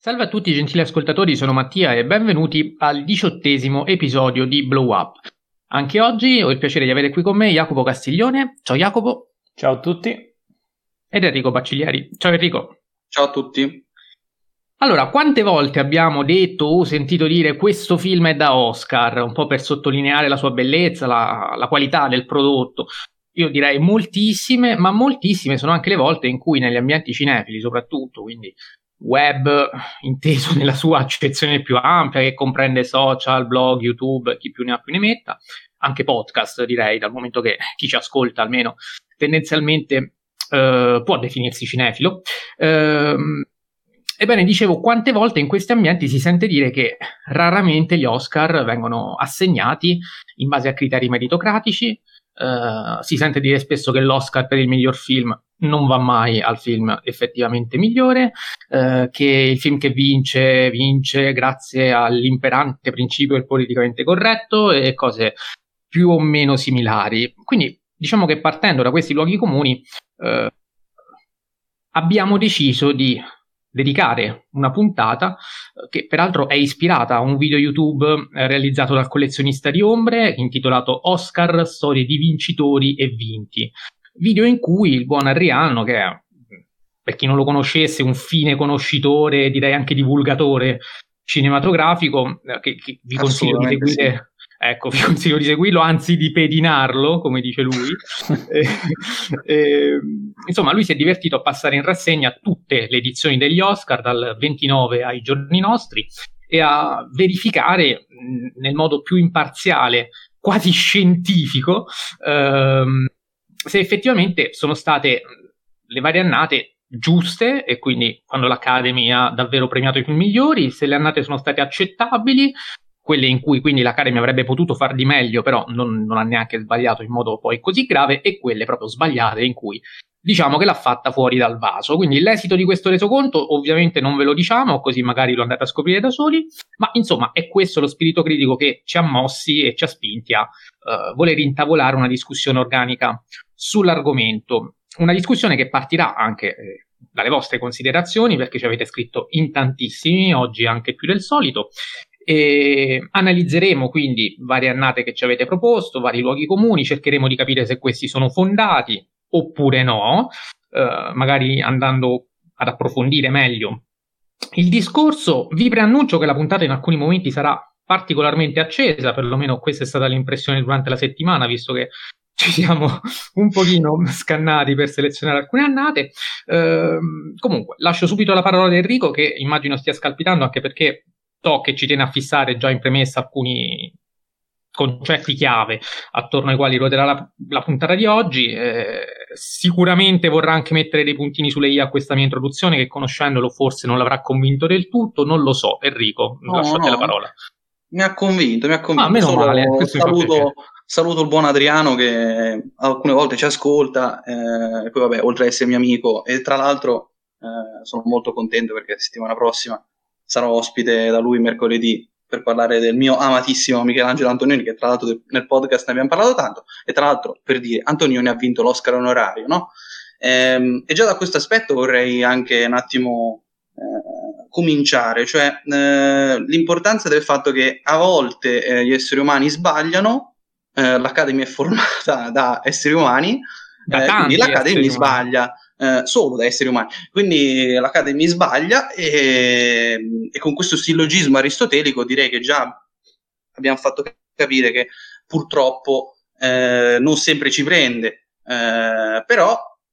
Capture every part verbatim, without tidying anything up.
Salve a tutti gentili ascoltatori, sono Mattia e benvenuti al diciottesimo episodio di Blow Up. Anche oggi ho il piacere di avere qui con me Jacopo Castiglione. Ciao Jacopo. Ciao a tutti. Ed Enrico Bacciglieri. Ciao Enrico. Ciao a tutti. Allora, quante volte abbiamo detto o sentito dire questo film è da Oscar, un po' per sottolineare la sua bellezza, la, la qualità del prodotto? Io direi moltissime, ma moltissime sono anche le volte in cui negli ambienti cinefili soprattutto, quindi web inteso nella sua accezione più ampia, che comprende social, blog, YouTube, chi più ne ha più ne metta, anche podcast direi, dal momento che chi ci ascolta almeno tendenzialmente eh, può definirsi cinefilo. Ehm, ebbene, dicevo, quante volte in questi ambienti si sente dire che raramente gli Oscar vengono assegnati in base a criteri meritocratici. Uh, si sente dire spesso che l'Oscar per il miglior film non va mai al film effettivamente migliore, uh, che il film che vince, vince grazie all'imperante principio del politicamente corretto e cose più o meno similari. Quindi diciamo che partendo da questi luoghi comuni uh, abbiamo deciso di dedicare una puntata che peraltro è ispirata a un video YouTube realizzato dal collezionista di ombre intitolato Oscar, storie di vincitori e vinti, video in cui il buon Adriano, che è, per chi non lo conoscesse, un fine conoscitore, direi anche divulgatore cinematografico, che, che vi consiglio di seguire. Sì. Ecco, vi consiglio di seguirlo, anzi di pedinarlo, come dice lui. e, e, insomma, lui si è divertito a passare in rassegna tutte le edizioni degli Oscar, dal ventinove ai giorni nostri, e a verificare mh, nel modo più imparziale, quasi scientifico, ehm, se effettivamente sono state le varie annate giuste, e quindi quando l'Academy ha davvero premiato i film migliori, se le annate sono state accettabili, quelle in cui quindi l'Academy avrebbe potuto far di meglio, però non, non ha neanche sbagliato in modo poi così grave, e quelle proprio sbagliate in cui diciamo che l'ha fatta fuori dal vaso. Quindi l'esito di questo resoconto ovviamente non ve lo diciamo, così magari lo andate a scoprire da soli, ma insomma è questo lo spirito critico che ci ha mossi e ci ha spinti a uh, voler intavolare una discussione organica sull'argomento. Una discussione che partirà anche eh, dalle vostre considerazioni, perché ci avete scritto in tantissimi, oggi anche più del solito. E analizzeremo quindi varie annate che ci avete proposto, vari luoghi comuni, cercheremo di capire se questi sono fondati oppure no, eh, magari andando ad approfondire meglio il discorso. Vi preannuncio che la puntata in alcuni momenti sarà particolarmente accesa, perlomeno questa è stata l'impressione durante la settimana, visto che ci siamo un pochino scannati per selezionare alcune annate. Eh, comunque, lascio subito la parola ad Enrico, che immagino stia scalpitando, anche perché so che ci tiene a fissare già in premessa alcuni concetti chiave attorno ai quali ruoterà la, la puntata di oggi. Eh, sicuramente vorrà anche mettere dei puntini sulle i a questa mia introduzione, che conoscendolo forse non l'avrà convinto del tutto, non lo so. Enrico, no, lascio a te la parola. Mi ha convinto, mi ha convinto. Ah, meno Solo male, saluto, saluto il buon Adriano, che alcune volte ci ascolta, eh, e poi vabbè, oltre ad essere mio amico, e tra l'altro eh, sono molto contento perché la settimana prossima sarò ospite da lui mercoledì per parlare del mio amatissimo Michelangelo Antonioni, che tra l'altro nel podcast ne abbiamo parlato tanto, e tra l'altro, per dire, Antonioni ha vinto l'Oscar onorario, no? Ehm, e già da questo aspetto vorrei anche un attimo eh, cominciare, cioè eh, l'importanza del fatto che a volte eh, gli esseri umani sbagliano, eh, l'Academy è formata da esseri umani, da eh, quindi l'Academy sbaglia. Eh, solo da esseri umani, quindi l'Academy sbaglia, e, e con questo sillogismo aristotelico direi che già abbiamo fatto capire che purtroppo eh, non sempre ci prende, eh, però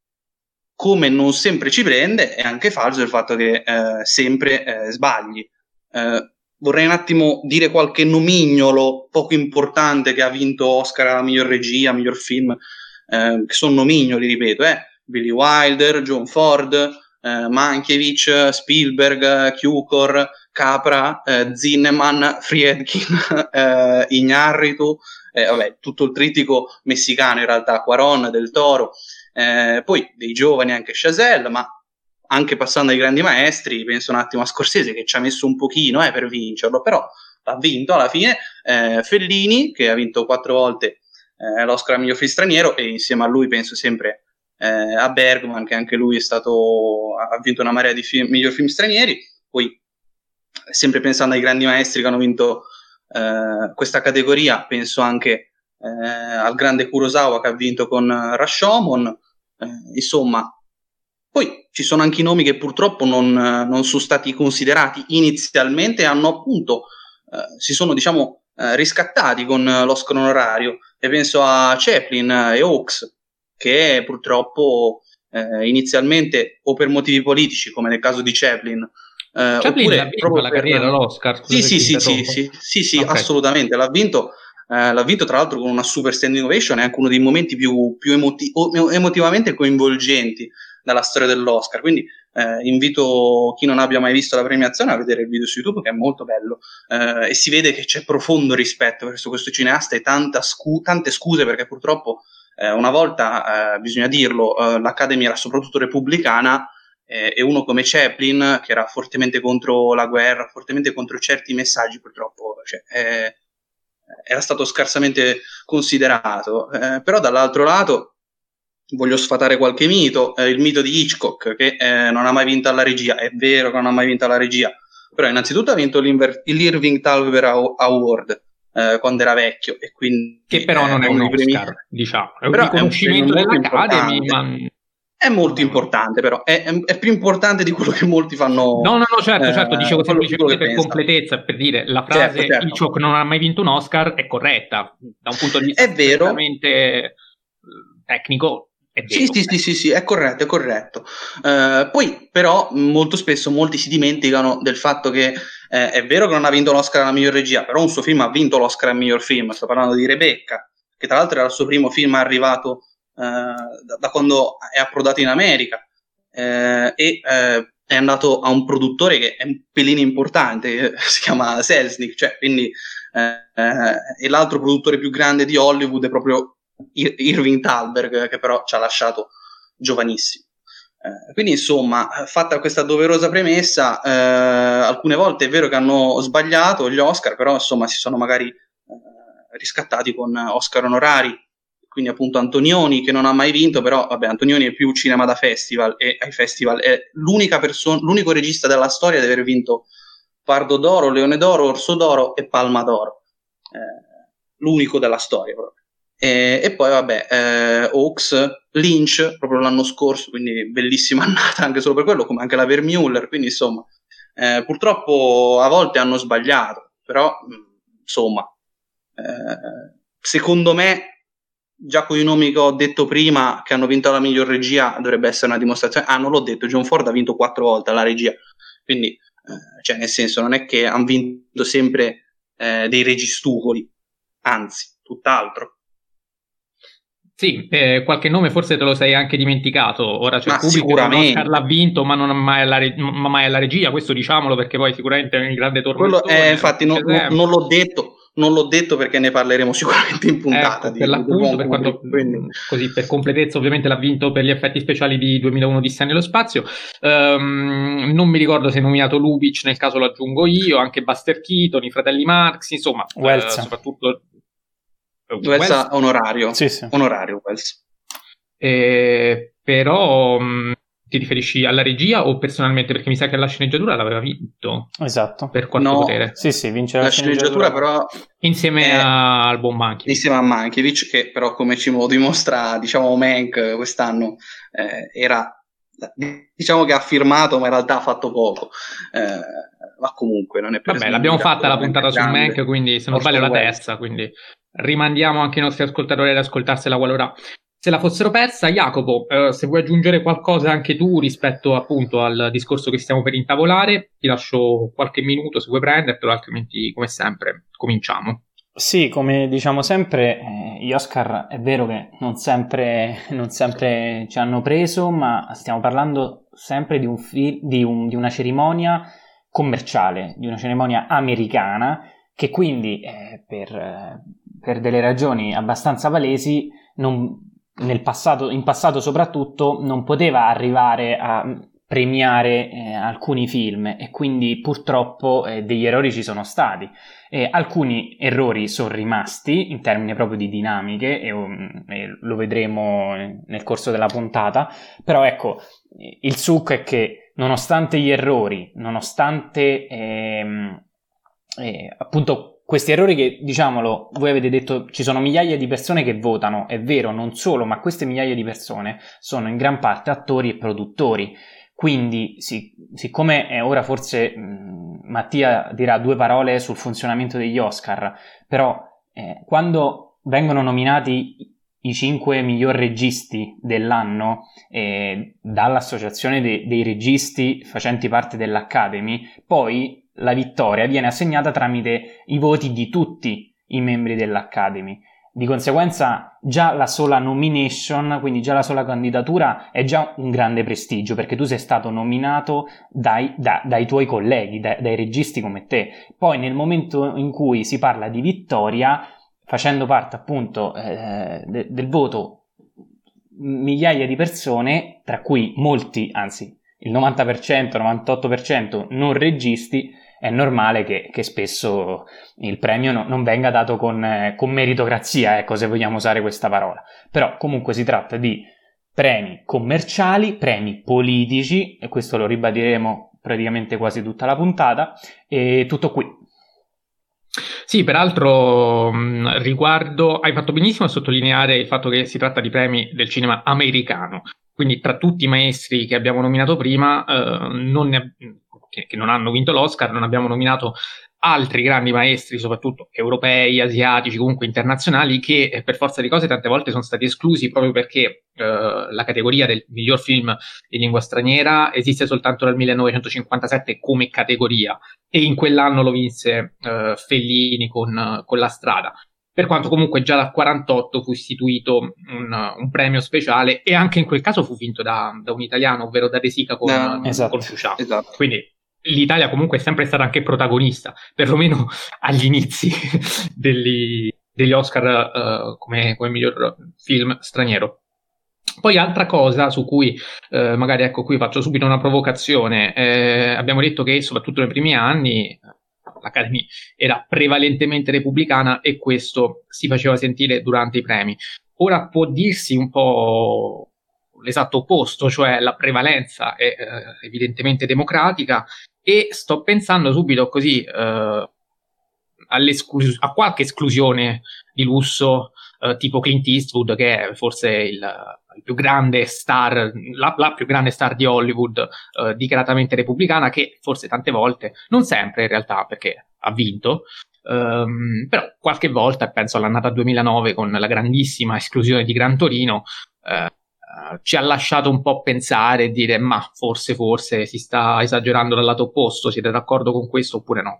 come non sempre ci prende è anche falso il fatto che eh, sempre eh, sbagli. Eh, vorrei un attimo dire qualche nomignolo poco importante che ha vinto Oscar alla miglior regia, miglior film, eh, che sono nomignoli, ripeto, eh Billy Wilder, John Ford, eh, Mankiewicz, Spielberg, Cukor, Capra, eh, Zinnemann, Friedkin, eh, Iñárritu, eh, vabbè, tutto il trittico messicano in realtà, Cuarón, Del Toro, eh, poi dei giovani anche Chazelle, ma anche passando ai grandi maestri, penso un attimo a Scorsese, che ci ha messo un pochino eh, per vincerlo, però l'ha vinto alla fine, eh, Fellini, che ha vinto quattro volte eh, l'Oscar al miglior film straniero, e insieme a lui penso sempre Eh, a Bergman, che anche lui è stato ha vinto una marea di film, miglior film stranieri. Poi sempre pensando ai grandi maestri che hanno vinto eh, questa categoria, penso anche eh, al grande Kurosawa che ha vinto con Rashomon, eh, insomma. Poi ci sono anche i nomi che purtroppo non, non sono stati considerati inizialmente e hanno appunto, eh, si sono diciamo eh, riscattati con l'Oscar onorario, e penso a Chaplin e Hawks, che purtroppo eh, inizialmente o per motivi politici, come nel caso di Chaplin, eh, Chaplin oppure l'ha vinto proprio la per... carriera, l'Oscar? Sì, sì, sì, sì, sì, sì, sì, okay. Assolutamente, l'ha vinto. Uh, l'ha vinto tra l'altro con una super standing ovation, è anche uno dei momenti più, più emoti- emotivamente coinvolgenti dalla storia dell'Oscar, quindi uh, invito chi non abbia mai visto la premiazione a vedere il video su YouTube, che è molto bello, uh, e si vede che c'è profondo rispetto verso questo cineasta e tanta scu- tante scuse, perché purtroppo uh, una volta, uh, bisogna dirlo, uh, l'Academy era soprattutto repubblicana, eh, e uno come Chaplin, che era fortemente contro la guerra, fortemente contro certi messaggi, purtroppo cioè, eh, era stato scarsamente considerato, eh, però dall'altro lato voglio sfatare qualche mito, eh, il mito di Hitchcock che eh, non ha mai vinto alla regia. È vero che non ha mai vinto alla regia, però innanzitutto ha vinto l'Irving Thalberg Award eh, quando era vecchio, e quindi che però non eh, è un Oscar, premi... diciamo, è un però riconoscimento è un dell'Academy, ma è molto importante, però è, è, è più importante di quello che molti fanno. No, no, no, certo, certo, eh, dicevo semplicemente per pensa. completezza, per dire la frase certo, certo. Hitchcock non ha mai vinto un Oscar è corretta, da un punto di vista è vero. tecnico. È vero. Sì, sì, sì, sì, sì, è corretto, è corretto. Uh, poi, però, molto spesso molti si dimenticano del fatto che eh, è vero che non ha vinto l'Oscar alla miglior regia, però un suo film ha vinto l'Oscar al miglior film. Sto parlando di Rebecca, che tra l'altro era il suo primo film arrivato uh, da, da quando è approdato in America, uh, e uh, è andato a un produttore che è un pelino importante, si chiama Selznick, cioè, quindi, uh, uh, e l'altro produttore più grande di Hollywood è proprio Irving Thalberg, che però ci ha lasciato giovanissimo. Eh, quindi insomma, fatta questa doverosa premessa, eh, alcune volte è vero che hanno sbagliato gli Oscar, però insomma si sono magari eh, riscattati con Oscar onorari, quindi appunto Antonioni, che non ha mai vinto, però vabbè, Antonioni è più cinema da festival, e ai festival è l'unica persona, l'unico regista della storia ad aver vinto Pardo d'Oro, Leone d'Oro, Orso d'Oro e Palma d'Oro, eh, l'unico della storia proprio. E, e poi vabbè, eh, Hawks, Lynch proprio l'anno scorso, quindi bellissima annata anche solo per quello, come anche la Vermeuler, quindi insomma eh, purtroppo a volte hanno sbagliato, però insomma eh, secondo me già con i nomi che ho detto prima che hanno vinto la miglior regia dovrebbe essere una dimostrazione. Ah, non l'ho detto, John Ford ha vinto quattro volte la regia, quindi eh, cioè nel senso non è che hanno vinto sempre eh, dei registucoli, anzi tutt'altro. Sì, eh, qualche nome forse te lo sei anche dimenticato. Ora c'è ma il pubblico che un Oscar l'ha sicuramente vinto, ma non ha mai alla, re- ma mai alla regia, questo diciamolo perché poi sicuramente è un grande tormentone. Quello è, infatti no, no, non l'ho detto, non l'ho detto perché ne parleremo sicuramente in puntata. Ecco, di, per l'appunto, di per quanto, quindi... così per completezza, ovviamente l'ha vinto per gli effetti speciali di duemilauno Odissea nello spazio. Um, non mi ricordo se è nominato Lubitsch, nel caso lo aggiungo io, anche Buster Keaton, i fratelli Marx, insomma, uh, soprattutto Wells, Wells onorario, sì, sì. onorario Wells. Eh, però mh, ti riferisci alla regia o personalmente? Perché mi sa che la sceneggiatura l'aveva vinto. Esatto. Per Quarto no, Potere. Sì, sì, vince la, la sceneggiatura, sceneggiatura però insieme è... a, al buon Mankiewicz. Insieme a Mankiewicz, che però come ci dimostra, diciamo, Mank quest'anno eh, era, diciamo che ha firmato, ma in realtà ha fatto poco. Eh, ma comunque non è per Vabbè, l'abbiamo fatta la puntata su Mank, quindi se non sbaglio la terza, quindi rimandiamo anche i nostri ascoltatori ad ascoltarsela qualora se la fossero persa. Jacopo, eh, se vuoi aggiungere qualcosa anche tu rispetto appunto al discorso che stiamo per intavolare, ti lascio qualche minuto se vuoi prendertelo, altrimenti come sempre cominciamo. Sì, come diciamo sempre, eh, gli Oscar è vero che non sempre, non sempre ci hanno preso, ma stiamo parlando sempre di, un fi- di, un, di una cerimonia commerciale, di una cerimonia americana, che quindi eh, per, eh, per delle ragioni abbastanza palesi non, nel passato, in passato soprattutto non poteva arrivare a premiare eh, alcuni film, e quindi purtroppo eh, degli errori ci sono stati. Eh, alcuni errori sono rimasti in termini proprio di dinamiche e, um, e lo vedremo nel corso della puntata, però ecco, il succo è che nonostante gli errori, nonostante ehm, eh, appunto questi errori che, diciamolo, voi avete detto ci sono migliaia di persone che votano, è vero, non solo, ma queste migliaia di persone sono in gran parte attori e produttori. Quindi, sì, siccome eh, ora forse mh, Mattia dirà due parole sul funzionamento degli Oscar, però eh, quando vengono nominati i cinque miglior registi dell'anno eh, dall'associazione de- dei registi facenti parte dell'Academy, poi la vittoria viene assegnata tramite i voti di tutti i membri dell'Academy. Di conseguenza già la sola nomination, quindi già la sola candidatura è già un grande prestigio, perché tu sei stato nominato dai, da, dai tuoi colleghi, da, dai registi come te. Poi nel momento in cui si parla di vittoria, facendo parte appunto eh, de, del voto migliaia di persone, tra cui molti, anzi il novanta per cento, novantotto per cento non registi, è normale che, che spesso il premio no, non venga dato con, eh, con meritocrazia, ecco, se vogliamo usare questa parola. Però comunque si tratta di premi commerciali, premi politici, e questo lo ribadiremo praticamente quasi tutta la puntata, e tutto qui. Sì, peraltro mh, riguardo, hai fatto benissimo a sottolineare il fatto che si tratta di premi del cinema americano, quindi tra tutti i maestri che abbiamo nominato prima, eh, non ne, che, che non hanno vinto l'Oscar, non abbiamo nominato altri grandi maestri, soprattutto europei, asiatici, comunque internazionali, che eh, per forza di cose tante volte sono stati esclusi proprio perché eh, la categoria del miglior film in lingua straniera esiste soltanto dal millenovecentocinquantasette come categoria, e in quell'anno lo vinse eh, Fellini con, con La Strada. Per quanto comunque già dal quarantotto fu istituito un, un premio speciale, e anche in quel caso fu vinto da, da un italiano, ovvero da De Sica con, no, esatto, con Ciucià. Esatto. Quindi l'Italia comunque è sempre stata anche protagonista, perlomeno agli inizi degli, degli Oscar uh, come, come miglior film straniero. Poi altra cosa su cui eh, magari ecco qui faccio subito una provocazione, eh, abbiamo detto che soprattutto nei primi anni l'Academy era prevalentemente repubblicana e questo si faceva sentire durante i premi. Ora può dirsi un po' l'esatto opposto, cioè la prevalenza è eh, evidentemente democratica, e sto pensando subito così eh, a qualche esclusione di lusso eh, tipo Clint Eastwood, che è forse il, il più grande star, la, la più grande star di Hollywood eh, dichiaratamente repubblicana, che forse tante volte, non sempre in realtà perché ha vinto, ehm, però qualche volta, penso all'annata duemilanove con la grandissima esclusione di Gran Torino, eh, ci ha lasciato un po' pensare e dire ma forse forse si sta esagerando dal lato opposto. Siete d'accordo con questo oppure no?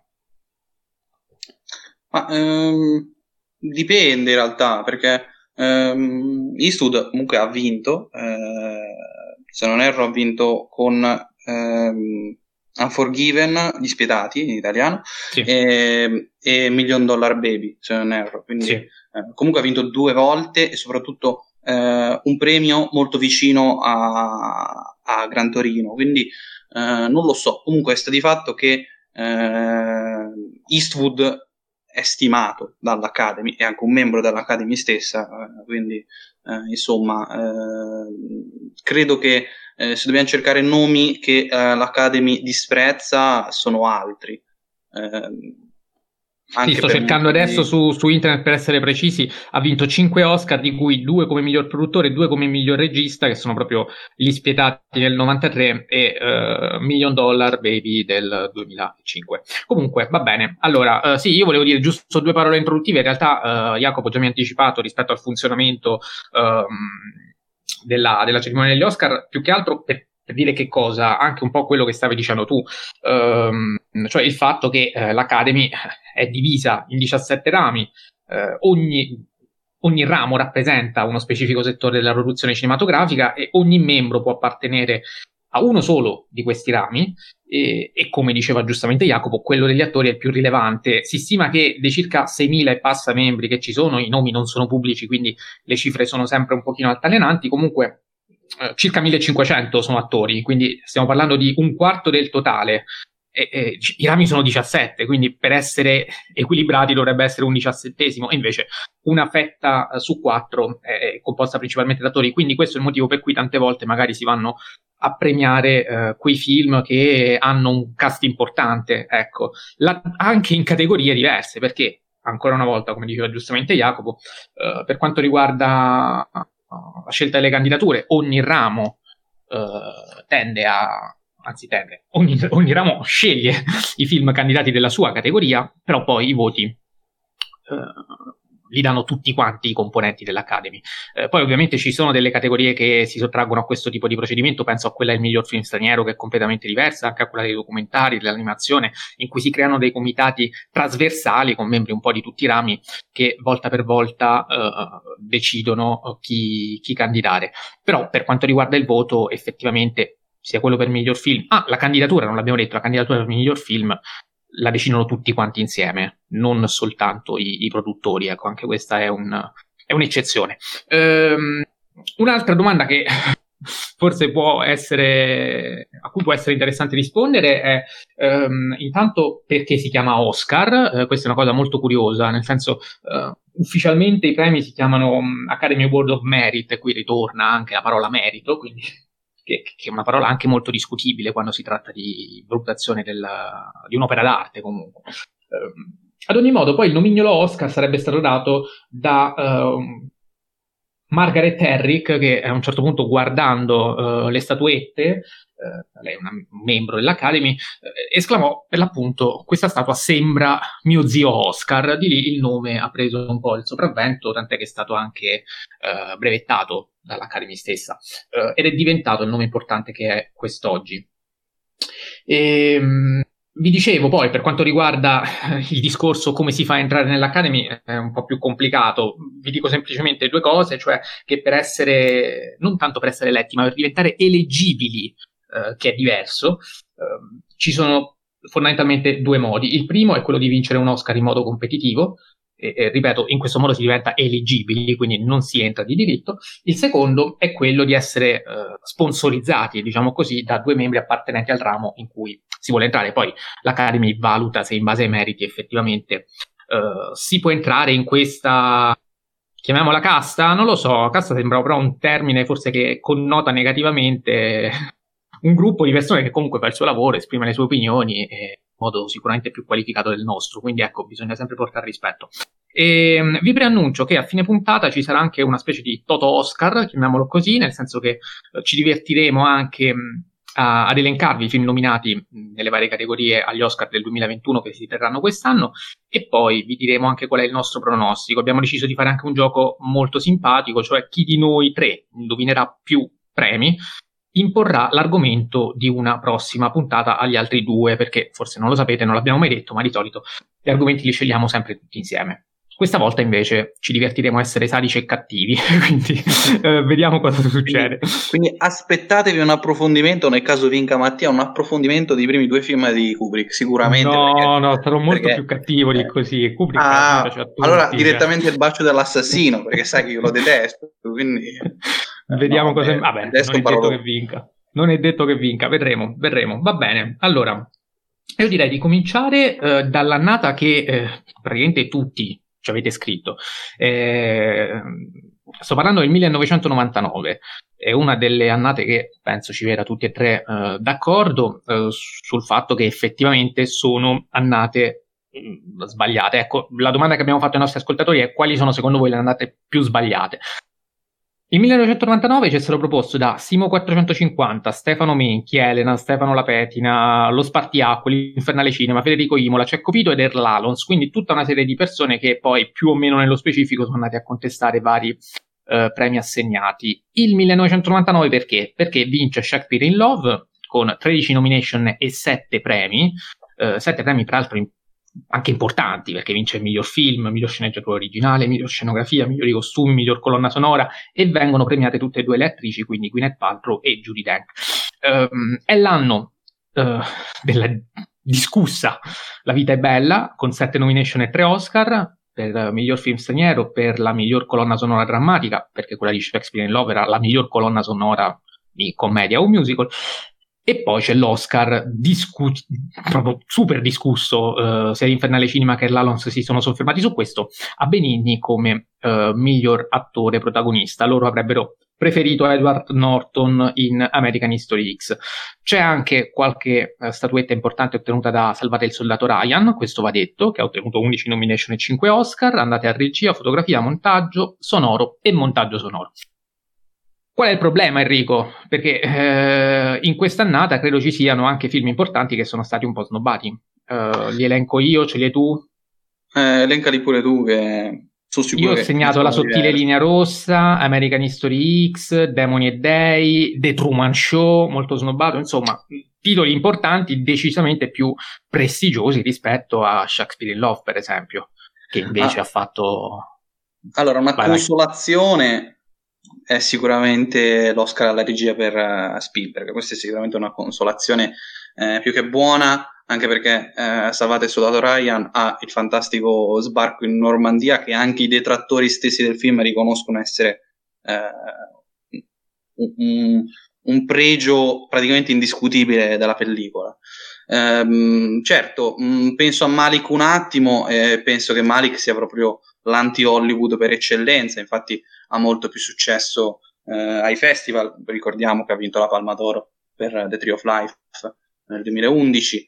Ma, ehm, dipende in realtà, perché ehm, Eastwood comunque ha vinto, eh, se non erro ha vinto con ehm, Unforgiven, Gli Spietati in italiano, sì, e, e Million Dollar Baby, se non erro, quindi sì, eh, comunque ha vinto due volte e soprattutto Uh, un premio molto vicino a, a Gran Torino, quindi uh, non lo so, comunque sta di fatto che uh, Eastwood è stimato dall'Academy, è anche un membro dell'Academy stessa, uh, quindi uh, insomma uh, credo che uh, se dobbiamo cercare nomi che uh, l'Academy disprezza sono altri. Uh, Sì, sto cercando adesso di... su, su internet per essere precisi. Ha vinto cinque Oscar, di cui due come miglior produttore e due come miglior regista, che sono proprio Gli Spietati del novantatré e uh, Million Dollar Baby del duemilacinque. Comunque, va bene. Allora, uh, sì, io volevo dire giusto due parole introduttive. In realtà uh, Jacopo già mi ha anticipato rispetto al funzionamento uh, della, della cerimonia degli Oscar, più che altro per per dire che cosa, anche un po' quello che stavi dicendo tu, ehm, cioè il fatto che eh, l'Academy è divisa in diciassette rami, eh, ogni, ogni ramo rappresenta uno specifico settore della produzione cinematografica e ogni membro può appartenere a uno solo di questi rami e, e come diceva giustamente Jacopo, quello degli attori è il più rilevante. Si stima che dei circa seimila e passa membri che ci sono, i nomi non sono pubblici, quindi le cifre sono sempre un pochino altalenanti, comunque circa millecinquecento sono attori, quindi stiamo parlando di un quarto del totale. E, e, i rami sono diciassette, quindi per essere equilibrati dovrebbe essere un diciassettesimo, e invece una fetta su quattro è composta principalmente da attori, quindi questo è il motivo per cui tante volte magari si vanno a premiare eh, quei film che hanno un cast importante, ecco, la, anche in categorie diverse, perché ancora una volta, come diceva giustamente Jacopo, eh, per quanto riguarda uh, la scelta delle candidature, ogni ramo uh, tende a, anzi tende, ogni, ogni ramo sceglie i film candidati della sua categoria, però poi i voti uh, li danno tutti quanti i componenti dell'Academy. Eh, poi ovviamente ci sono delle categorie che si sottraggono a questo tipo di procedimento, penso a quella del miglior film straniero, che è completamente diversa, anche a quella dei documentari, dell'animazione, in cui si creano dei comitati trasversali con membri un po' di tutti i rami che volta per volta eh, decidono chi, chi candidare. Però per quanto riguarda il voto, effettivamente sia quello per miglior film, ah, la candidatura, non l'abbiamo detto, la candidatura per miglior film la decidono tutti quanti insieme, non soltanto i, i produttori, ecco, anche questa è, un, è un'eccezione. Ehm, un'altra domanda che forse può essere, a cui può essere interessante rispondere è ehm, intanto perché si chiama Oscar. Eh, questa è una cosa molto curiosa, nel senso eh, ufficialmente i premi si chiamano um, Academy Award of Merit, e qui ritorna anche la parola merito, quindi che, che è una parola anche molto discutibile quando si tratta di valutazione del, di un'opera d'arte comunque. Um, ad ogni modo, poi il nomignolo Oscar sarebbe stato dato da um, Margaret Herrick, che a un certo punto, guardando uh, le statuette, uh, lei è una, un membro dell'Academy, uh, esclamò per l'appunto: questa statua sembra mio zio Oscar. Di lì il nome ha preso un po' il sopravvento, tant'è che è stato anche uh, brevettato dall'Academy stessa, uh, ed è diventato il nome importante che è quest'oggi. E, um, vi dicevo poi, per quanto riguarda il discorso come si fa a entrare nell'Academy, è un po' più complicato. Vi dico semplicemente due cose, cioè che per essere, non tanto per essere eletti, ma per diventare eleggibili, eh, che è diverso, eh, ci sono fondamentalmente due modi. Il primo è quello di vincere un Oscar in modo competitivo, e, e ripeto, in questo modo si diventa eleggibili, quindi non si entra di diritto. Il secondo è quello di essere eh, sponsorizzati, diciamo così, da due membri appartenenti al ramo in cui si vuole entrare. Poi l'Academy valuta se in base ai meriti effettivamente uh, si può entrare in questa, chiamiamola casta, non lo so, casta sembra però un termine forse che connota negativamente un gruppo di persone che comunque fa il suo lavoro, esprime le sue opinioni in modo sicuramente più qualificato del nostro, quindi ecco, bisogna sempre portare rispetto. E um, vi preannuncio che a fine puntata ci sarà anche una specie di Toto Oscar, chiamiamolo così, nel senso che uh, ci divertiremo anche um, a, ad elencarvi i film nominati um, nelle varie categorie agli Oscar del duemilaventuno che si terranno quest'anno, e poi vi diremo anche qual è il nostro pronostico. Abbiamo deciso di fare anche un gioco molto simpatico, cioè chi di noi tre indovinerà più premi imporrà l'argomento di una prossima puntata agli altri due, perché forse non lo sapete, non l'abbiamo mai detto, ma di solito gli argomenti li scegliamo sempre tutti insieme. Questa volta invece ci divertiremo a essere sadici e cattivi, quindi eh, vediamo cosa succede. Quindi, quindi aspettatevi un approfondimento, nel caso vinca Mattia, un approfondimento dei primi due film di Kubrick, sicuramente. No, perché, no, sarò molto perché, più cattivo di eh, così. Kubrick ah, tutti, allora cioè. direttamente il bacio dell'assassino, perché sai che io lo detesto, quindi... Vediamo no, cosa... beh, Vabbè, non è detto parolo... che vinca. Non è detto che vinca, vedremo, vedremo. Va bene, allora, io direi di cominciare eh, dall'annata che eh, praticamente tutti ci avete scritto. Eh, sto parlando del millenovecentonovantanove, è una delle annate che penso ci veda tutti e tre eh, d'accordo eh, sul fatto che effettivamente sono annate mh, sbagliate. Ecco, la domanda che abbiamo fatto ai nostri ascoltatori è: quali sono secondo voi le annate più sbagliate? Il millenovecentonovantanove ci è stato proposto da Simo quattrocentocinquanta, Stefano Menchi, Elena, Stefano Lapetina, Lo Spartiacque, l'Infernale Cinema, Federico Imola, Cecco Pito ed Erlalons, quindi tutta una serie di persone che poi più o meno nello specifico sono andate a contestare vari eh, premi assegnati. Il millenovecentonovantanove perché? Perché vince Shakespeare in Love con tredici nomination e sette premi, eh, sette premi tra l'altro in anche importanti, perché vince il miglior film, miglior sceneggiatura originale, miglior scenografia, migliori costumi, miglior colonna sonora, e vengono premiate tutte e due le attrici, quindi Gwyneth Paltrow e Judi Dench. Um, è l'anno uh, della discussa La vita è bella, con sette nomination e tre Oscar, per uh, miglior film straniero, per la miglior colonna sonora drammatica, perché quella di Shakespeare in Love era la miglior colonna sonora di commedia o musical. E poi c'è l'Oscar, discu- proprio super discusso, uh, sia l'Infernale Cinema che Erlalons si sono soffermati su questo, a Benigni come uh, miglior attore protagonista. Loro avrebbero preferito Edward Norton in American History X. C'è anche qualche eh, statuetta importante ottenuta da Salvate il soldato Ryan, questo va detto, che ha ottenuto undici nomination e cinque Oscar, andate a regia, fotografia, montaggio, sonoro e montaggio sonoro. Qual è il problema, Enrico? Perché eh, in quest'annata credo ci siano anche film importanti che sono stati un po' snobbati. Uh, li elenco io, ce li hai tu? Eh, elencali pure tu, che sono sicuro io ho che segnato La sottile diversi. linea rossa, American History X, Demoni e Dei, The Truman Show, molto snobbato, insomma, titoli importanti decisamente più prestigiosi rispetto a Shakespeare in Love, per esempio, che invece ah. ha fatto... Allora, una vai, consolazione... Vai. È sicuramente l'Oscar alla regia per uh, Spielberg. Questa è sicuramente una consolazione eh, più che buona, anche perché eh, Salvate il soldato Ryan ha il fantastico sbarco in Normandia, che anche i detrattori stessi del film riconoscono essere eh, un, un pregio praticamente indiscutibile della pellicola. Ehm, certo, mh, penso a Malik un attimo e penso che Malik sia proprio l'anti-Hollywood per eccellenza, infatti ha molto più successo eh, ai festival. Ricordiamo che ha vinto la Palma d'Oro per The Tree of Life nel duemilaundici,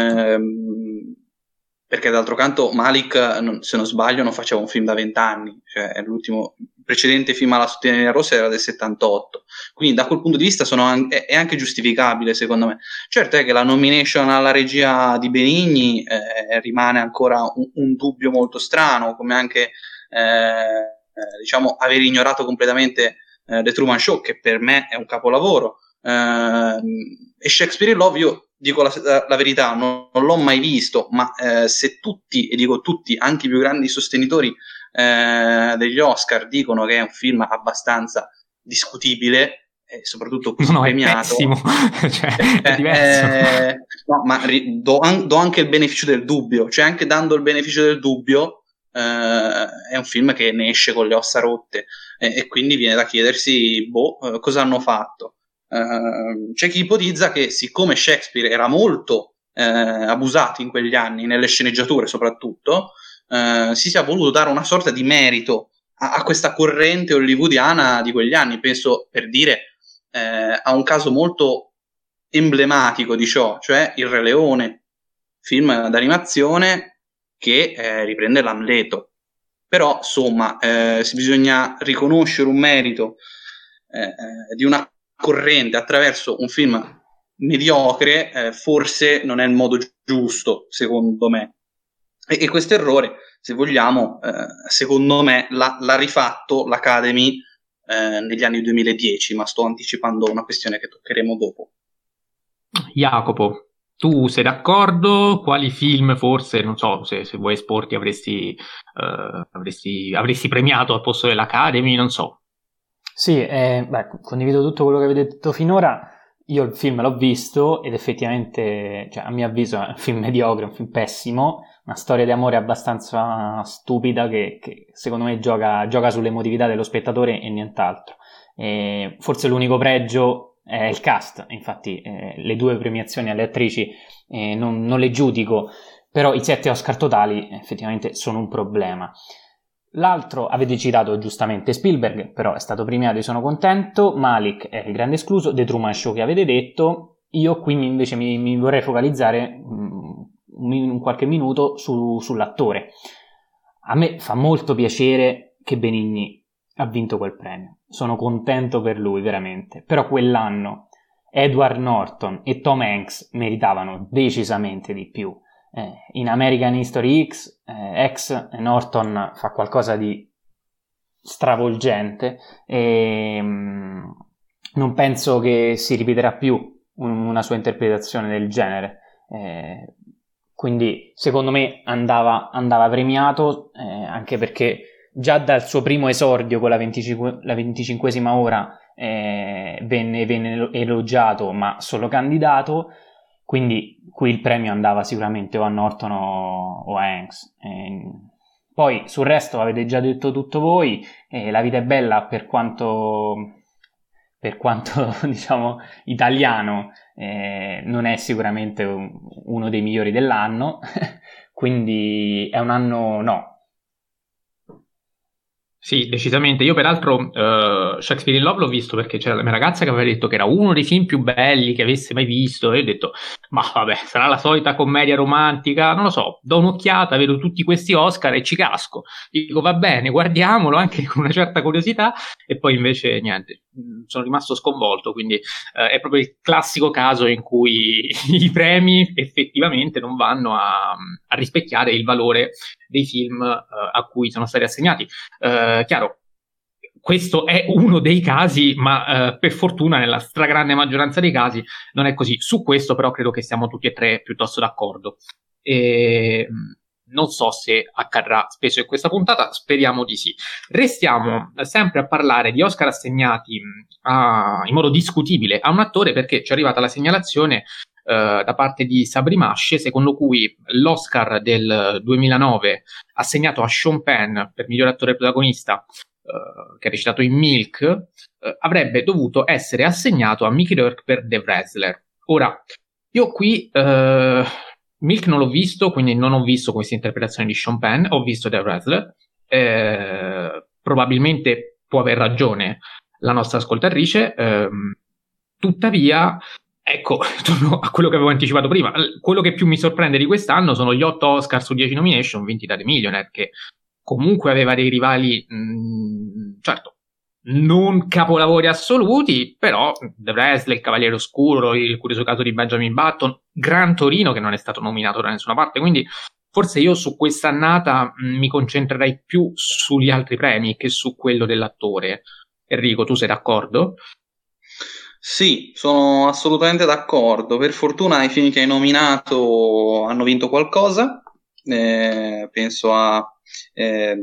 ehm, perché d'altro canto Malik, non, se non sbaglio, non faceva un film da vent'anni, cioè l'ultimo il precedente film alla sottile linea rossa era del settantotto, quindi da quel punto di vista sono an- è, è anche giustificabile, secondo me. Certo è che la nomination alla regia di Benigni eh, rimane ancora un, un dubbio molto strano, come anche eh, Eh, diciamo aver ignorato completamente eh, The Truman Show, che per me è un capolavoro, eh, e Shakespeare in Love, io dico la, la verità, non, non l'ho mai visto, ma eh, se tutti, e dico tutti, anche i più grandi sostenitori eh, degli Oscar dicono che è un film abbastanza discutibile e soprattutto così no, premiato, è pessimo. Cioè, è diverso. Eh, no, ma ri- do, an- do anche il beneficio del dubbio, cioè anche dando il beneficio del dubbio Uh, è un film che ne esce con le ossa rotte e, e quindi viene da chiedersi boh, uh, cosa hanno fatto. Uh, c'è chi ipotizza che siccome Shakespeare era molto uh, abusato in quegli anni, nelle sceneggiature soprattutto, uh, si sia voluto dare una sorta di merito a, a questa corrente hollywoodiana di quegli anni. Penso, per dire, uh, a un caso molto emblematico di ciò, cioè Il Re Leone, film d'animazione che eh, riprende l'Amleto. Però insomma eh, se bisogna riconoscere un merito eh, di una corrente attraverso un film mediocre, eh, forse non è il modo giusto, secondo me, e, e questo errore, se vogliamo, eh, secondo me l'ha, l'ha rifatto l'Academy eh, negli anni duemiladieci, ma sto anticipando una questione che toccheremo dopo. Jacopo, tu sei d'accordo? Quali film forse, non so, se, se vuoi esporti avresti, uh, avresti, avresti premiato al posto dell'Academy, non so. Sì, eh, beh, condivido tutto quello che avete detto finora. Io il film l'ho visto ed effettivamente, cioè, a mio avviso è un film mediocre, un film pessimo, una storia di amore abbastanza stupida che, che secondo me gioca, gioca sull'emotività dello spettatore e nient'altro. E forse l'unico pregio è il cast, infatti eh, le due premiazioni alle attrici eh, non, non le giudico, però i sette Oscar totali effettivamente sono un problema. L'altro avete citato giustamente Spielberg, però è stato premiato e sono contento. Malik è il grande escluso. The Truman Show che avete detto. Io qui invece mi, mi vorrei focalizzare um, un qualche minuto su, sull'attore. A me fa molto piacere che Benigni ha vinto quel premio, sono contento per lui veramente, però quell'anno Edward Norton e Tom Hanks meritavano decisamente di più. Eh, in American History X eh, X Norton fa qualcosa di stravolgente e mh, non penso che si ripeterà più un, una sua interpretazione del genere, eh, quindi secondo me andava, andava premiato, eh, anche perché già dal suo primo esordio con la, venticinque, la venticinquesima ora eh, venne, venne elogiato ma solo candidato, quindi qui il premio andava sicuramente o a Norton o, o a Hanks. Eh, poi sul resto avete già detto tutto voi, eh, La vita è bella per quanto, per quanto diciamo italiano eh, non è sicuramente un, uno dei migliori dell'anno, quindi è un anno no. Sì, decisamente. Io peraltro uh, Shakespeare in Love l'ho visto perché c'era la mia ragazza che aveva detto che era uno dei film più belli che avesse mai visto e io ho detto, ma vabbè, sarà la solita commedia romantica, non lo so, do un'occhiata, vedo tutti questi Oscar e ci casco. Dico, va bene, guardiamolo anche con una certa curiosità e poi invece niente, sono rimasto sconvolto, quindi uh, è proprio il classico caso in cui i premi effettivamente non vanno a, a rispecchiare il valore dei film uh, a cui sono stati assegnati. Uh, chiaro, questo è uno dei casi, ma uh, per fortuna nella stragrande maggioranza dei casi non è così. Su questo però credo che siamo tutti e tre piuttosto d'accordo. E non so se accadrà spesso in questa puntata, speriamo di sì. Restiamo sempre a parlare di Oscar assegnati a, in modo discutibile a un attore, perché ci è arrivata la segnalazione Uh, da parte di Sabri Masce, secondo cui l'Oscar del duemilanove assegnato a Sean Penn per miglior attore protagonista, uh, che ha recitato in Milk, uh, avrebbe dovuto essere assegnato a Mickey Rourke per The Wrestler. Ora, io qui uh, Milk non l'ho visto, quindi non ho visto questa interpretazione di Sean Penn, ho visto The Wrestler, uh, probabilmente può aver ragione la nostra ascoltatrice, uh, tuttavia ecco, torno a quello che avevo anticipato prima. Quello che più mi sorprende di quest'anno sono gli otto Oscar su dieci nomination vinti da The Millionaire, che comunque aveva dei rivali, mh, certo, non capolavori assoluti, però The Wrestler, Il Cavaliere Oscuro, Il curioso caso di Benjamin Button, Gran Torino, che non è stato nominato da nessuna parte, quindi forse io su quest'annata mh, mi concentrerei più sugli altri premi che su quello dell'attore. Enrico, tu sei d'accordo? Sì, sono assolutamente d'accordo. Per fortuna i film che hai nominato hanno vinto qualcosa. Eh, penso a eh,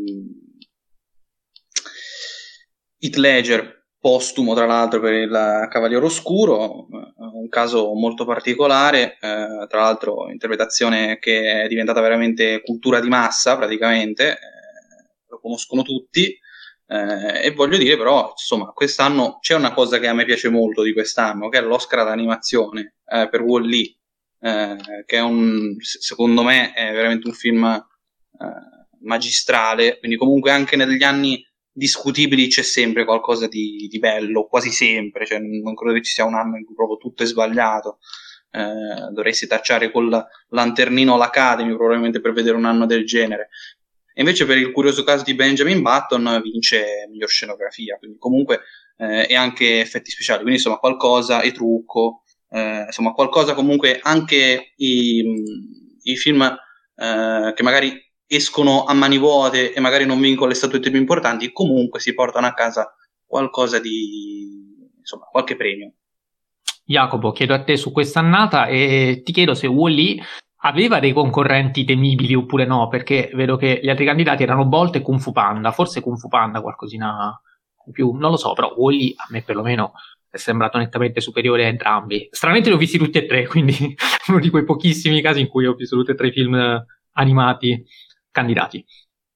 Heath Ledger, postumo tra l'altro per Il Cavaliere Oscuro, un caso molto particolare, eh, tra l'altro interpretazione che è diventata veramente cultura di massa praticamente, eh, lo conoscono tutti. Eh, e voglio dire però, insomma, quest'anno c'è una cosa che a me piace molto di quest'anno, che è l'Oscar all'animazione eh, per Wall-E, eh, che è un, secondo me è veramente un film eh, magistrale, quindi comunque anche negli anni discutibili c'è sempre qualcosa di, di bello, quasi sempre, cioè non credo che ci sia un anno in cui proprio tutto è sbagliato. Eh, dovresti tacciare col lanternino l'Academy probabilmente per vedere un anno del genere. E invece per Il curioso caso di Benjamin Button vince miglior scenografia, quindi comunque eh, e anche effetti speciali, quindi insomma qualcosa, e trucco, eh, insomma qualcosa comunque anche i, i film eh, che magari escono a mani vuote e magari non vincono le statuette più importanti, comunque si portano a casa qualcosa di, insomma, qualche premio. Jacopo, chiedo a te su quest'annata e ti chiedo se Wall-E aveva dei concorrenti temibili oppure no, perché vedo che gli altri candidati erano Bolt e Kung Fu Panda, forse Kung Fu Panda qualcosina in più, non lo so, però Wall-E a me perlomeno è sembrato nettamente superiore a entrambi. Stranamente li ho visti tutti e tre, quindi uno di quei pochissimi casi in cui ho visto tutti e tre i film animati candidati.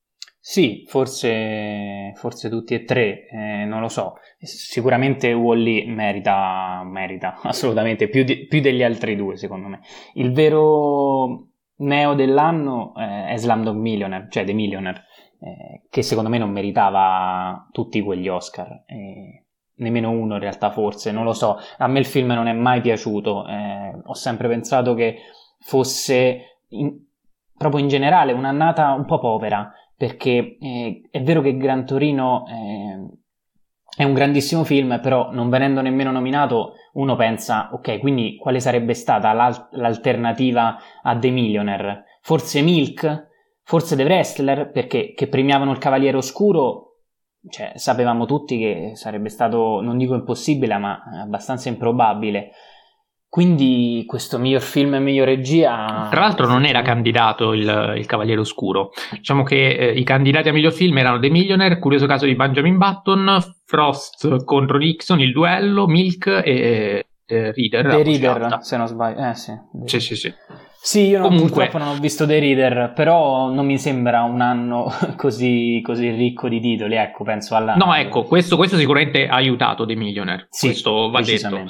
Sì, forse, forse tutti e tre, eh, non lo so. Sicuramente Wall-E merita, merita assolutamente più, di, più degli altri due, secondo me. Il vero neo dell'anno eh, è Slumdog Millionaire, cioè The Millionaire, eh, che secondo me non meritava tutti quegli Oscar. Eh, nemmeno uno in realtà, forse, non lo so. A me il film non è mai piaciuto. Eh, ho sempre pensato che fosse, in, proprio in generale, un'annata un po' povera. Perché eh, è vero che Gran Torino eh, è un grandissimo film, però non venendo nemmeno nominato uno pensa, ok, quindi quale sarebbe stata l'al- l'alternativa a The Millionaire? Forse Milk? Forse The Wrestler? Perché che premiavano Il Cavaliere Oscuro, cioè sapevamo tutti che sarebbe stato, non dico impossibile, ma abbastanza improbabile. Quindi questo miglior film e miglior regia... Tra l'altro non era candidato il, il Cavaliere Oscuro. Diciamo che eh, i candidati a miglior film erano The Millionaire, Curioso caso di Benjamin Button, Frost contro Nixon, Il duello, Milk e eh, Reader. The Reader, se non sbaglio. Eh sì. Sì, sì, sì. Sì, io non, Comunque... purtroppo non ho visto The Reader, però non mi sembra un anno così, così ricco di titoli, ecco, penso alla... No, ecco, questo, questo sicuramente ha aiutato The Millionaire, sì, questo va detto.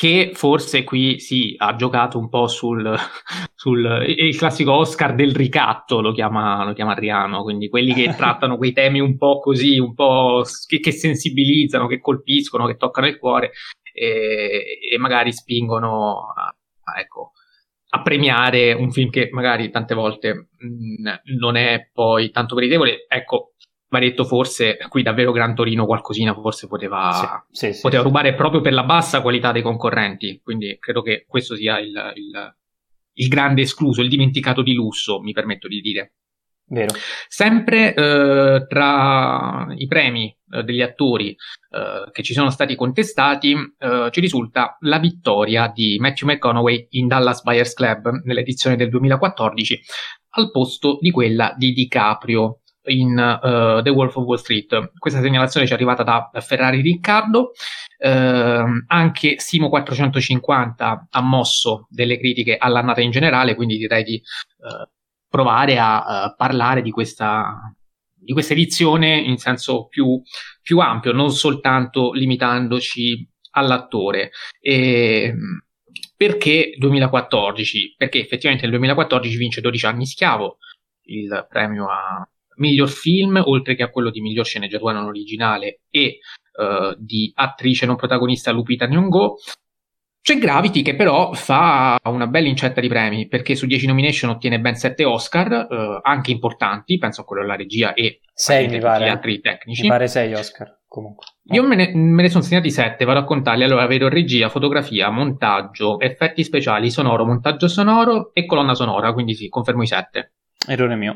che forse qui sì, ha giocato un po' sul, sul il classico Oscar del ricatto, lo chiama, lo chiama Adriano, quindi quelli che trattano quei temi un po' così, un po' che, che sensibilizzano, che colpiscono, che toccano il cuore e, e magari spingono a, a, ecco, a premiare un film che magari tante volte mh, non è poi tanto meritevole. Ecco, va detto, forse qui davvero Gran Torino qualcosina forse poteva, sì, sì, poteva sì, rubare sì. proprio per la bassa qualità dei concorrenti, quindi credo che questo sia il, il, il grande escluso, il dimenticato di lusso, mi permetto di dire. Vero. Sempre eh, tra i premi eh, degli attori eh, che ci sono stati contestati eh, ci risulta la vittoria di Matthew McConaughey in Dallas Buyers Club nell'edizione del duemilaquattordici al posto di quella di DiCaprio in uh, The Wolf of Wall Street. Questa segnalazione ci è arrivata da Ferrari Riccardo. Uh, anche Simo quattrocentocinquanta ha mosso delle critiche all'annata in generale, quindi direi di uh, provare a uh, parlare di questa, di questa edizione in senso più, più ampio, non soltanto limitandoci all'attore. E, perché duemilaquattordici? Perché effettivamente nel duemilaquattordici vince dodici anni schiavo, il premio a miglior film, oltre che a quello di miglior sceneggiatura non originale e uh, di attrice non protagonista Lupita Nyong'o. C'è Gravity che però fa una bella incetta di premi, perché su dieci nomination ottiene ben sette Oscar, uh, anche importanti, penso a quello alla regia e sei mi tutti pare gli altri tecnici. Mi pare sei Oscar comunque. Io me ne, me ne sono segnati sette, vado a contarli. Allora vedo regia, fotografia, montaggio, effetti speciali, sonoro, montaggio sonoro e colonna sonora, quindi sì, confermo i sette. Errore mio.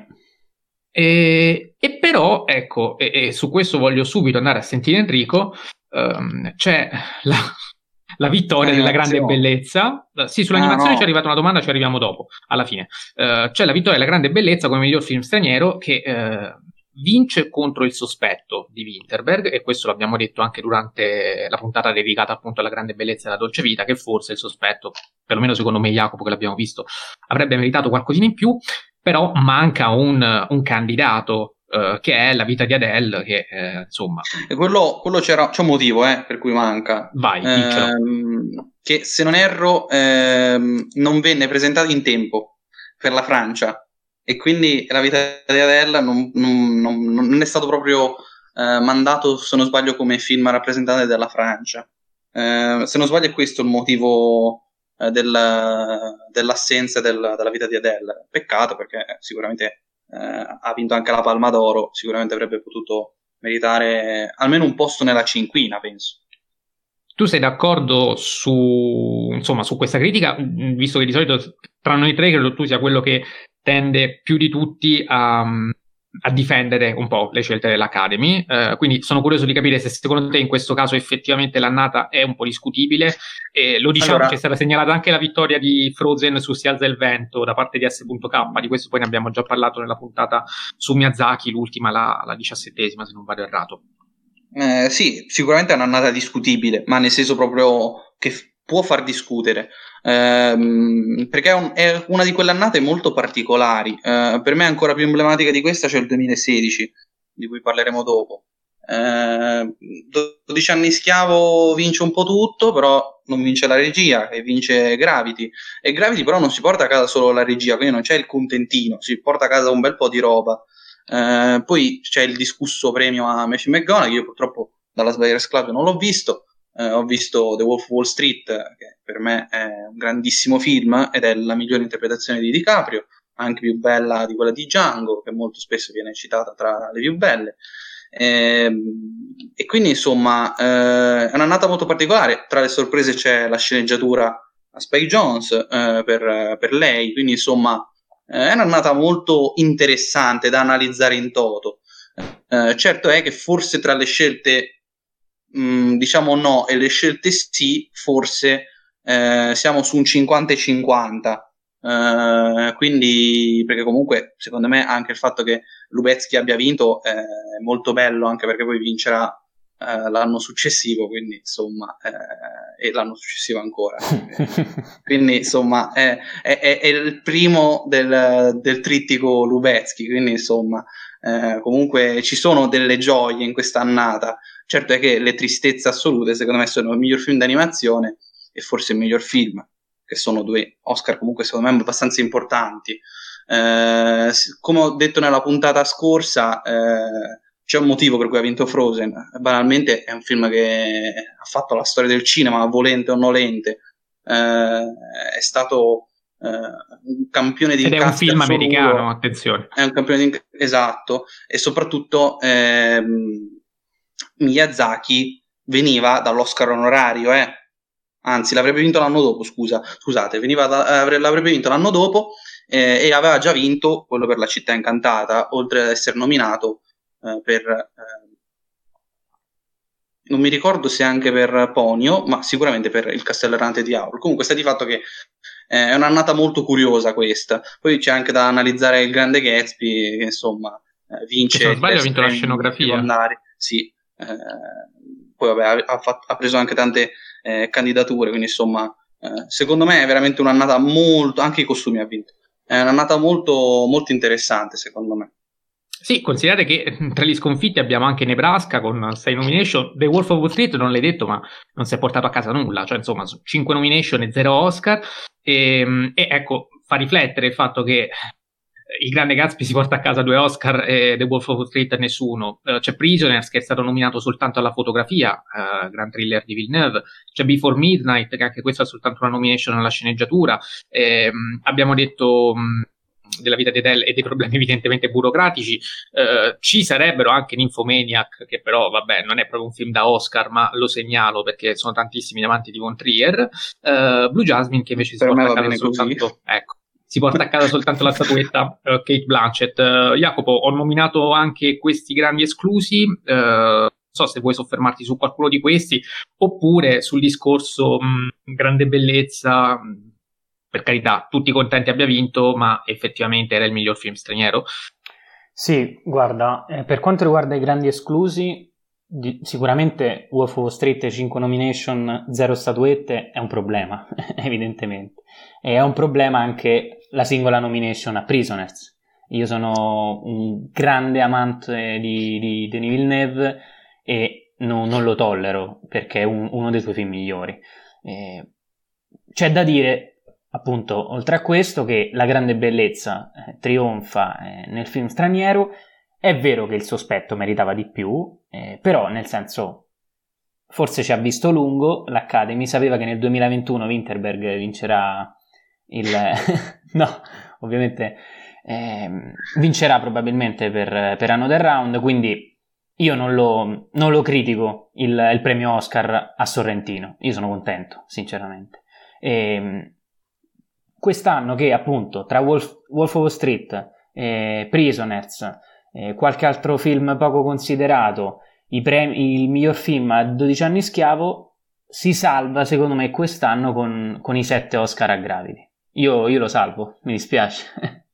E, e però, ecco, e, e su questo voglio subito andare a sentire Enrico, um, c'è la, la vittoria della grande bellezza. Sì, sull'animazione ah, no. Ci è arrivata una domanda, ci arriviamo dopo, alla fine. Uh, c'è la vittoria della grande bellezza come miglior film straniero che uh, vince contro Il sospetto di Winterberg, e questo l'abbiamo detto anche durante la puntata dedicata appunto alla grande bellezza della dolce vita, che forse Il sospetto, perlomeno secondo me Jacopo che l'abbiamo visto, avrebbe meritato qualcosina in più. Però manca un, un candidato uh, che è La vita di Adele, che eh, insomma... E quello, quello c'era, c'è un motivo eh, per cui manca. Vai, diccelo. Ehm, che se non erro ehm, non venne presentato in tempo per la Francia, e quindi La vita di Adele non, non, non, non è stato proprio eh, mandato, se non sbaglio, come film rappresentante della Francia. Eh, se non sbaglio è questo il motivo... Del, dell'assenza del, della vita di Adele. Peccato, perché sicuramente eh, ha vinto anche la Palma d'Oro, sicuramente avrebbe potuto meritare almeno un posto nella cinquina, penso. Tu sei d'accordo su, insomma, su questa critica, visto che di solito tra noi tre credo tu sia quello che tende più di tutti a, a difendere un po' le scelte dell'Academy, eh, quindi sono curioso di capire se secondo te in questo caso effettivamente l'annata è un po' discutibile. E lo diciamo, allora, c'è stata segnalata anche la vittoria di Frozen su Si alza il vento da parte di S K, di questo poi ne abbiamo già parlato nella puntata su Miyazaki, l'ultima, la, la diciassettesima se non vado errato. Eh, sì, sicuramente è un'annata discutibile, ma nel senso proprio che f- può far discutere, ehm, perché è, un, è una di quelle annate molto particolari. Eh, per me ancora più emblematica di questa c'è il duemilasedici, di cui parleremo dopo. Eh, dodici anni schiavo vince un po' tutto, però non vince la regia, e vince Gravity, e Gravity però non si porta a casa solo la regia, quindi non c'è il contentino, si porta a casa un bel po' di roba. Eh, poi c'è il discusso premio a Matthew McConaughey. Io purtroppo dalla Buyers Club non l'ho visto, eh, ho visto The Wolf of Wall Street, che per me è un grandissimo film ed è la migliore interpretazione di DiCaprio, anche più bella di quella di Django, che molto spesso viene citata tra le più belle. E, e quindi insomma eh, è un'annata molto particolare. Tra le sorprese c'è la sceneggiatura a Spike Jonze eh, per, per lei, quindi insomma eh, è un'annata molto interessante da analizzare in toto. Eh, certo è che forse tra le scelte mh, diciamo no e le scelte sì, forse eh, siamo su un cinquanta e cinquanta. Uh, quindi, perché comunque secondo me anche il fatto che Lubezki abbia vinto eh, è molto bello, anche perché poi vincerà eh, l'anno successivo, quindi insomma eh, e l'anno successivo ancora quindi insomma è, è, è il primo del, del trittico Lubezki, quindi insomma eh, comunque ci sono delle gioie in questa annata. Certo è che le tristezze assolute secondo me sono il miglior film d'animazione e forse il miglior film, che sono due Oscar comunque secondo me abbastanza importanti. Eh, come ho detto nella puntata scorsa, eh, c'è un motivo per cui ha vinto Frozen. Banalmente è un film che ha fatto la storia del cinema, volente o nolente. Eh, è stato eh, un campione di ed è un film assoluto. Americano, attenzione. È un campione di esatto, e soprattutto ehm, Miyazaki veniva dall'Oscar onorario, eh. Anzi l'avrebbe vinto l'anno dopo, scusa, scusate, veniva da, l'avrebbe vinto l'anno dopo eh, e aveva già vinto quello per La città incantata, oltre ad essere nominato eh, per eh, non mi ricordo se anche per Ponyo, ma sicuramente per Il castello errante di Howl. Comunque sta di fatto che eh, è un'annata molto curiosa questa. Poi c'è anche da analizzare Il grande Gatsby, che insomma eh, vince, se non sbaglio ha vinto la premi scenografia secondari. Sì, eh, poi vabbè ha, fatto, ha preso anche tante eh, candidature, quindi insomma eh, secondo me è veramente un'annata molto, anche i costumi ha vinto, è un'annata molto, molto interessante secondo me. Sì, considerate che tra gli sconfitti abbiamo anche Nebraska con sei nomination. The Wolf of Wall Street non l'hai detto, ma non si è portato a casa nulla, cioè insomma cinque nomination e zero Oscar, e, e ecco, fa riflettere il fatto che Il grande Gatsby si porta a casa due Oscar e The Wolf of Wall Street nessuno. Uh, c'è Prisoners che è stato nominato soltanto alla fotografia, uh, gran thriller di Villeneuve. C'è Before Midnight che anche questo ha soltanto una nomination alla sceneggiatura. E, um, abbiamo detto um, della vita di Adele e dei problemi evidentemente burocratici. Uh, ci sarebbero anche Nymphomaniac, che però vabbè non è proprio un film da Oscar, ma lo segnalo perché sono tantissimi amanti di Von Trier. Uh, Blue Jasmine che invece si Per porta me a va casa bene soltanto così. ecco si porta a casa soltanto la statuetta uh, Kate Blanchett. Uh, Jacopo, ho nominato anche questi grandi esclusi, uh, non so se vuoi soffermarti su qualcuno di questi oppure sul discorso mh, grande bellezza, mh, per carità, tutti contenti abbia vinto, ma effettivamente era il miglior film straniero. Sì, guarda, eh, per quanto riguarda i grandi esclusi, di, sicuramente Wolf of Wall Street, cinque nomination, zero statuette è un problema, evidentemente. E è un problema anche la singola nomination a Prisoners. Io sono un grande amante di, di Denis Villeneuve e no, non lo tollero perché è un, uno dei suoi film migliori. Eh, c'è da dire, appunto, oltre a questo, che la grande bellezza eh, trionfa eh, nel film straniero. È vero che il sospetto meritava di più, eh, però nel senso forse ci ha visto lungo, l'Academy sapeva che nel duemilaventuno Winterberg vincerà il... no, ovviamente eh, vincerà probabilmente per, per Another Round, quindi io non lo, non lo critico il, il premio Oscar a Sorrentino, io sono contento, sinceramente. E, quest'anno che appunto tra Wolf, Wolf of Wall Street, eh, Prisoners, eh, qualche altro film poco considerato, i premi, il miglior film a dodici anni schiavo, si salva secondo me quest'anno con, con i sette Oscar a Gravity. Io, io lo salvo, mi dispiace.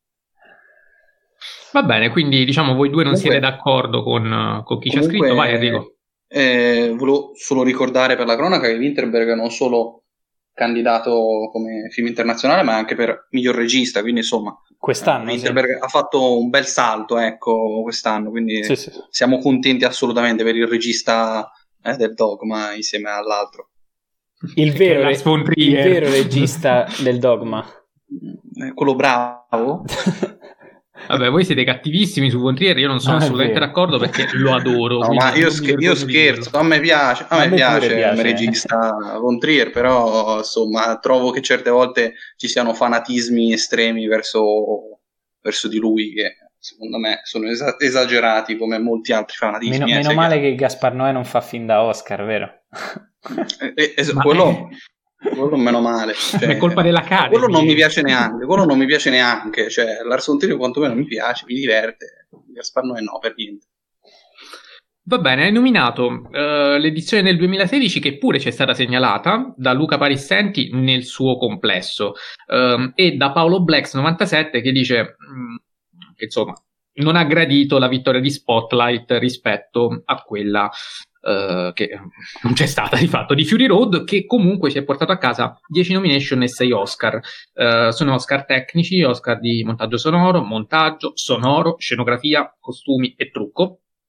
Va bene, quindi diciamo voi due non Comunque, siete d'accordo con, con chi ci ha comunque, scritto. Vai Enrico. Eh, volevo solo ricordare per la cronaca che Winterberg non solo candidato come film internazionale ma anche per miglior regista, quindi insomma quest'anno Winterberg sì. ha fatto un bel salto, ecco, quest'anno, quindi sì, sì. siamo contenti assolutamente per il regista eh, del Dogma insieme all'altro. Il vero, re- il vero regista del Dogma. Quello bravo. Vabbè, voi siete cattivissimi su Von Trier, io non sono no, assolutamente d'accordo perché lo adoro. No, ma io, sch- io scherzo, a me piace, a me, a me piace, piace il regista Von Trier, però insomma trovo che certe volte ci siano fanatismi estremi verso, verso di lui che secondo me sono esa- esagerati come molti altri fanatismi. Meno, eh, meno male che Gaspar Noè non fa film da Oscar, vero? eh, eh, quello... quello meno male, cioè, è colpa della cara. Quello non mi piace neanche, quello non mi piace neanche, cioè Lars von Trier quantomeno mi piace, mi diverte, Gaspar Noè no, per niente. Va bene, hai nominato uh, l'edizione del duemilasedici che pure ci è stata segnalata da Luca Parissenti nel suo complesso uh, e da Paolo Blacks novantasette che dice mh, che insomma non ha gradito la vittoria di Spotlight rispetto a quella Uh, che non c'è stata di fatto di Fury Road, che comunque ci è portato a casa dieci nomination e sei Oscar. Uh, sono Oscar tecnici, Oscar di montaggio sonoro, montaggio, sonoro, scenografia, costumi e trucco.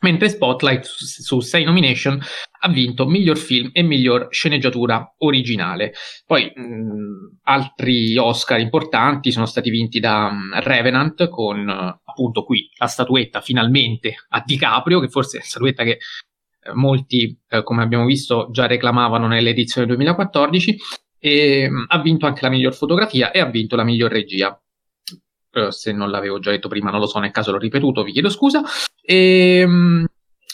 mentre Spotlight su, su sei nomination ha vinto miglior film e miglior sceneggiatura originale. Poi mh, altri Oscar importanti sono stati vinti da um, Revenant, con uh, appunto qui la statuetta finalmente a DiCaprio, che forse è una statuetta che eh, molti, eh, come abbiamo visto, già reclamavano nell'edizione duemilaquattordici, e um, ha vinto anche la miglior fotografia e ha vinto la miglior regia. Uh, se non l'avevo già detto prima, non lo so, nel caso l'ho ripetuto, vi chiedo scusa. E, um,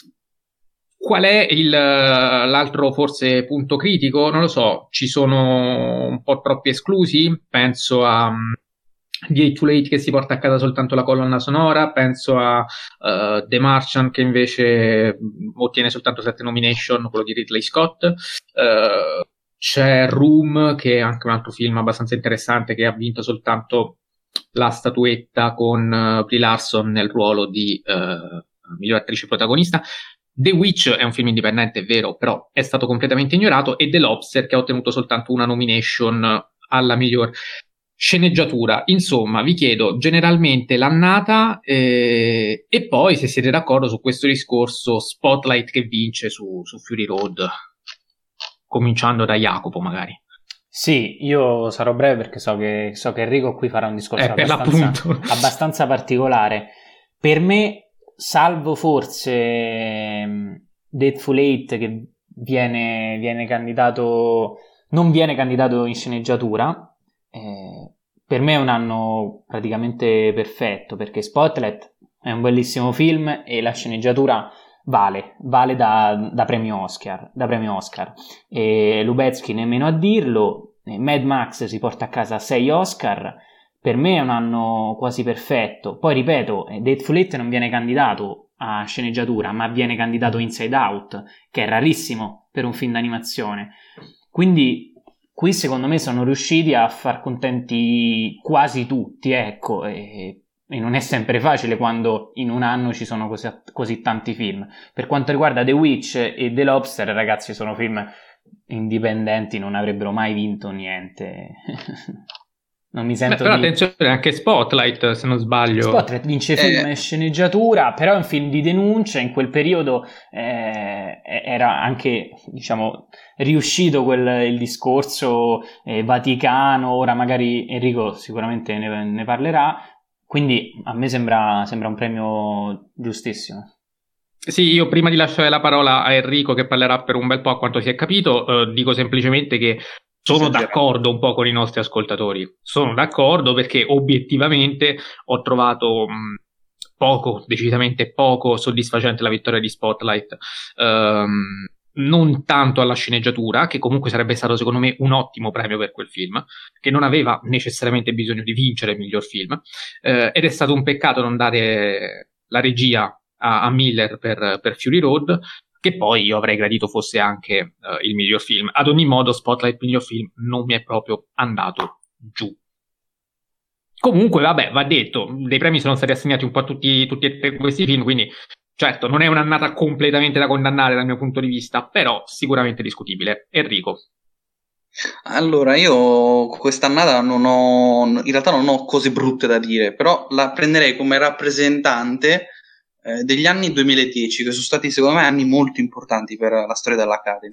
qual è il, l'altro forse punto critico? Non lo so, ci sono un po' troppi esclusi, penso a um, The Eight Too Late che si porta a casa soltanto la colonna sonora, penso a uh, The Martian che invece ottiene soltanto sette nomination, quello di Ridley Scott. Uh, c'è Room, che è anche un altro film abbastanza interessante, che ha vinto soltanto la statuetta con uh, Brie Larson nel ruolo di uh, miglior attrice protagonista. The Witch è un film indipendente, è vero, però è stato completamente ignorato, e The Lobster, che ha ottenuto soltanto una nomination alla miglior sceneggiatura. Insomma, vi chiedo generalmente l'annata eh, e poi se siete d'accordo su questo discorso Spotlight che vince su, su Fury Road, cominciando da Jacopo magari. Sì, io sarò breve perché so che, so che Enrico qui farà un discorso eh, abbastanza, abbastanza particolare. Per me, salvo forse Deadful Eight che viene, viene candidato, non viene candidato in sceneggiatura, eh, per me è un anno praticamente perfetto, perché Spotlight è un bellissimo film e la sceneggiatura vale, vale da, da premio Oscar, da premio Oscar. E Lubezki nemmeno a dirlo. Mad Max si porta a casa sei Oscar. Per me è un anno quasi perfetto. Poi ripeto, Deadful Eight non viene candidato a sceneggiatura, ma viene candidato Inside Out, che è rarissimo per un film d'animazione. Quindi qui secondo me sono riusciti a far contenti quasi tutti, ecco, e, e non è sempre facile quando in un anno ci sono così, così tanti film. Per quanto riguarda The Witch e The Lobster, ragazzi, sono film indipendenti, non avrebbero mai vinto niente. Non mi sento. Beh, però di... attenzione, anche Spotlight, se non sbaglio. Spotlight vince film eh. e sceneggiatura, però è un film di denuncia. In quel periodo eh, era anche, diciamo, riuscito quel, il discorso eh, Vaticano. Ora magari Enrico sicuramente ne, ne parlerà. Quindi a me sembra, sembra un premio giustissimo. Sì, io prima di lasciare la parola a Enrico, che parlerà per un bel po' a quanto si è capito, eh, dico semplicemente che sono d'accordo un po' con i nostri ascoltatori. Sono d'accordo perché obiettivamente ho trovato mh, poco, decisamente poco soddisfacente la vittoria di Spotlight. Um, non tanto alla sceneggiatura, che comunque sarebbe stato secondo me un ottimo premio per quel film, che non aveva necessariamente bisogno di vincere il miglior film, eh, ed è stato un peccato non dare la regia a, a Miller per, per Fury Road, che poi io avrei gradito fosse anche uh, il miglior film. Ad ogni modo Spotlight miglior film non mi è proprio andato giù. Comunque vabbè, va detto, dei premi sono stati assegnati un po' a tutti, tutti e tre questi film, quindi certo non è un'annata completamente da condannare dal mio punto di vista, però sicuramente discutibile. Enrico. Allora, io quest'annata non ho, in realtà non ho cose brutte da dire, però la prenderei come rappresentante eh, degli anni duemiladieci, che sono stati secondo me anni molto importanti per la storia dell'Academy,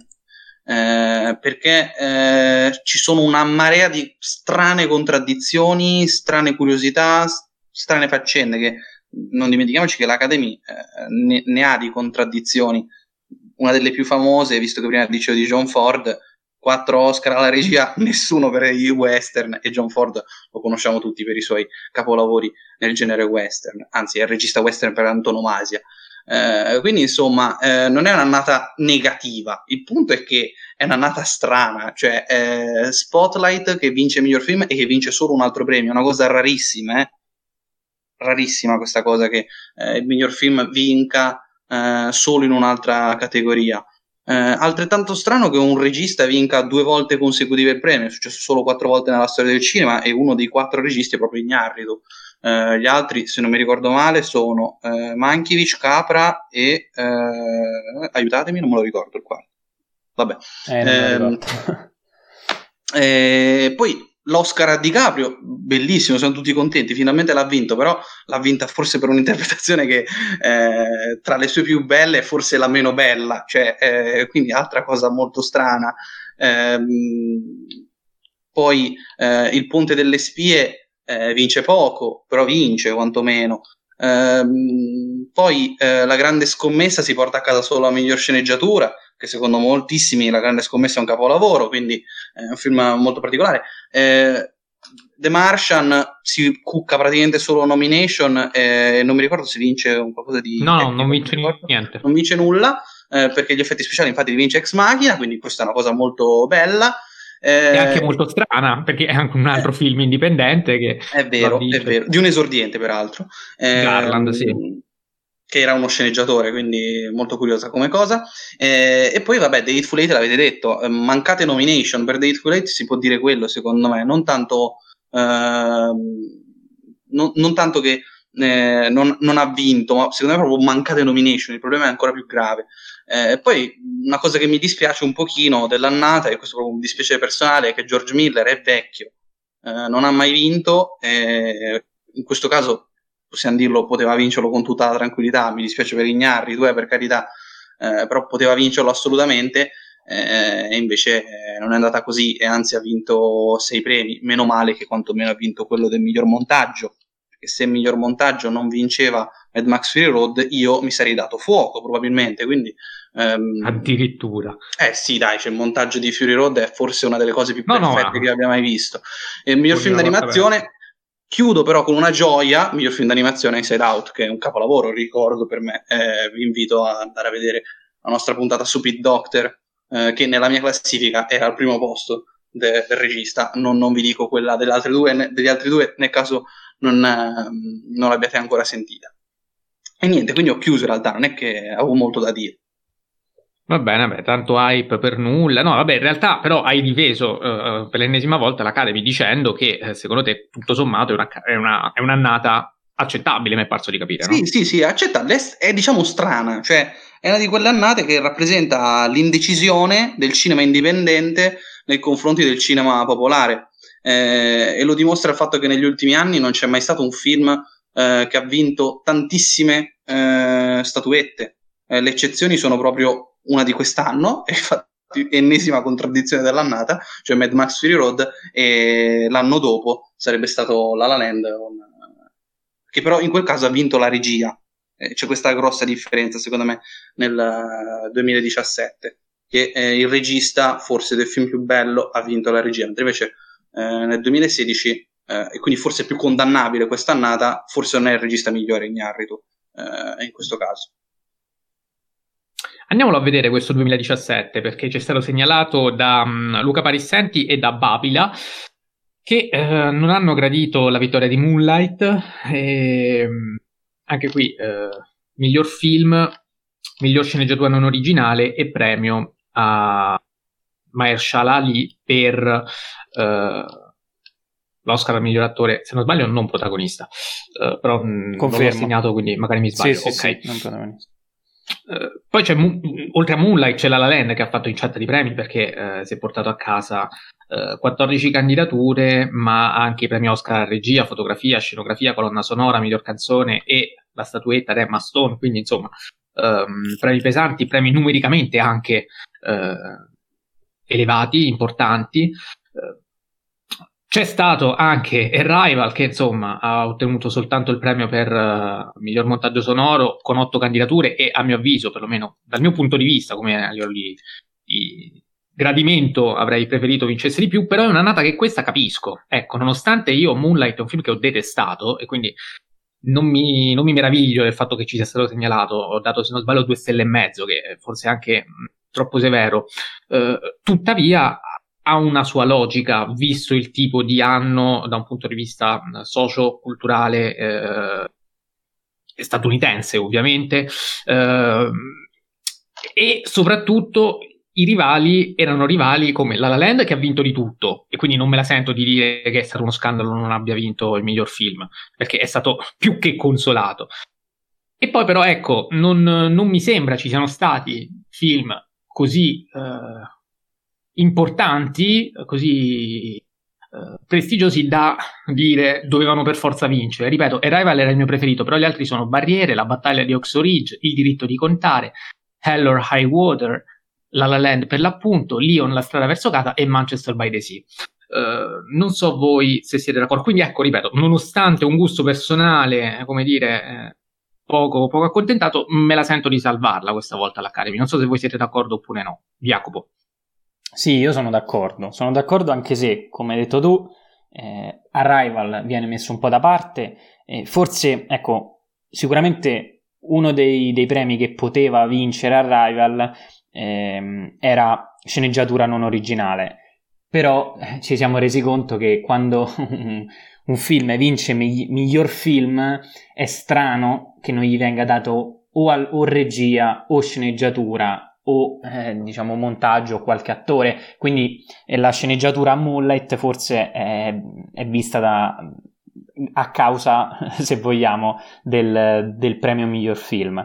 eh, perché eh, ci sono una marea di strane contraddizioni, strane curiosità, strane faccende, che non dimentichiamoci che l'Academy eh, ne, ne ha di contraddizioni. Una delle più famose, visto che prima dicevo di John Ford, quattro Oscar alla regia, nessuno per i western, e John Ford lo conosciamo tutti per i suoi capolavori nel genere western, anzi è il regista western per antonomasia. Eh, quindi insomma eh, non è un'annata negativa, il punto è che è un'annata strana, cioè eh, Spotlight che vince miglior film e che vince solo un altro premio, una cosa rarissima, eh? rarissima questa cosa che eh, il miglior film vinca eh, solo in un'altra categoria. Eh, altrettanto strano che un regista vinca due volte consecutive il premio, è successo solo quattro volte nella storia del cinema e uno dei quattro registi è proprio Iñárritu. Eh, gli altri, se non mi ricordo male, sono eh, Mankiewicz, Capra e eh, aiutatemi, non me lo ricordo il quarto. Vabbè. Eh, non me lo ricordo. Eh, poi l'Oscar a DiCaprio, bellissimo, sono tutti contenti, finalmente l'ha vinto, però l'ha vinta forse per un'interpretazione che eh, tra le sue più belle è forse la meno bella, cioè, eh, quindi altra cosa molto strana. Ehm, poi eh, Il Ponte delle Spie eh, vince poco, però vince quantomeno. Ehm, poi eh, La Grande Scommessa si porta a casa solo la miglior sceneggiatura, che secondo moltissimi La Grande Scommessa è un capolavoro, quindi è un film molto particolare. Eh, The Martian si cucca praticamente solo nomination, eh, non mi ricordo se vince un qualcosa di no, tecnico, non vince non niente, non vince nulla, eh, perché gli effetti speciali infatti li vince Ex Machina, quindi questa è una cosa molto bella. Eh, è anche eh, molto strana, perché è anche un altro eh, film indipendente che è vero, è vero, di un esordiente peraltro. Eh, Garland, sì. Che era uno sceneggiatore, quindi molto curiosa come cosa. Eh, e poi vabbè, The Hateful Eight l'avete detto, eh, mancate nomination per The Hateful Eight, si può dire quello secondo me, non tanto eh, non, non tanto che eh, non, non ha vinto, ma secondo me proprio mancate nomination, il problema è ancora più grave. Eh, poi una cosa che mi dispiace un pochino dell'annata, e questo è proprio un dispiacere personale, è che George Miller è vecchio, eh, non ha mai vinto, eh, in questo caso possiamo dirlo, poteva vincerlo con tutta la tranquillità, mi dispiace per Ignarritu, eh, per carità, eh, però poteva vincerlo assolutamente, eh, e invece eh, non è andata così, e anzi ha vinto sei premi, meno male che quantomeno ha vinto quello del miglior montaggio, perché se il miglior montaggio non vinceva Mad Max Fury Road io mi sarei dato fuoco probabilmente, quindi ehm, addirittura eh sì dai, cioè il montaggio di Fury Road è forse una delle cose più no, perfette no, che abbia mai visto, e il miglior film d'animazione. Chiudo però con una gioia, miglior film d'animazione Inside Out, che è un capolavoro, ricordo per me, eh, vi invito a andare a vedere la nostra puntata su Pete Docter, eh, che nella mia classifica era al primo posto de- del regista, non, non vi dico quella delle altre due, ne- degli altri due, nel caso non, eh, non l'abbiate ancora sentita. E niente, quindi ho chiuso in realtà, non è che avevo molto da dire. Va bene, beh, tanto hype per nulla. No, vabbè, in realtà però hai difeso uh, per l'ennesima volta l'Academy dicendo che eh, secondo te tutto sommato è, una, è, una, è un'annata accettabile, mi è parso di capire, sì, no? Sì, sì, accettabile, è, è diciamo strana, cioè è una di quelle annate che rappresenta l'indecisione del cinema indipendente nei confronti del cinema popolare, eh, e lo dimostra il fatto che negli ultimi anni non c'è mai stato un film eh, che ha vinto tantissime eh, statuette, eh, le eccezioni sono proprio una di quest'anno, e infatti ennesima contraddizione dell'annata, cioè Mad Max Fury Road, e l'anno dopo sarebbe stato La La Land, che però in quel caso ha vinto la regia. Eh, c'è questa grossa differenza secondo me nel uh, duemiladiciassette, che eh, il regista forse del film più bello ha vinto la regia, mentre invece eh, nel duemilasedici, eh, e quindi forse più condannabile quest'annata, forse non è il regista migliore Iñárritu eh, in questo caso. Andiamolo a vedere questo duemiladiciassette, perché ci è stato segnalato da um, Luca Parissenti e da Babila, che eh, non hanno gradito la vittoria di Moonlight, e anche qui eh, miglior film, miglior sceneggiatura non originale e premio a Mahershala Ali per eh, l'Oscar al miglior attore, se non sbaglio non protagonista, uh, però mh, non l'ho segnato, quindi magari mi sbaglio. Sì, sì, ok, sì, non protagonista. Uh, poi c'è, oltre a Moonlight, c'è La La Land che ha fatto incetta di premi, perché uh, si è portato a casa uh, quattordici candidature, ma anche i premi Oscar a regia, fotografia, scenografia, colonna sonora, miglior canzone e la statuetta di Emma Stone, quindi insomma um, premi pesanti, premi numericamente anche uh, elevati, importanti. Uh, C'è stato anche Arrival, che insomma ha ottenuto soltanto il premio per uh, miglior montaggio sonoro con otto candidature, e a mio avviso, perlomeno dal mio punto di vista, come a livello di, di gradimento, avrei preferito vincesse di più, però è un'annata che questa capisco. Ecco, nonostante io Moonlight è un film che ho detestato, e quindi non mi, non mi meraviglio del fatto che ci sia stato segnalato, ho dato se non sbaglio due stelle e mezzo, che forse è anche mh, troppo severo, uh, tuttavia ha una sua logica, visto il tipo di anno da un punto di vista socio-culturale eh, statunitense, ovviamente, eh, e soprattutto i rivali erano rivali come La La Land, che ha vinto di tutto, e quindi non me la sento di dire che è stato uno scandalo non abbia vinto il miglior film, perché è stato più che consolato. E poi però, ecco, non, non mi sembra ci siano stati film così... Eh, importanti, così prestigiosi da dire dovevano per forza vincere. Ripeto, Arrival era il mio preferito, però gli altri sono Barriere, La battaglia di Oxo Ridge, Il diritto di contare, Hell or High Water, La La Land per l'appunto, Leon, La strada verso casa e Manchester by the Sea. Uh, non so voi se siete d'accordo. Quindi ecco, ripeto, nonostante un gusto personale, come dire, eh, poco, poco accontentato, me la sento di salvarla questa volta l'Academy. Non so se voi siete d'accordo oppure no. Jacopo. Sì, io sono d'accordo. Sono d'accordo anche se, come hai detto tu, eh, Arrival viene messo un po' da parte. Eh, forse, ecco, sicuramente uno dei, dei premi che poteva vincere Arrival ehm, era sceneggiatura non originale. Però eh, ci siamo resi conto che quando un film vince migli- miglior film è strano che non gli venga dato o, al- o regia o sceneggiatura o eh, diciamo montaggio o qualche attore, quindi eh, la sceneggiatura a Moonlight forse è, è vista da, a causa, se vogliamo, del, del premio miglior film.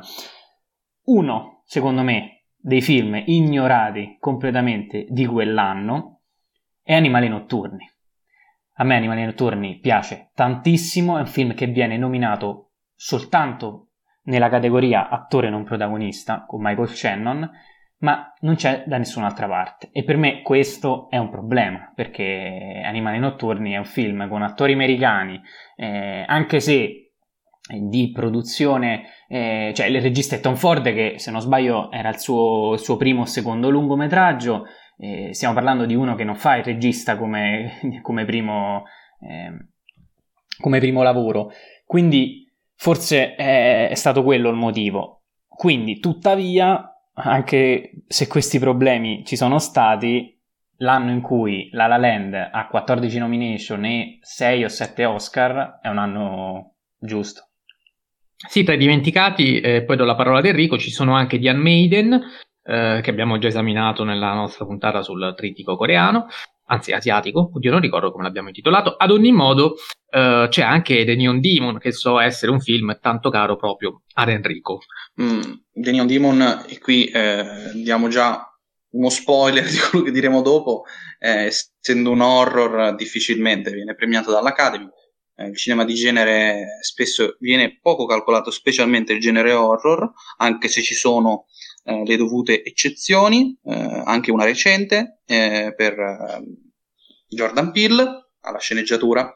Uno, secondo me, dei film ignorati completamente di quell'anno è Animali notturni. A me Animali notturni piace tantissimo, è un film che viene nominato soltanto nella categoria attore non protagonista con Michael Shannon, ma non c'è da nessun'altra parte. E per me questo è un problema, perché Animali notturni è un film con attori americani, eh, anche se di produzione, eh, cioè il regista è Tom Ford, che se non sbaglio era il suo, il suo primo o secondo lungometraggio. Eh, stiamo parlando di uno che non fa il regista come, come, primo, eh, come primo lavoro, quindi forse è, è stato quello il motivo. Quindi tuttavia, anche se questi problemi ci sono stati, l'anno in cui La La Land ha quattordici nomination e sei o sette Oscar è un anno giusto. Sì, tra i dimenticati, eh, poi do la parola ad Enrico, ci sono anche The Handmaiden, eh, che abbiamo già esaminato nella nostra puntata sul trittico coreano, anzi asiatico, oddio non ricordo come l'abbiamo intitolato. Ad ogni modo eh, c'è anche The Neon Demon, che so essere un film tanto caro proprio ad Enrico. Mm, The Neon Demon, e qui eh, diamo già uno spoiler di quello che diremo dopo, eh, essendo un horror difficilmente viene premiato dall'Academy. Eh, il cinema di genere spesso viene poco calcolato, specialmente il genere horror, anche se ci sono eh, le dovute eccezioni, eh, anche una recente eh, per eh, Jordan Peele alla sceneggiatura.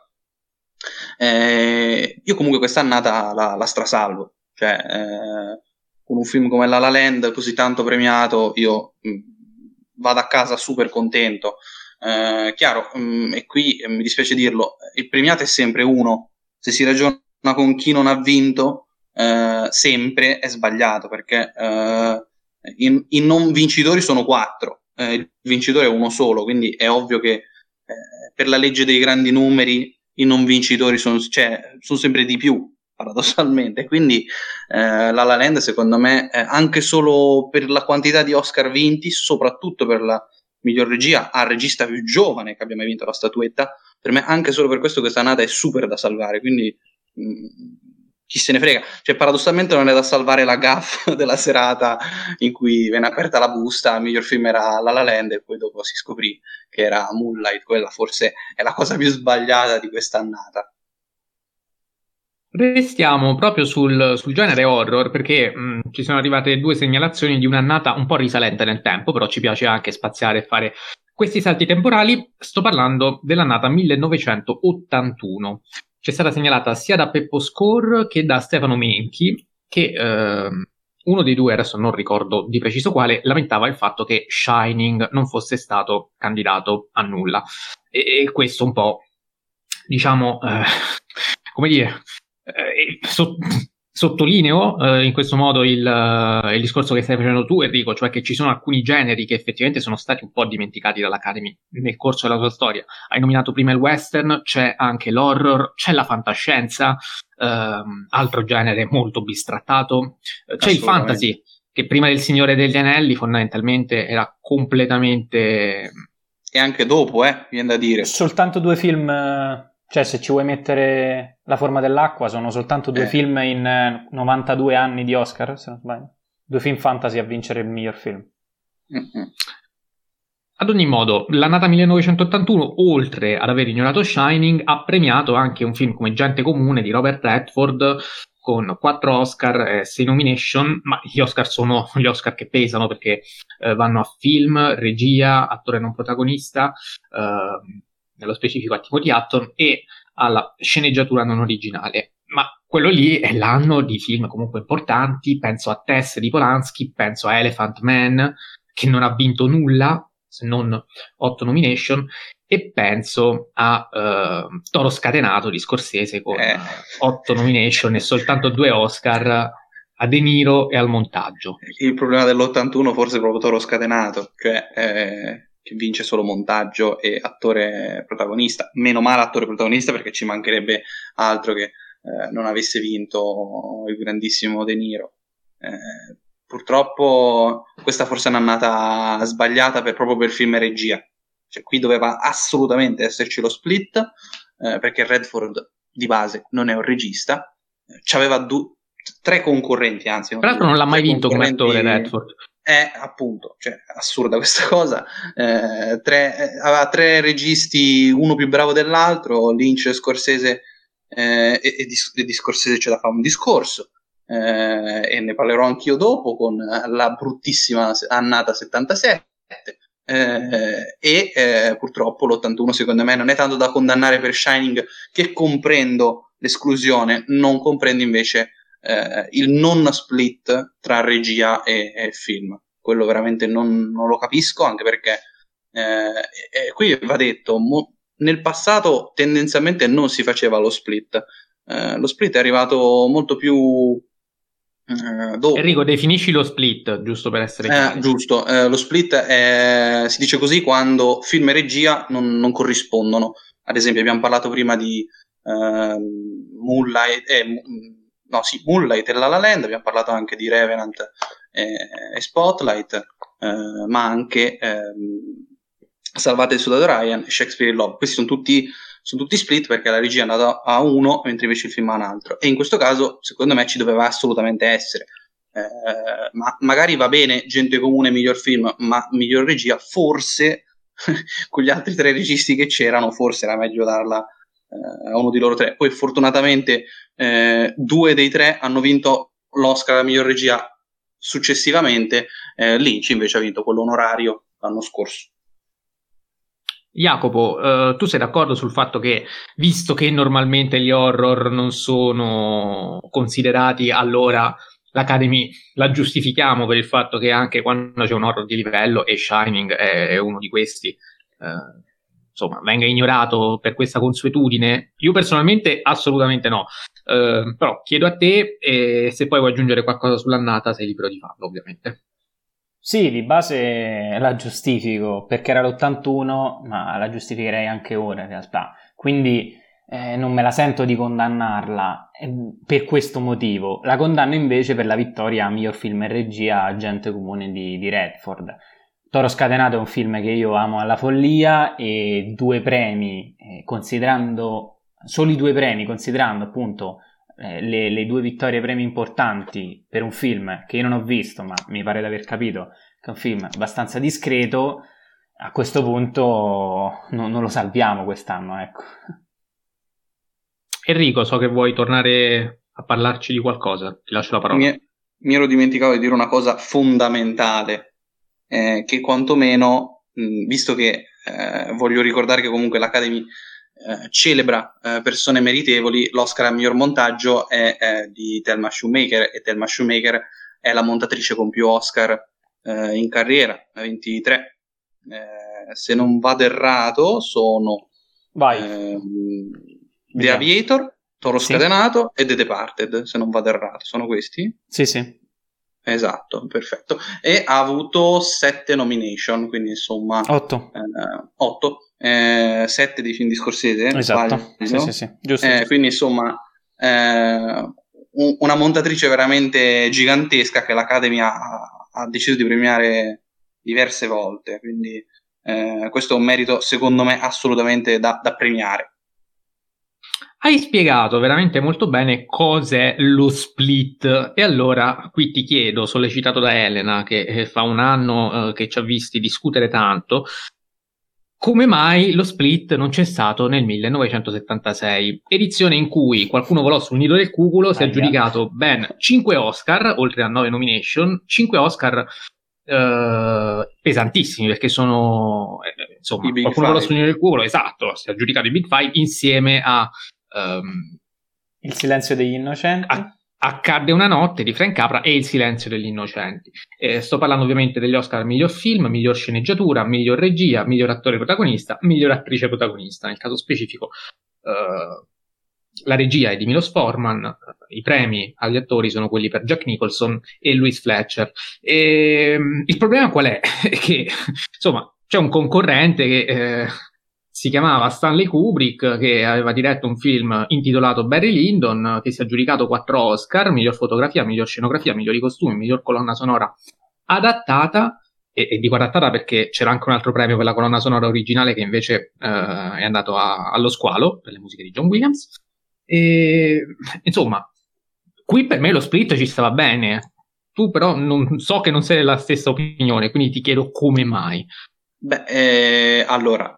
Eh, io comunque quest'annata la, la strasalvo, cioè eh, con un film come La La Land così tanto premiato io mh, vado a casa super contento. Eh, chiaro, mh, e qui eh, mi dispiace dirlo, il premiato è sempre uno. Se si ragiona con chi non ha vinto, eh, sempre è sbagliato, perché eh, i, i non vincitori sono quattro, eh, il vincitore è uno solo, quindi è ovvio che eh, per la legge dei grandi numeri i non vincitori sono, cioè, sono sempre di più, paradossalmente. Quindi eh, La La Land, secondo me, eh, anche solo per la quantità di Oscar vinti, soprattutto per la miglior regia, al regista più giovane che abbia mai vinto la statuetta, per me anche solo per questo questa annata è super da salvare, quindi mh, chi se ne frega, cioè paradossalmente non è da salvare la gaffe della serata in cui viene aperta la busta, il miglior film era La La Land e poi dopo si scoprì che era Moonlight. Quella forse è la cosa più sbagliata di quest'annata. Restiamo proprio sul, sul genere horror, perché mh, ci sono arrivate due segnalazioni di un'annata un po' risalente nel tempo, però ci piace anche spaziare e fare questi salti temporali. Sto parlando dell'annata millenovecentottantuno. C'è stata segnalata sia da Peppo Score che da Stefano Menchi, che eh, uno dei due, adesso non ricordo di preciso quale, lamentava il fatto che Shining non fosse stato candidato a nulla. E, e questo un po', diciamo, eh, come dire... Eh, so, sottolineo eh, in questo modo il, uh, il discorso che stai facendo tu, Enrico, cioè che ci sono alcuni generi che effettivamente sono stati un po' dimenticati dall'Academy nel corso della sua storia. Hai nominato prima il western, c'è anche l'horror, c'è la fantascienza, ehm, altro genere molto bistrattato, c'è il fantasy, che prima del Signore degli Anelli fondamentalmente era completamente... E anche dopo, eh, viene da dire. Soltanto due film... Cioè, se ci vuoi mettere La forma dell'acqua, sono soltanto due eh. film in eh, novantadue anni di Oscar, se non sbaglio. Due film fantasy a vincere il miglior film. Mm-hmm. Ad ogni modo, l'annata millenovecentottantuno, oltre ad aver ignorato Shining, ha premiato anche un film come Gente Comune di Robert Redford, con quattro Oscar e sei nomination, ma gli Oscar sono gli Oscar che pesano perché eh, vanno a film, regia, attore non protagonista, eh, nello specifico a Timothy Hutton, e alla sceneggiatura non originale. Ma quello lì è l'anno di film comunque importanti, penso a Tess di Polanski, penso a Elephant Man, che non ha vinto nulla, se non otto nomination, e penso a uh, Toro Scatenato di Scorsese con eh. otto nomination e soltanto due Oscar a De Niro e al montaggio. Il problema dell'ottantuno forse è proprio Toro Scatenato, cioè eh, che vince solo montaggio e attore protagonista. Meno male attore protagonista, perché ci mancherebbe altro che eh, non avesse vinto il grandissimo De Niro. Eh, purtroppo questa forse è un'annata sbagliata per, proprio per film e regia. Cioè, qui doveva assolutamente esserci lo split, eh, perché Redford di base non è un regista, eh, c'aveva du- tre concorrenti, anzi. Tra l'altro non l'ha mai vinto come attore Redford. È appunto, cioè, assurda questa cosa. Eh, tre, eh, aveva tre registi, uno più bravo dell'altro, Lynch, Scorsese, eh, e, e, di, e di Scorsese c'è da fare un discorso. Eh, e ne parlerò anch'io dopo con la bruttissima annata settantasette. Eh, e eh, purtroppo l'ottantuno secondo me non è tanto da condannare per Shining, che comprendo l'esclusione, non comprendo invece eh, il non split tra regia e, e film. Quello veramente non, non lo capisco, anche perché eh, qui va detto, mo, nel passato tendenzialmente non si faceva lo split. Eh, lo split è arrivato molto più Uh, dopo. Enrico, definisci lo split, giusto per essere chiari. Eh, giusto, eh, lo split è, si dice così quando film e regia non, non corrispondono. Ad esempio abbiamo parlato prima di uh, Moonlight, eh, no sì, Moonlight e La La Land, abbiamo parlato anche di Revenant e, e Spotlight, eh, ma anche ehm, Salvate il Soldado Ryan e Shakespeare in Love. Questi sono tutti sono tutti split perché la regia è andata a uno mentre invece il film a un altro, e in questo caso secondo me ci doveva assolutamente essere. Eh, ma magari va bene Gente Comune miglior film, ma miglior regia forse con gli altri tre registi che c'erano forse era meglio darla eh, a uno di loro tre. Poi fortunatamente eh, due dei tre hanno vinto l'Oscar alla miglior regia successivamente, eh, Lynch invece ha vinto quello onorario l'anno scorso. Jacopo, eh, tu sei d'accordo sul fatto che, visto che normalmente gli horror non sono considerati, allora l'Academy la giustifichiamo per il fatto che anche quando c'è un horror di livello, e Shining è, è uno di questi, eh, insomma, venga ignorato per questa consuetudine? Io personalmente assolutamente no, eh, però chiedo a te, e se poi vuoi aggiungere qualcosa sull'annata sei libero di farlo, ovviamente. Sì, di base la giustifico perché era l'ottantuno, ma la giustificherei anche ora in realtà. Quindi eh, non me la sento di condannarla eh, per questo motivo. La condanno invece per la vittoria a miglior film e regia Gente Comune di, di Redford. Toro Scatenato è un film che io amo alla follia, e due premi, eh, considerando soli due premi, considerando appunto Eh, le, le due vittorie premi importanti per un film che io non ho visto, ma mi pare di aver capito che è un film abbastanza discreto, a questo punto no, non lo salviamo quest'anno, ecco. Enrico, so che vuoi tornare a parlarci di qualcosa, ti lascio la parola. Mi, mi ero dimenticato di dire una cosa fondamentale, eh, che quantomeno, mh, visto che eh, voglio ricordare che comunque l'Academy Eh, celebra eh, persone meritevoli, l'Oscar al miglior montaggio è, è di Thelma Shoemaker, e Thelma Shoemaker è la montatrice con più Oscar eh, in carriera, ventitré. Eh, se non vado errato sono eh, The Aviator, Toro sì. Scatenato e The Departed, se non vado errato, sono questi? Sì, sì. Esatto, perfetto. E ha avuto sette nomination, quindi insomma otto. Eh, otto. Eh, sette dei film di Scorsese, esatto, sbaglio, sì, sì, sì. Giusto, eh, giusto. Quindi insomma eh, un, una montatrice veramente gigantesca che l'Academy ha, ha deciso di premiare diverse volte, quindi eh, questo è un merito secondo me assolutamente da, da premiare. Hai spiegato veramente molto bene cos'è lo split, e allora qui ti chiedo, sollecitato da Elena, che eh, fa un anno eh, che ci ha visti discutere tanto, come mai lo split non c'è stato nel millenovecentosettantasei, edizione in cui Qualcuno volò sul nido del cuculo si è aggiudicato ben cinque Oscar, oltre a nove nomination, cinque Oscar eh, pesantissimi, perché sono, eh, insomma, Qualcuno volò sul nido del cuculo, esatto, si è aggiudicato i Big Five insieme a um, Il silenzio degli innocenti, a, Accadde una notte di Frank Capra e Il silenzio degli innocenti. Eh, sto parlando ovviamente degli Oscar miglior film, miglior sceneggiatura, miglior regia, miglior attore protagonista, miglior attrice protagonista. Nel caso specifico uh, la regia è di Milos Forman, i premi agli attori sono quelli per Jack Nicholson e Louis Fletcher. E, um, il problema qual è? È che insomma c'è un concorrente che eh, si chiamava Stanley Kubrick, che aveva diretto un film intitolato Barry Lyndon, che si è aggiudicato quattro Oscar, miglior fotografia, miglior scenografia, migliori costumi, miglior colonna sonora adattata, e, e dico adattata perché c'era anche un altro premio per la colonna sonora originale che invece eh, è andato a, allo squalo, per le musiche di John Williams. E, insomma, qui per me lo split ci stava bene. Tu però non, so che non sei della stessa opinione, quindi ti chiedo come mai. Beh, eh, allora...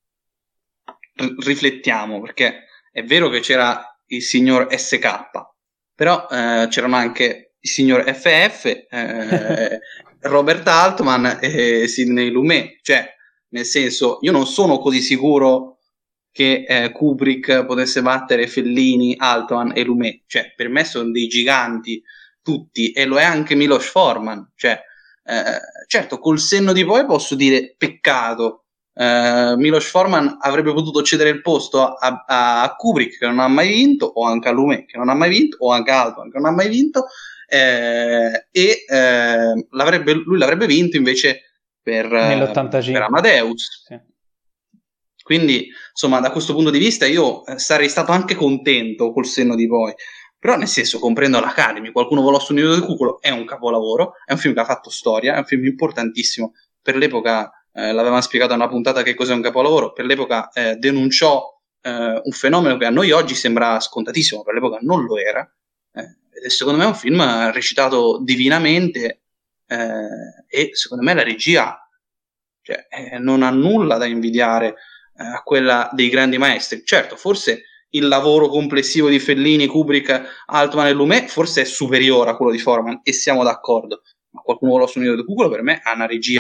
riflettiamo, perché è vero che c'era il signor S K, però eh, c'erano anche il signor F F, eh, Robert Altman e Sidney Lumet. Cioè, nel senso, io non sono così sicuro che eh, Kubrick potesse battere Fellini, Altman e Lumet. Cioè, per me sono dei giganti tutti, e lo è anche Milos Forman. Cioè, eh, certo, col senno di poi posso dire peccato. Uh, Milos Forman avrebbe potuto cedere il posto a, a, a Kubrick, che non ha mai vinto, o anche a Lumet, che non ha mai vinto, o anche a Altman, che non ha mai vinto, eh, e eh, l'avrebbe, lui l'avrebbe vinto invece per, nell'ottantacinque per Amadeus. Sì. Quindi, insomma, da questo punto di vista io sarei stato anche contento col senno di poi. Però, nel senso, comprendo l'Academy, Qualcuno volò sul nido del cuculo è un capolavoro, è un film che ha fatto storia, è un film importantissimo per l'epoca. Eh, l'avevamo spiegato a una puntata che cos'è un capolavoro. Per l'epoca eh, denunciò eh, un fenomeno che a noi oggi sembra scontatissimo, per l'epoca non lo era, eh, e secondo me è un film recitato divinamente, eh, e secondo me la regia cioè, eh, non ha nulla da invidiare eh, a quella dei grandi maestri. Certo, forse il lavoro complessivo di Fellini, Kubrick, Altman e Lumet forse è superiore a quello di Forman, e siamo d'accordo, ma Qualcuno volò sul nido del cuculo per me ha una regia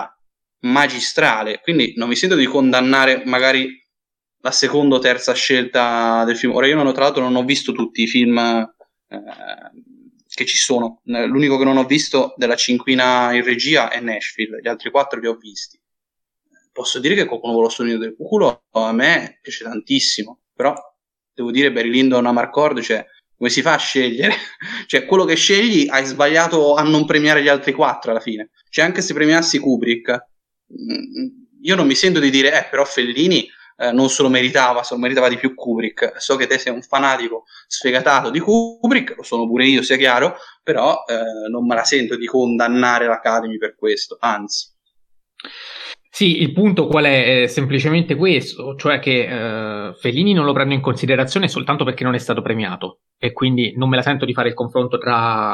magistrale, quindi non mi sento di condannare magari la seconda o terza scelta del film. Ora, io non ho, tra l'altro non ho visto tutti i film eh, che ci sono, l'unico che non ho visto della cinquina in regia è Nashville, gli altri quattro li ho visti. Posso dire che Qualcuno volò sul nido del cuculo a me piace tantissimo, però devo dire Barry Lyndon a Marcord, cioè come si fa a scegliere? Cioè, quello che scegli hai sbagliato a non premiare gli altri quattro alla fine. Cioè, anche se premiassi Kubrick, io non mi sento di dire, eh, però Fellini eh, non se lo meritava, se lo meritava di più Kubrick. So che te sei un fanatico sfegatato di Kubrick, lo sono pure io, sia chiaro, però eh, non me la sento di condannare l'Academy per questo, anzi. Sì, il punto qual è? È semplicemente questo, cioè che eh, Fellini non lo prendo in considerazione soltanto perché non è stato premiato, e quindi non me la sento di fare il confronto tra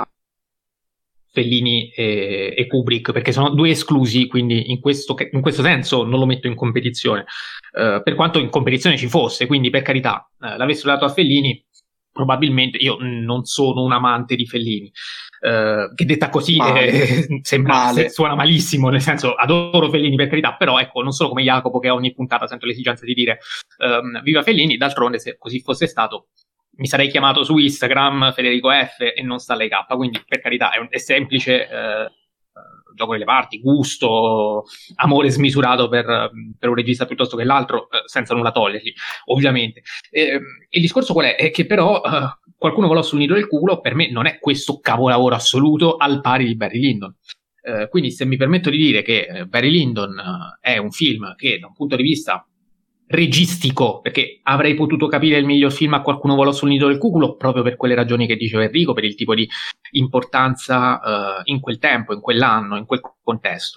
Fellini e, e Kubrick, perché sono due esclusi, quindi in questo, in questo senso non lo metto in competizione, uh, per quanto in competizione ci fosse, quindi per carità, uh, l'avessero dato a Fellini, probabilmente io non sono un amante di Fellini, uh, che detta così eh, sembra, se, suona malissimo, nel senso adoro Fellini per carità, però ecco, non sono come Jacopo che a ogni puntata sento l'esigenza di dire um, viva Fellini. D'altronde, se così fosse stato, mi sarei chiamato su Instagram Federico F e non Stanley K, quindi per carità è, un, è semplice eh, gioco delle parti, gusto, amore smisurato per, per un regista piuttosto che l'altro, eh, senza nulla togliergli, ovviamente. E, il discorso qual è? È che però eh, Qualcuno volò sul nido del culo per me non è questo capolavoro assoluto al pari di Barry Lyndon. Eh, quindi se mi permetto di dire che Barry Lyndon eh, è un film che da un punto di vista registico, perché avrei potuto capire il miglior film a Qualcuno volò sul nido del cuculo proprio per quelle ragioni che diceva Enrico, per il tipo di importanza uh, in quel tempo, in quell'anno, in quel contesto,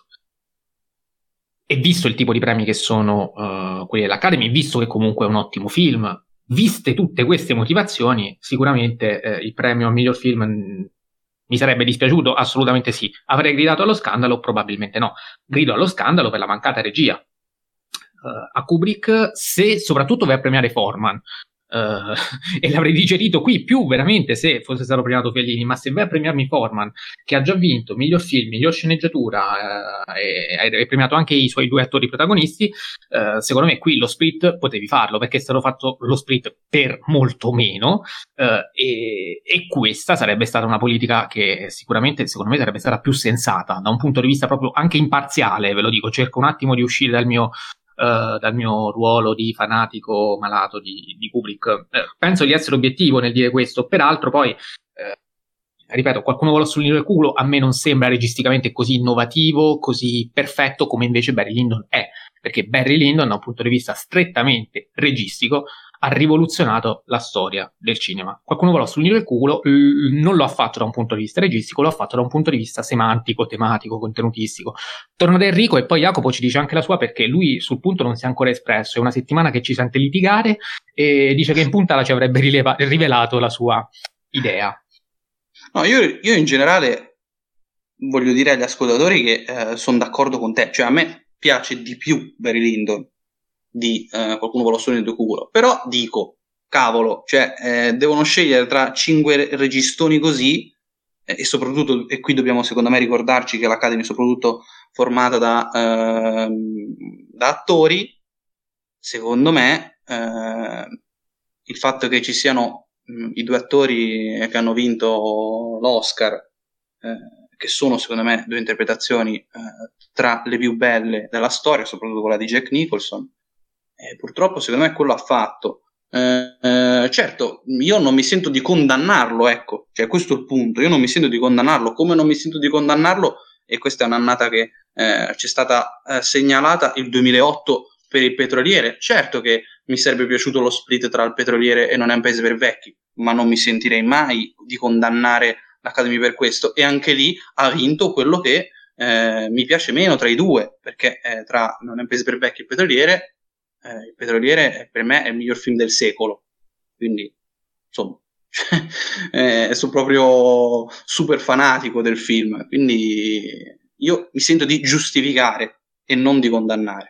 e visto il tipo di premi che sono uh, quelli dell'Academy, visto che comunque è un ottimo film, viste tutte queste motivazioni, sicuramente eh, il premio a miglior film mh, mi sarebbe dispiaciuto? Assolutamente sì. Avrei gridato allo scandalo? Probabilmente no. Grido allo scandalo per la mancata regia. Uh, a Kubrick, se soprattutto vai a premiare Forman, Uh, e l'avrei digerito qui più veramente se fosse stato premiato Fellini, ma se vai a premiarmi Forman, che ha già vinto miglior film, miglior sceneggiatura uh, e hai premiato anche i suoi due attori protagonisti, uh, secondo me qui lo Split potevi farlo, perché è stato fatto lo Split per molto meno, uh, e, e questa sarebbe stata una politica che sicuramente secondo me sarebbe stata più sensata da un punto di vista proprio anche imparziale, ve lo dico, cerco un attimo di uscire dal mio Uh, dal mio ruolo di fanatico malato di, di Kubrick. Uh, penso di essere obiettivo nel dire questo, peraltro poi uh, ripeto, Qualcuno vola sul nido del culo a me non sembra registicamente così innovativo, così perfetto come invece Barry Lyndon è, perché Barry Lyndon da un punto di vista strettamente registico ha rivoluzionato la storia del cinema. Qualcuno vola sul nido del culo l- non lo ha fatto da un punto di vista registico, lo ha fatto da un punto di vista semantico, tematico, contenutistico. Torno da Enrico e poi Jacopo ci dice anche la sua, perché lui sul punto non si è ancora espresso, è una settimana che ci sente litigare e dice che in puntata ci avrebbe rileva- rivelato la sua idea. No, io, io in generale voglio dire agli ascoltatori che eh, sono d'accordo con te, cioè a me piace di più Barry Lyndon di eh, Qualcuno vola sul nido del culo, però dico, cavolo, cioè eh, devono scegliere tra cinque registoni così, eh, e soprattutto, e qui dobbiamo secondo me ricordarci che l'Academy è soprattutto formata da, eh, da attori. Secondo me eh, il fatto che ci siano mh, i due attori che hanno vinto l'Oscar, eh, che sono secondo me due interpretazioni eh, tra le più belle della storia, soprattutto quella di Jack Nicholson, eh, purtroppo secondo me quello ha fatto. Eh, eh, certo, io non mi sento di condannarlo, ecco, cioè questo è il punto, io non mi sento di condannarlo, come non mi sento di condannarlo, e questa è un'annata che eh, ci è stata eh, segnalata il duemilaotto per Il Petroliere. Certo che mi sarebbe piaciuto lo split tra Il Petroliere e Non è un paese per vecchi, ma non mi sentirei mai di condannare l'Academy per questo, e anche lì ha vinto quello che eh, mi piace meno tra i due, perché eh, tra Non è un paese per vecchi e Il Petroliere Eh, Il Petroliere per me è il miglior film del secolo, quindi insomma eh, sono proprio super fanatico del film, quindi io mi sento di giustificare e non di condannare.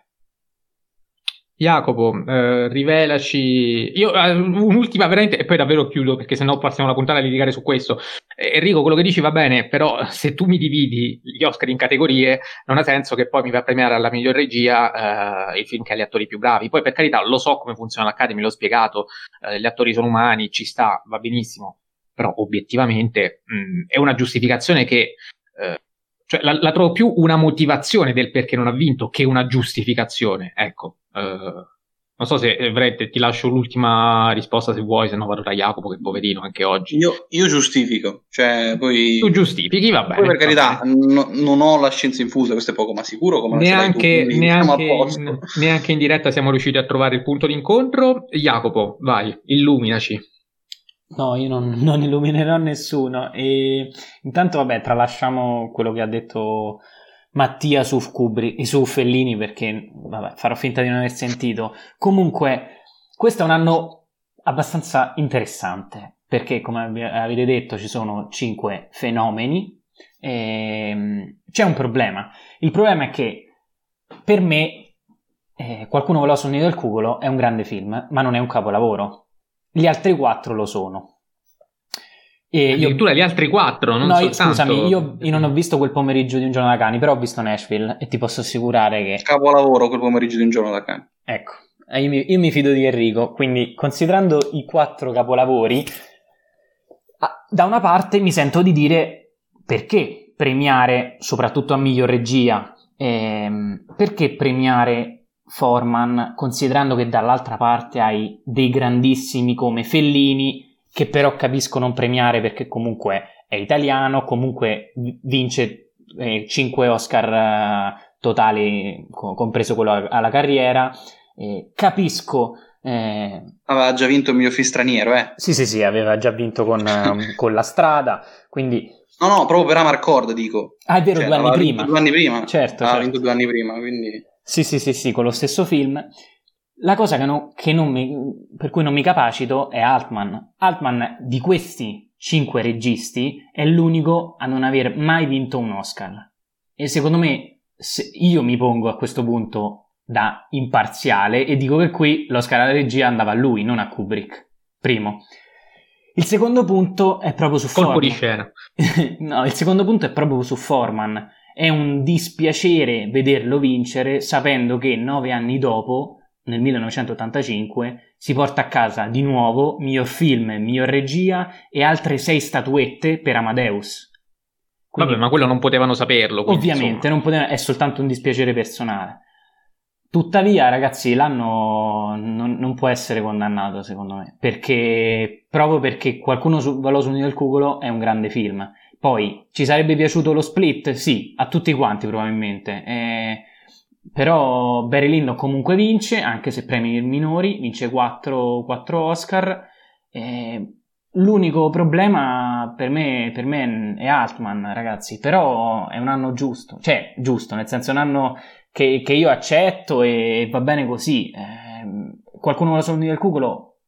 Jacopo, eh, rivelaci. Io eh, un'ultima veramente, e poi davvero chiudo perché sennò passiamo la puntata a litigare su questo. Eh, Enrico, quello che dici va bene, però se tu mi dividi gli Oscar in categorie non ha senso che poi mi va a premiare alla miglior regia eh, il film che ha gli attori più bravi. Poi per carità lo so come funziona l'Academy, l'ho spiegato, eh, gli attori sono umani, ci sta, va benissimo, però obiettivamente mh, è una giustificazione che eh, cioè la, la trovo più una motivazione del perché non ha vinto che una giustificazione, ecco. Uh, non so se Brett, ti lascio l'ultima risposta se vuoi, se no vado da Jacopo che poverino anche oggi. Io, io giustifico, cioè poi tu giustifichi, va bene. Poi per carità no, non ho la scienza infusa, questo è poco ma sicuro, come neanche, tu, neanche, in, neanche in diretta siamo riusciti a trovare il punto d'incontro. Jacopo, vai, illuminaci. No, io non, non illuminerò nessuno. E intanto vabbè, tralasciamo quello che ha detto Mattia su Kubrick, su Fellini, perché vabbè, farò finta di non aver sentito. Comunque questo è un anno abbastanza interessante, perché come avete detto ci sono cinque fenomeni e c'è un problema. Il problema è che per me eh, Qualcuno vola sul nido del culo è un grande film, ma non è un capolavoro. Gli altri quattro lo sono. E addirittura io... gli altri quattro, non no, soltanto... scusami, io, io non ho visto Quel pomeriggio di un giorno da cani, però ho visto Nashville e ti posso assicurare che... Capolavoro Quel pomeriggio di un giorno da cani. Ecco, io mi, io mi fido di Enrico, quindi considerando i quattro capolavori, da una parte mi sento di dire perché premiare soprattutto a miglior regia, ehm, perché premiare Forman, considerando che dall'altra parte hai dei grandissimi come Fellini, che però capisco non premiare perché comunque è italiano, comunque vince eh, cinque Oscar eh, totali, co- compreso quello alla carriera, eh, capisco... Eh, aveva già vinto il miglior film straniero, eh? Sì, sì, sì, aveva già vinto con, eh, con La Strada, quindi... No, no, proprio per Amarcord, dico. Ah, è vero, cioè, due anni prima. Due anni prima. Certo, aveva certo. vinto due anni prima, quindi... Sì, sì, sì, sì, con lo stesso film. La cosa che, no, che non mi, per cui non mi capacito è Altman. Altman, di questi cinque registi, è l'unico a non aver mai vinto un Oscar. E secondo me, se io mi pongo a questo punto da imparziale e dico che qui l'Oscar alla regia andava a lui, non a Kubrick. Primo. Il secondo punto è proprio su Colpo Forman. di scena. No, il secondo punto è proprio su Forman. È un dispiacere vederlo vincere sapendo che nove anni dopo, nel millenovecentottantacinque, si porta a casa di nuovo miglior film, miglior regia e altre sei statuette per Amadeus. Quindi, vabbè, ma quello non potevano saperlo. Quindi, ovviamente, non potevano, è soltanto un dispiacere personale. Tuttavia, ragazzi, l'anno non, non può essere condannato, secondo me, perché proprio perché Qualcuno su, volò sul nido del cuculo è un grande film. Poi, ci sarebbe piaciuto lo Split? Sì, a tutti quanti probabilmente. Eh, però Barry Lyndon comunque vince, anche se premi minori, vince quattro Oscar. Eh, l'unico problema per me, per me è Altman, ragazzi, però è un anno giusto, cioè giusto, nel senso è un anno che, che io accetto e va bene così. Eh, Qualcuno con la soldi del cuculo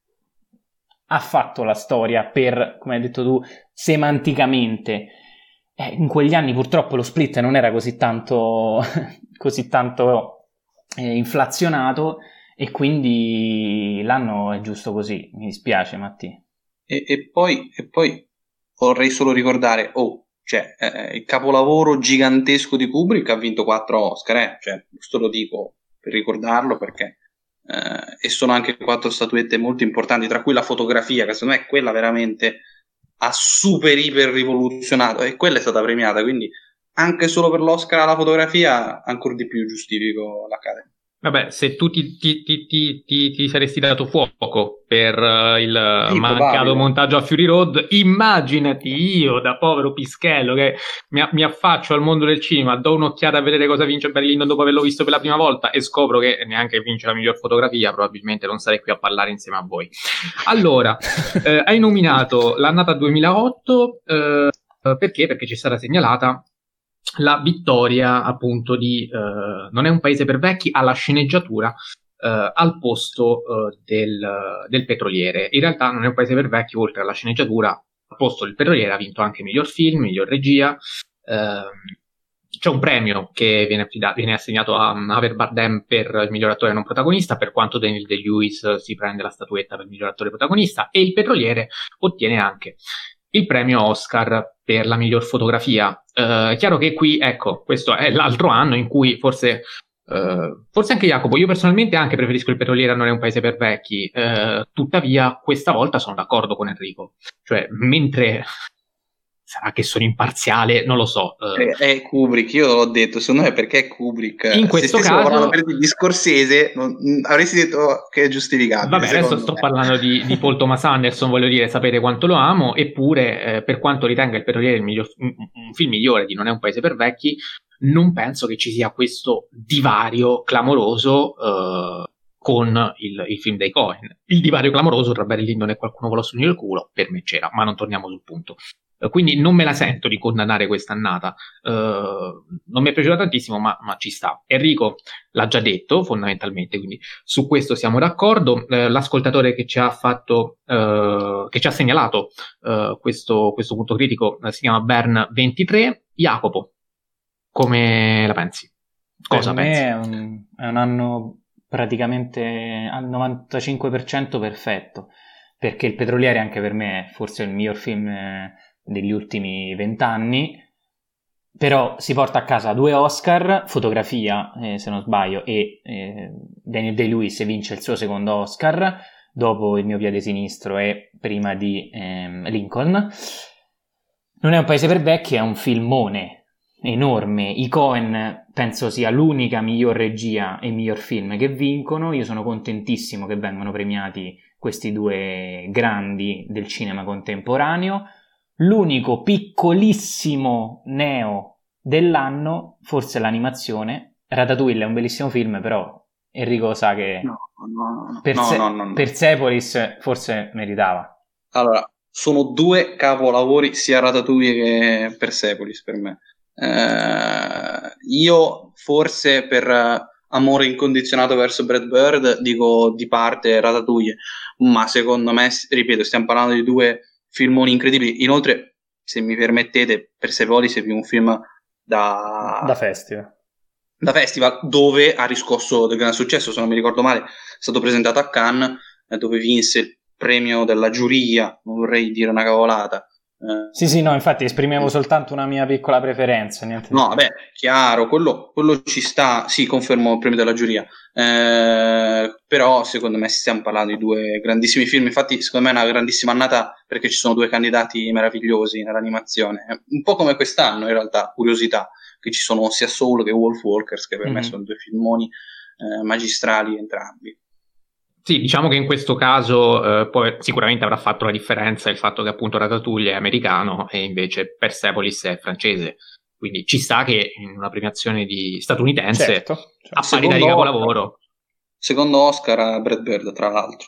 ha fatto la storia per, come hai detto tu, semanticamente. Eh, in quegli anni purtroppo lo Split non era così tanto così tanto eh, inflazionato e quindi l'anno è giusto così. Mi dispiace, Matti. E, e, poi, e poi vorrei solo ricordare, oh, cioè, eh, il capolavoro gigantesco di Kubrick ha vinto quattro Oscar, eh? Cioè, questo lo dico per ricordarlo perché eh, e sono anche quattro statuette molto importanti, tra cui la fotografia, che secondo me è quella veramente ha super iper rivoluzionato e quella è stata premiata, quindi anche solo per l'Oscar alla fotografia ancora di più giustifico l'Academy. Vabbè, se tu ti, ti, ti, ti, ti, ti saresti dato fuoco per uh, il sì, mancato probabile. montaggio a Fury Road, immaginati io da povero pischello che mi, mi affaccio al mondo del cinema, do un'occhiata a vedere cosa vince Barry Lyndon dopo averlo visto per la prima volta e scopro che neanche vince la miglior fotografia, probabilmente non sarei qui a parlare insieme a voi. Allora, eh, hai nominato l'annata duemilaotto eh, perché? Perché ci è stata segnalata la vittoria appunto di uh, Non è un paese per vecchi alla sceneggiatura uh, al posto uh, del, uh, del Petroliere. In realtà Non è un paese per vecchi, oltre alla sceneggiatura, al posto del Petroliere ha vinto anche miglior film, miglior regia. Uh, c'è un premio che viene, viene assegnato a Javier Bardem per il miglior attore non protagonista, per quanto Daniel Day-Lewis si prende la statuetta per il miglior attore protagonista, e il Petroliere ottiene anche il premio Oscar per la miglior fotografia. Uh, chiaro che qui, ecco, questo è l'altro anno in cui forse, uh, forse anche Jacopo, io personalmente anche preferisco il Petroliere a Non è un paese per vecchi, uh, tuttavia questa volta sono d'accordo con Enrico, cioè mentre sarà che sono imparziale, non lo so. Uh, è, è Kubrick, io l'ho detto, secondo me perché è Kubrick. In questo Se caso parlando per di Scorsese, non, avresti detto che è giustificabile. Vabbè, adesso sto me. parlando di, di Paul Thomas Anderson, voglio dire, sapete quanto lo amo, eppure eh, per quanto ritenga il Petroliere il miglior, un, un film migliore di Non è un paese per vecchi, non penso che ci sia questo divario clamoroso eh, con il, il film dei Coen. Il divario clamoroso tra Barry Lyndon e Qualcuno con lo sul culo, per me c'era, ma non torniamo sul punto. Quindi non me la sento di condannare quest'annata. Uh, non mi è piaciuta tantissimo, ma, ma ci sta. Enrico l'ha già detto fondamentalmente, quindi su questo siamo d'accordo. Uh, l'ascoltatore che ci ha fatto, uh, che ci ha segnalato uh, questo, questo punto critico uh, si chiama Bern ventitré. Jacopo, come la pensi? Cosa per pensi? me è un, è un anno praticamente al novantacinque per cento perfetto, perché Il Petroliere anche per me è forse il miglior film eh, degli ultimi vent'anni, però si porta a casa due Oscar, fotografia eh, se non sbaglio, e eh, Daniel Day-Lewis vince il suo secondo Oscar dopo Il mio piede sinistro e prima di ehm, Lincoln. Non è un paese per vecchi, è un filmone enorme. I Coen penso sia l'unica miglior regia e miglior film che vincono. Io sono contentissimo che vengano premiati questi due grandi del cinema contemporaneo. L'unico piccolissimo neo dell'anno, forse l'animazione. Ratatouille è un bellissimo film, però Enrico sa che no, no, no, Perse- no, no, no. Persepolis forse meritava. Allora, sono due capolavori, sia Ratatouille che Persepolis per me. Eh, io forse per amore incondizionato verso Brad Bird, dico di parte Ratatouille, ma secondo me, ripeto, stiamo parlando di due filmoni incredibili. Inoltre, se mi permettete, Persepolis è più un film da... da festival. Da festival, dove ha riscosso del gran successo, se non mi ricordo male, è stato presentato a Cannes, eh, dove vinse il premio della giuria, non vorrei dire una cavolata. Eh, sì, sì, no, infatti esprimevo eh, soltanto una mia piccola preferenza. Niente no, beh, chiaro, quello, quello ci sta, sì, confermo il premio della giuria, eh, però secondo me stiamo parlando di due grandissimi film, infatti secondo me è una grandissima annata perché ci sono due candidati meravigliosi nell'animazione, un po' come quest'anno in realtà, curiosità, che ci sono sia Soul che Wolf Walkers, che per mm-hmm. me sono due filmoni eh, magistrali entrambi. Sì, diciamo che in questo caso eh, poi sicuramente avrà fatto la differenza il fatto che appunto Ratatouille è americano e invece Persepolis è francese, quindi ci sta che in una premiazione di statunitense certo, certo. a parità di capolavoro. Secondo Oscar a Brad Bird, tra l'altro.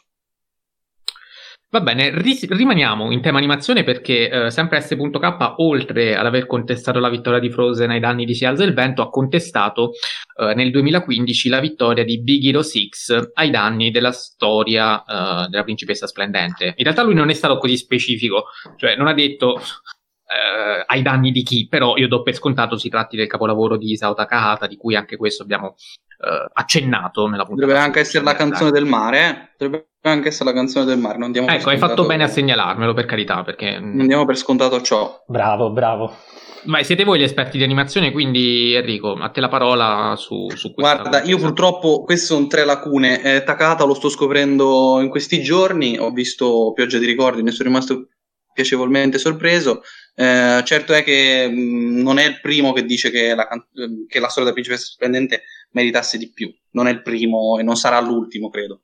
Va bene, ris- rimaniamo in tema animazione perché eh, sempre S punto K, oltre ad aver contestato la vittoria di Frozen ai danni di Si alza il vento, ha contestato eh, nel duemilaquindici la vittoria di Big Hero sei ai danni della storia eh, della principessa splendente. In realtà lui non è stato così specifico, cioè non ha detto eh, ai danni di chi, però io do per scontato si tratti del capolavoro di Isao Takahata, di cui anche questo abbiamo eh, accennato nella puntata. Dovrebbe anche essere la canzone del mare, eh? Dovrebbe anche essere la canzone del mare, non diamo ecco, hai fatto bene a segnalarmelo, per carità, perché non diamo per scontato ciò. Bravo, bravo. Vai, siete voi gli esperti di animazione, quindi Enrico, a te la parola su, su questa. Guarda, io purtroppo queste sono tre lacune. eh, Takahata lo sto scoprendo in questi giorni, ho visto Pioggia di ricordi, ne sono rimasto piacevolmente sorpreso. Eh, certo è che mh, non è il primo che dice che la, can- che la storia della principessa splendente meritasse di più, non è il primo e non sarà l'ultimo, credo.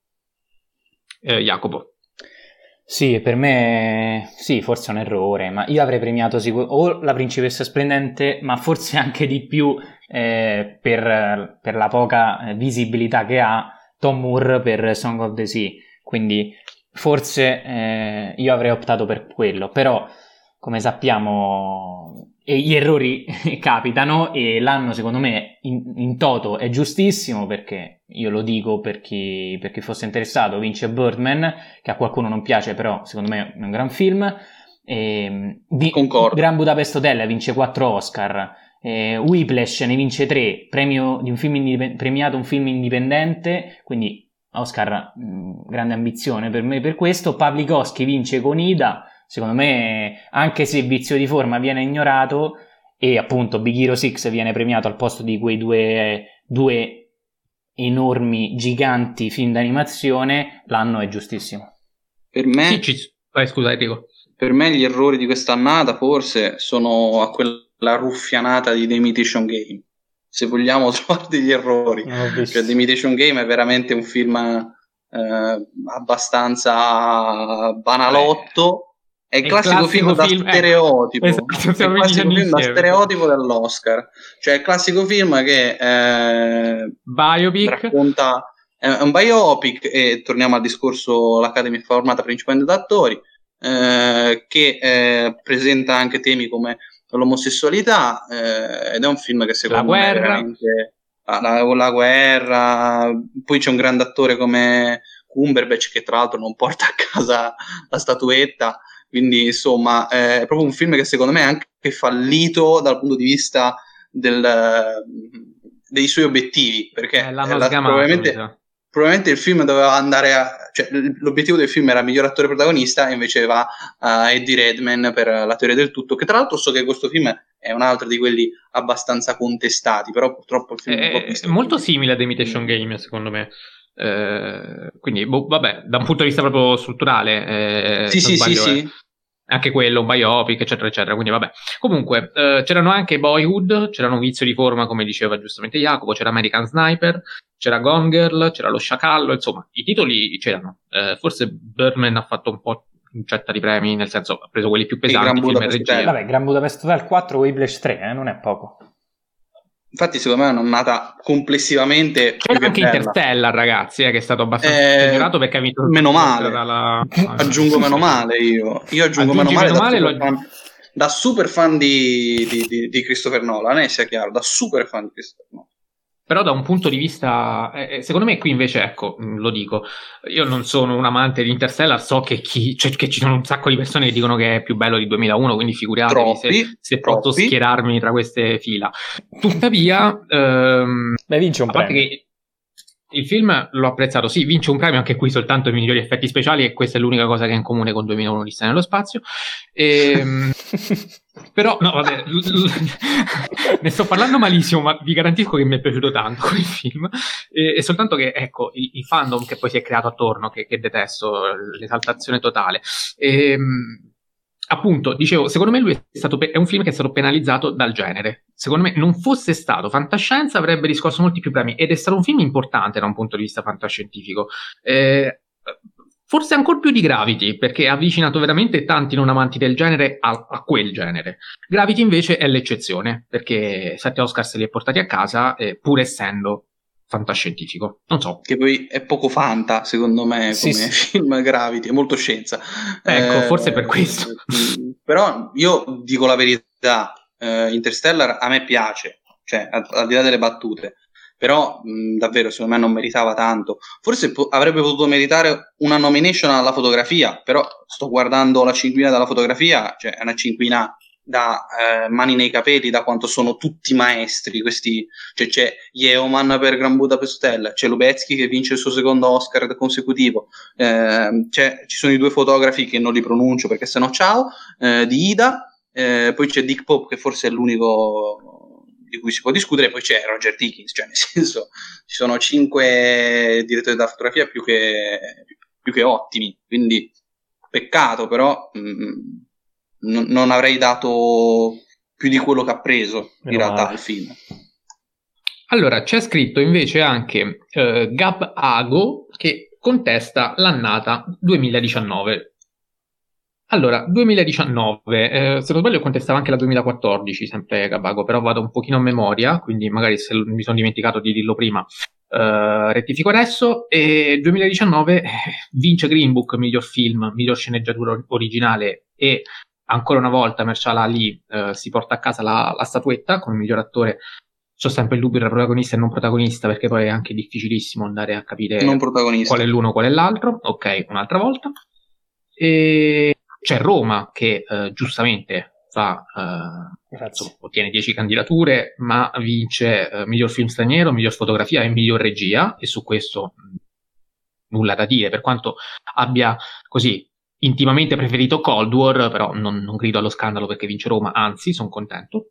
Eh, Jacopo. Sì, per me sì, forse è un errore, ma io avrei premiato sicur- o la principessa splendente, ma forse anche di più eh, per, per la poca visibilità che ha Tom Moore per Song of the Sea, quindi forse eh, io avrei optato per quello, però come sappiamo e gli errori capitano e l'anno secondo me in, in toto è giustissimo, perché io lo dico per chi, per chi fosse interessato, vince Birdman, che a qualcuno non piace però secondo me è un gran film, e, di, Concordo. Grand Budapest Hotel vince quattro Oscar, eh, Whiplash ne vince tre, premio di un film indip- premiato un film indipendente, quindi Oscar mh, grande ambizione per me per questo. Pavlikovsky vince con Ida, secondo me anche se Vizio di forma viene ignorato e appunto Big Hero sei viene premiato al posto di quei due, due enormi giganti film d'animazione, l'anno è giustissimo. Per me, sì, ci... Vai, scusa Enrico. Per me gli errori di quest'annata forse sono a quella ruffianata di The Imitation Game, se vogliamo trovare degli errori. Cioè, The Imitation Game è veramente un film eh, abbastanza banalotto. È il classico, classico film da film, stereotipo, eh, esatto, è il classico film da stereotipo dell'Oscar, cioè il classico film che eh, biopic. racconta, è un biopic, e torniamo al discorso, l'Academy è formata principalmente da attori, eh, che eh, presenta anche temi come l'omosessualità, eh, ed è un film che secondo la me guerra. è veramente la, la guerra, poi c'è un grande attore come Cumberbatch che tra l'altro non porta a casa la statuetta. Quindi insomma è proprio un film che secondo me è anche fallito dal punto di vista del, dei suoi obiettivi, perché eh, l'hanno la, sgamato, probabilmente, probabilmente il film doveva andare a, cioè l'obiettivo del film era miglior attore protagonista e invece va a Eddie Redmayne per La teoria del tutto, che tra l'altro so che questo film è un altro di quelli abbastanza contestati, però purtroppo il film è, è molto simile a The Imitation Game secondo me. Eh, quindi boh, vabbè, da un punto di vista proprio strutturale eh, sì sì sbaglio, sì, eh. sì. Anche quello, un biopic, eccetera, eccetera. Quindi, vabbè. Comunque, eh, c'erano anche Boyhood, c'erano Vizio di forma, come diceva giustamente Jacopo, c'era American Sniper, c'era Gone Girl, c'era Lo Sciacallo, insomma, i titoli c'erano. Eh, forse Birdman ha fatto un po' incetta di premi, nel senso, ha preso quelli più pesanti, film e regia. Vabbè, Grand Budapest Hotel quattro, Whiplash tre, eh, non è poco. Infatti secondo me è un'annata complessivamente c'è anche bella. Interstellar, ragazzi, eh, che è stato abbastanza eh, ignorato perché ha vinto meno male dalla... aggiungo meno male io io aggiungo meno male, meno da, male super lo... fan, da super fan di, di, di, di Christopher Nolan, eh, sia chiaro, da super fan di Christopher Nolan. Però da un punto di vista, eh, secondo me qui invece, ecco, lo dico, io non sono un amante di Interstellar, so che, chi, cioè, che ci sono un sacco di persone che dicono che è più bello di duemilauno, quindi figuratevi troppi, se, se troppi. posso schierarmi tra queste fila. Tuttavia, ehm, Beh, vince un a parte premio. che il film l'ho apprezzato, sì, vince un premio anche qui soltanto i migliori effetti speciali, e questa è l'unica cosa che è in comune con duemilauno Odissea nello spazio. E, però, no, vabbè, l- l- ne sto parlando malissimo, ma vi garantisco che mi è piaciuto tanto quel film. E, e soltanto che, ecco, il, il fandom che poi si è creato attorno, che, che detesto, l'esaltazione totale. E, appunto, dicevo, secondo me lui è stato pe- è un film che è stato penalizzato dal genere. Secondo me non fosse stato fantascienza avrebbe riscosso molti più premi, ed è stato un film importante da un punto di vista fantascientifico. Eh, forse ancora più di Gravity, perché ha avvicinato veramente tanti non amanti del genere a, a quel genere. Gravity invece è l'eccezione, perché sette Oscar se li è portati a casa, eh, pur essendo fantascientifico. Non so. Che poi è poco fanta, secondo me, Sì, come sì. film Gravity, è molto scienza. Ecco, Eh, forse per questo. Però io dico la verità, eh, Interstellar a me piace, cioè al, al di là delle battute, però mh, davvero secondo me non meritava tanto. Forse po- avrebbe potuto meritare una nomination alla fotografia, però sto guardando la cinquina della fotografia, cioè è una cinquina da eh, mani nei capelli, da quanto sono tutti maestri questi, cioè c'è Yeoman per Grand Budapest Hotel, c'è Lubezki che vince il suo secondo Oscar consecutivo, eh, c'è, ci sono i due fotografi che non li pronuncio perché sennò ciao, eh, di Ida, eh, poi c'è Dick Pope che forse è l'unico di cui si può discutere, poi c'è Roger Deakins, cioè nel senso ci sono cinque direttori della fotografia più che, più che ottimi, quindi peccato, però mh, non, non avrei dato più di quello che ha preso in Meno realtà male. al film. Allora, c'è scritto invece anche eh, Gab Ago che contesta l'annata duemiladiciannove. Allora, duemiladiciannove, eh, se non sbaglio contestava anche la duemilaquattordici, sempre Gabago, però vado un pochino a memoria, quindi magari se mi sono dimenticato di dirlo prima, eh, rettifico adesso. E duemiladiciannove eh, vince Green Book, miglior film, miglior sceneggiatura originale, e ancora una volta Mahershala Ali eh, si porta a casa la, la statuetta come miglior attore. C'ho sempre il dubbio tra protagonista e non protagonista, perché poi è anche difficilissimo andare a capire Non protagonista. qual è l'uno, qual è l'altro. Ok, un'altra volta. E c'è Roma che eh, giustamente fa, eh, insomma, ottiene dieci candidature, ma vince eh, miglior film straniero, miglior fotografia e miglior regia, e su questo mh, nulla da dire, per quanto abbia così intimamente preferito Cold War, però non, non grido allo scandalo perché vince Roma, anzi sono contento.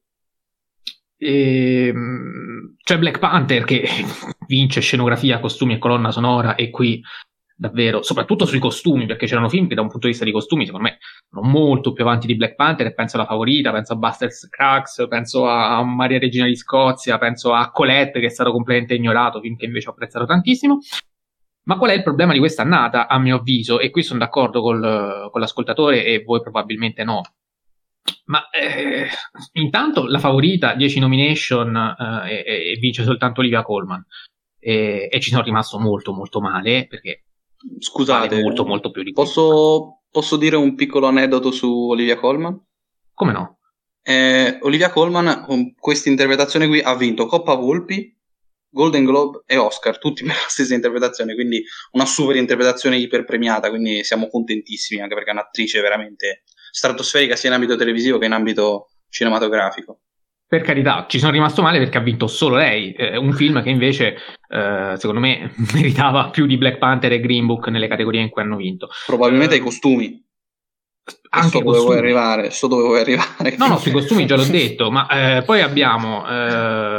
E, mh, c'è Black Panther che vince scenografia, costumi e colonna sonora, e qui davvero, soprattutto sui costumi, perché c'erano film che da un punto di vista di costumi secondo me sono molto più avanti di Black Panther, e penso alla Favorita, penso a Buster Scruggs, penso a Maria Regina di Scozia, penso a Colette, che è stato completamente ignorato, film che invece ho apprezzato tantissimo. Ma qual è il problema di questa annata, a mio avviso? E qui sono d'accordo col, con l'ascoltatore e voi probabilmente no. Ma eh, intanto la Favorita, dieci nomination, eh, e, e vince soltanto Olivia Colman, e, e ci sono rimasto molto molto male, perché Scusate, vale molto molto più di posso, posso dire un piccolo aneddoto su Olivia Colman? Come no? Eh, Olivia Colman con questa interpretazione qui ha vinto Coppa Volpi, Golden Globe e Oscar, tutti per la stessa interpretazione, quindi una super interpretazione iper premiata, quindi siamo contentissimi, anche perché è un'attrice veramente stratosferica sia in ambito televisivo che in ambito cinematografico. Per carità, ci sono rimasto male perché ha vinto solo lei, eh, un film che invece eh, secondo me meritava più di Black Panther e Green Book nelle categorie in cui hanno vinto. Probabilmente eh, ai costumi. Anche so dove vuoi arrivare, so dove vuoi arrivare. No, no, sui costumi già l'ho detto, ma eh, poi abbiamo eh,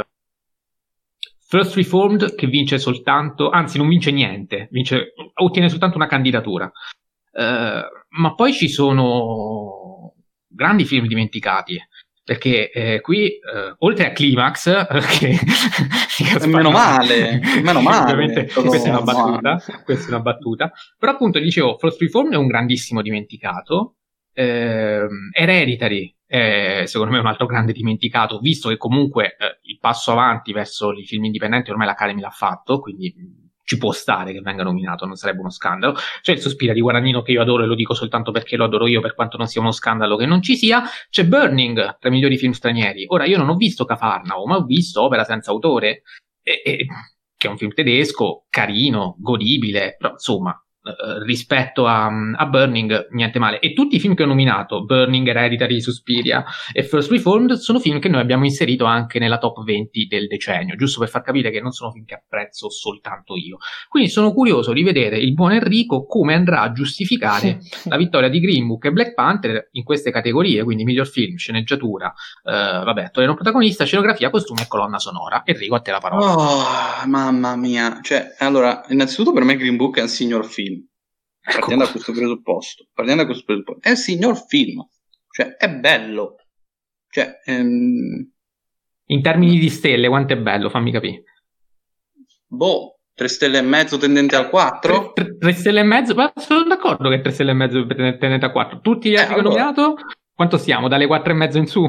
First Reformed che vince soltanto, anzi non vince niente, vince, ottiene soltanto una candidatura. Eh, ma poi ci sono grandi film dimenticati, perché eh, qui eh, oltre a Climax eh, che meno male, meno male ovviamente questa è una battuta, questa è una battuta, però appunto dicevo, First Reformed è un grandissimo dimenticato. Eh, Hereditary è secondo me un altro grande dimenticato, visto che comunque eh, il passo avanti verso i film indipendenti ormai l'Academy l'ha fatto, quindi ci può stare che venga nominato, non sarebbe uno scandalo. C'è il Sospira di Guadagnino che io adoro, e lo dico soltanto perché lo adoro io, per quanto non sia uno scandalo che non ci sia. C'è Burning tra i migliori film stranieri. Ora, io non ho visto Cafarnao, ma ho visto Opera senza autore, e, e, che è un film tedesco, carino, godibile, però insomma, eh, rispetto a, a Burning, niente male. E tutti i film che ho nominato, Burning, Hereditary, Suspiria e First Reformed, sono film che noi abbiamo inserito anche nella top venti del decennio, giusto per far capire che non sono film che apprezzo soltanto io. Quindi sono curioso di vedere il buon Enrico come andrà a giustificare la vittoria di Green Book e Black Panther in queste categorie, quindi miglior film, sceneggiatura, eh, vabbè, attore non protagonista, scenografia, costume e colonna sonora. Enrico, a te la parola. Oh, mamma mia, cioè, allora, innanzitutto per me Green Book è un signor film. Partiamo da questo presupposto, partiamo da questo presupposto, è un signor film, cioè è bello, cioè ehm... in termini di stelle quanto è bello, fammi capire. Boh, tre stelle e mezzo tendente al quattro? tre, tre, tre stelle e mezzo, ma sono d'accordo che tre stelle e mezzo tendente al quattro. Tutti gli altri eh, che ho allora... nominato, quanto siamo? Dalle quattro e mezzo in su?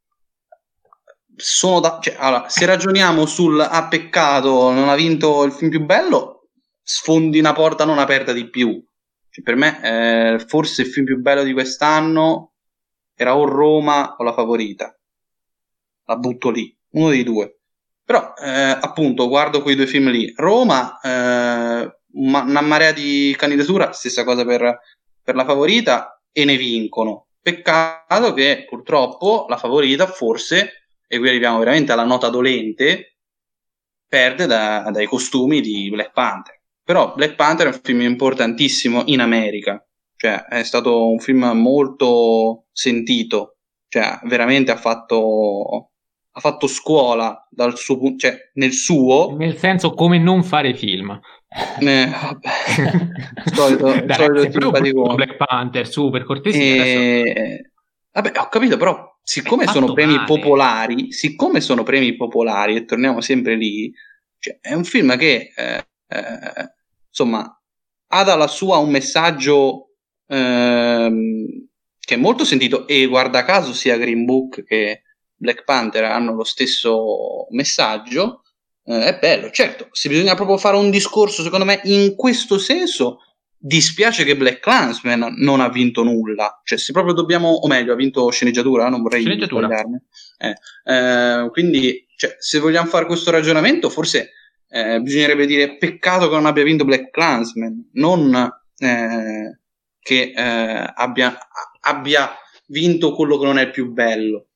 Sono da, cioè, allora, se ragioniamo sul ah peccato non ha vinto il film più bello, sfondi una porta non aperta di più. Per me eh, forse il film più bello di quest'anno era o Roma o La Favorita, la butto lì, uno dei due, però eh, appunto guardo quei due film lì. Roma, eh, una, una marea di candidatura, stessa cosa per, per La Favorita, e ne vincono. Peccato che purtroppo La Favorita forse, e qui arriviamo veramente alla nota dolente, perde da, dai costumi di Black Panther. Però Black Panther è un film importantissimo in America, cioè è stato un film molto sentito, cioè veramente ha fatto, ha fatto scuola dal suo punto, cioè nel suo... Nel senso come non fare film. Eh, vabbè. solito, Dai, solito però Black Panther, su, per cortesia. E... Adesso... Vabbè, ho capito, però siccome sono premi male. popolari, siccome sono premi popolari, e torniamo sempre lì, cioè, è un film che... Eh, eh, insomma, ha dalla sua un messaggio ehm, che è molto sentito, e guarda caso sia Green Book che Black Panther hanno lo stesso messaggio. Eh, è bello, certo, se bisogna proprio fare un discorso, secondo me, in questo senso, dispiace che BlacKkKlansman non ha vinto nulla, cioè se proprio dobbiamo, o meglio, ha vinto sceneggiatura, non vorrei sbagliarmi. Eh, eh, quindi, cioè, se vogliamo fare questo ragionamento, forse Eh, bisognerebbe dire peccato che non abbia vinto BlacKkKlansman, non eh, che eh, abbia, abbia vinto quello che non è il più bello.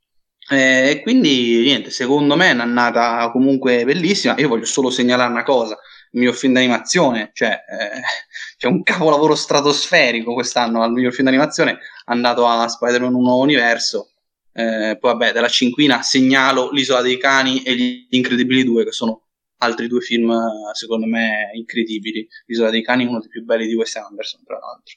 E eh, quindi niente, secondo me è un'annata comunque bellissima. Io voglio solo segnalare una cosa: il miglior film d'animazione, cioè eh, c'è un capolavoro stratosferico quest'anno al miglior film d'animazione, andato a Spider-Man Un Nuovo Universo. Eh, poi vabbè, dalla cinquina segnalo L'Isola dei Cani e Gli Incredibili due, che sono altri due film secondo me incredibili. L'Isola dei Cani è uno dei più belli di Wes Anderson, tra l'altro.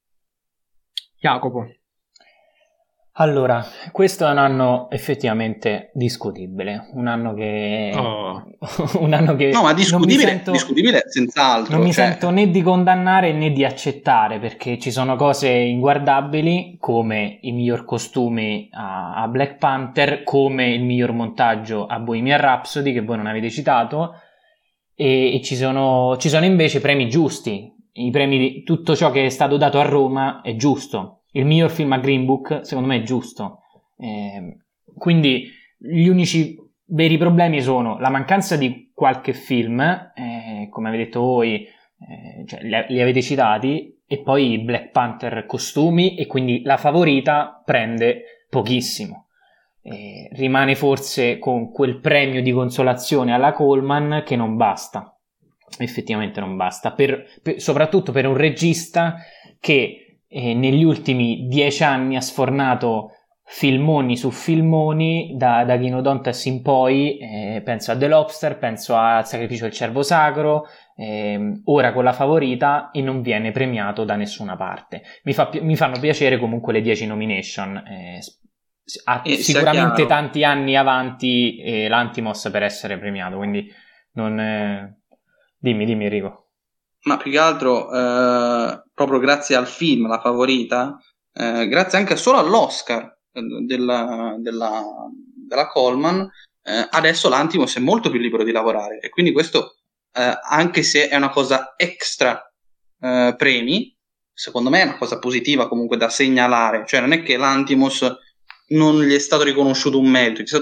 Jacopo. Allora, questo è un anno effettivamente discutibile, un anno che... Oh. un anno che no, ma discutibile, sento, discutibile senz'altro. Non mi cioè... sento né di condannare né di accettare, perché ci sono cose inguardabili, come i miglior costumi a, a Black Panther, come il miglior montaggio a Bohemian Rhapsody, che voi non avete citato, e, e ci sono, ci sono invece premi giusti. I premi di tutto ciò che è stato dato a Roma è giusto. Il miglior film a Green Book secondo me è giusto, eh, quindi gli unici veri problemi sono la mancanza di qualche film, eh, come avete detto voi, eh, cioè, li, li avete citati, e poi Black Panther costumi, e quindi La Favorita prende pochissimo, eh, rimane forse con quel premio di consolazione alla Coleman che non basta, effettivamente non basta, per, per, soprattutto per un regista che Eh, negli ultimi dieci anni ha sfornato filmoni su filmoni, da, da Ghinodontas in poi, eh, penso a The Lobster, penso a Sacrificio del Cervo Sacro, eh, ora con La Favorita, e non viene premiato da nessuna parte. Mi, fa, mi fanno piacere comunque le dieci nomination, eh, ha eh, sicuramente tanti anni avanti eh, l'Antimos per essere premiato, quindi non... Eh... Dimmi, dimmi Enrico. Ma più che altro, eh, proprio grazie al film La Favorita, eh, grazie anche solo all'Oscar eh, della, della, della Coleman, eh, adesso l'Antimos è molto più libero di lavorare, e quindi questo, eh, anche se è una cosa extra eh, premi, secondo me è una cosa positiva comunque da segnalare. Cioè non è che l'Antimos non gli è stato riconosciuto un merito, è stato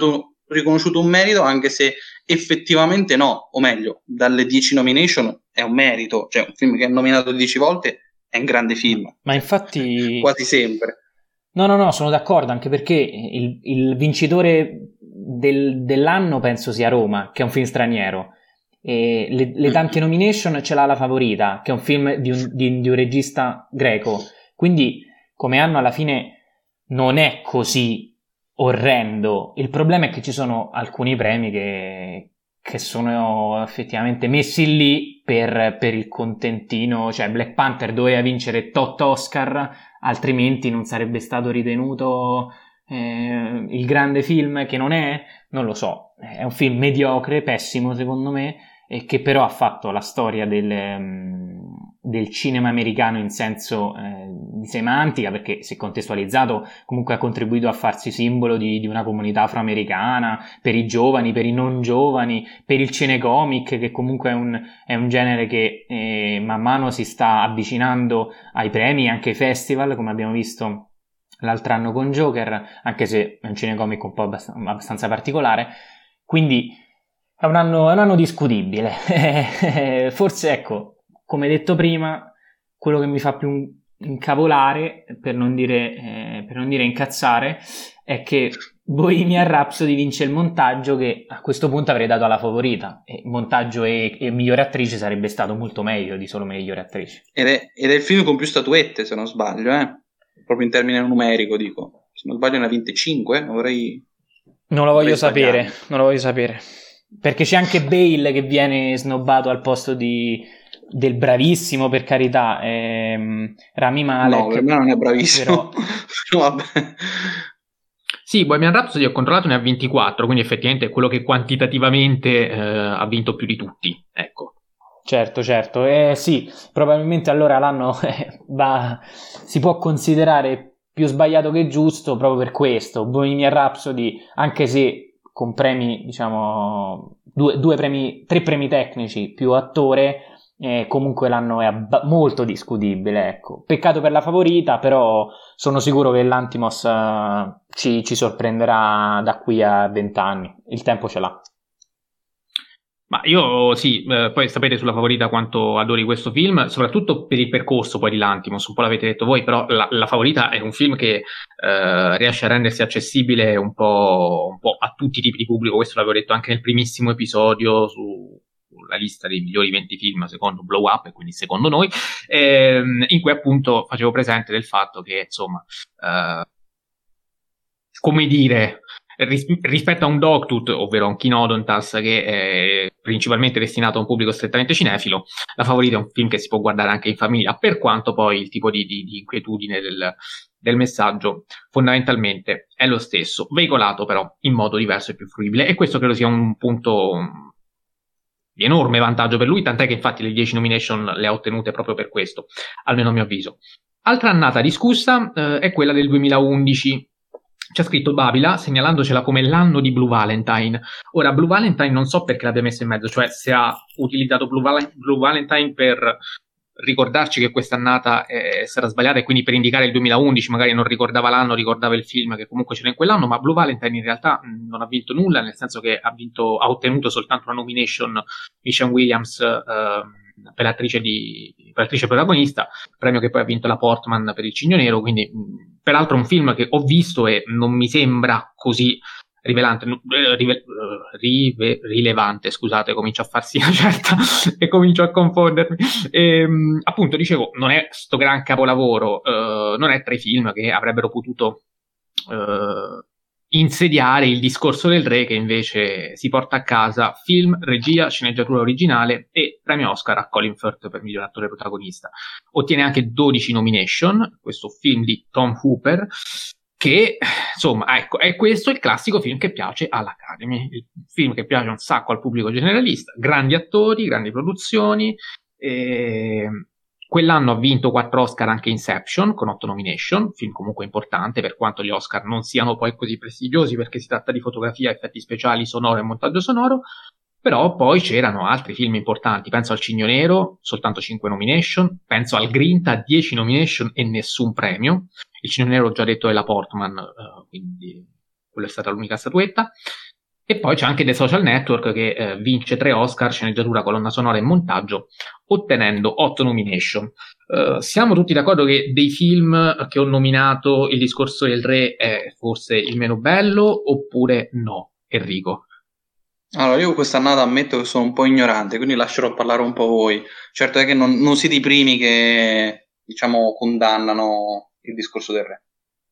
riconosciuto un merito, anche se effettivamente no, o meglio, dalle dieci nomination è un merito, cioè un film che è nominato dieci volte è un grande film. Ma infatti... quasi sempre. No, no, no, sono d'accordo, anche perché il, il vincitore del, dell'anno penso sia Roma, che è un film straniero. E le, le tante nomination ce l'ha La Favorita, che è un film di un, di, di un regista greco. Quindi come anno alla fine non è così orrendo. Il problema è che ci sono alcuni premi che, che sono effettivamente messi lì per, per il contentino. Cioè Black Panther doveva vincere tot Oscar, altrimenti non sarebbe stato ritenuto eh, il grande film che non è. Non lo so, è un film mediocre, pessimo secondo me, e che però ha fatto la storia del, um, del cinema americano in senso eh, di semantica, perché se contestualizzato comunque ha contribuito a farsi simbolo di, di una comunità afroamericana, per i giovani, per i non giovani, per il cinecomic, che comunque è un, è un genere che eh, man mano si sta avvicinando ai premi, anche ai festival, come abbiamo visto l'altro anno con Joker, anche se è un cinecomic un po' abbast- abbastanza particolare. Quindi è un anno, è un anno discutibile. Forse, ecco, come detto prima, quello che mi fa più incavolare, per non dire, eh, per non dire incazzare, è che Bohemian Rhapsody vince il montaggio, che a questo punto avrei dato alla Favorita, e montaggio e, e migliore attrice sarebbe stato molto meglio di solo migliore attrice. Ed è, ed è il film con più statuette, se non sbaglio, eh? Proprio in termine numerico, dico. Se non sbaglio ne ha vinte cinque, vorrei... Non lo voglio sapere, non lo voglio sapere. Perché c'è anche Bale che viene snobbato al posto di, del bravissimo, per carità, ehm, Rami Malek. No, per me non è bravissimo. Però... Vabbè. Sì, Bohemian Rhapsody ho controllato, ne ha ventiquattro, quindi effettivamente è quello che quantitativamente eh, ha vinto più di tutti, ecco. Certo, certo, eh, sì, probabilmente allora l'anno eh, va, si può considerare più sbagliato che giusto proprio per questo. Bohemian Rhapsody, anche se con premi, diciamo, due, due premi, tre premi tecnici più attore, eh, comunque l'anno è abba- molto discutibile, ecco. Peccato per La Favorita, però sono sicuro che l'Antimos uh, ci, ci sorprenderà da qui a vent'anni, il tempo ce l'ha. Ma io sì, eh, poi sapete sulla Favorita quanto adori questo film, soprattutto per il percorso poi di Lanthimos, un po' l'avete detto voi, però la, la Favorita è un film che eh, riesce a rendersi accessibile un po', un po' a tutti i tipi di pubblico. Questo l'avevo detto anche nel primissimo episodio su, sulla lista dei migliori venti film secondo Blow Up, e quindi secondo noi, ehm, in cui appunto facevo presente del fatto che insomma, eh, come dire... Ris- rispetto a un Dogtooth, ovvero a un Kinodontas, che è principalmente destinato a un pubblico strettamente cinefilo, La Favorita è un film che si può guardare anche in famiglia, per quanto poi il tipo di, di, di inquietudine del, del messaggio fondamentalmente è lo stesso, veicolato però in modo diverso e più fruibile, e questo credo sia un punto di enorme vantaggio per lui, tant'è che infatti le dieci nomination le ha ottenute proprio per questo, almeno a mio avviso. Altra annata discussa eh, è quella del duemilaundici. C'è scritto Babila, segnalandocela come l'anno di Blue Valentine. Ora, Blue Valentine non so perché l'abbia messo in mezzo, cioè se ha utilizzato Blue, Val- Blue Valentine per ricordarci che quest'annata eh, sarà sbagliata, e quindi per indicare il duemilaundici, magari non ricordava l'anno, ricordava il film che comunque c'era in quell'anno, ma Blue Valentine in realtà mh, non ha vinto nulla, nel senso che ha, vinto, ha ottenuto soltanto una nomination, Michelle Williams, eh, per l'attrice, di, per l'attrice protagonista, premio che poi ha vinto la Portman per Il Cigno Nero, quindi mh, peraltro un film che ho visto e non mi sembra così rivelante, rive, rive, rilevante, scusate, comincio a farsi una certa e comincio a confondermi. E, appunto, dicevo, non è sto gran capolavoro, eh, non è tra i film che avrebbero potuto eh, insediare il discorso del re, che invece si porta a casa film, regia, sceneggiatura originale e premio Oscar a Colin Firth per miglior attore protagonista. Ottiene anche dodici nomination, questo film di Tom Hooper, che insomma, ecco, è questo il classico film che piace all'Academy, il film che piace un sacco al pubblico generalista, grandi attori, grandi produzioni. E quell'anno ha vinto quattro Oscar anche Inception, con otto nomination, film comunque importante, per quanto gli Oscar non siano poi così prestigiosi, perché si tratta di fotografia, effetti speciali, sonoro e montaggio sonoro. Però poi c'erano altri film importanti, penso al Cigno Nero, soltanto cinque nomination, penso al Grinta, dieci nomination e nessun premio. Il Cigno Nero, ho già detto, è la Portman, uh, quindi quella è stata l'unica statuetta. E poi c'è anche The Social Network che eh, vince tre Oscar, sceneggiatura, colonna sonora e montaggio, ottenendo otto nomination. Uh, siamo tutti d'accordo che dei film che ho nominato Il discorso del re è forse il meno bello, oppure no, Enrico? Allora, io quest'annata ammetto che sono un po' ignorante, quindi lascerò parlare un po' voi. Certo è che non, non siete i primi che, diciamo, condannano Il discorso del re.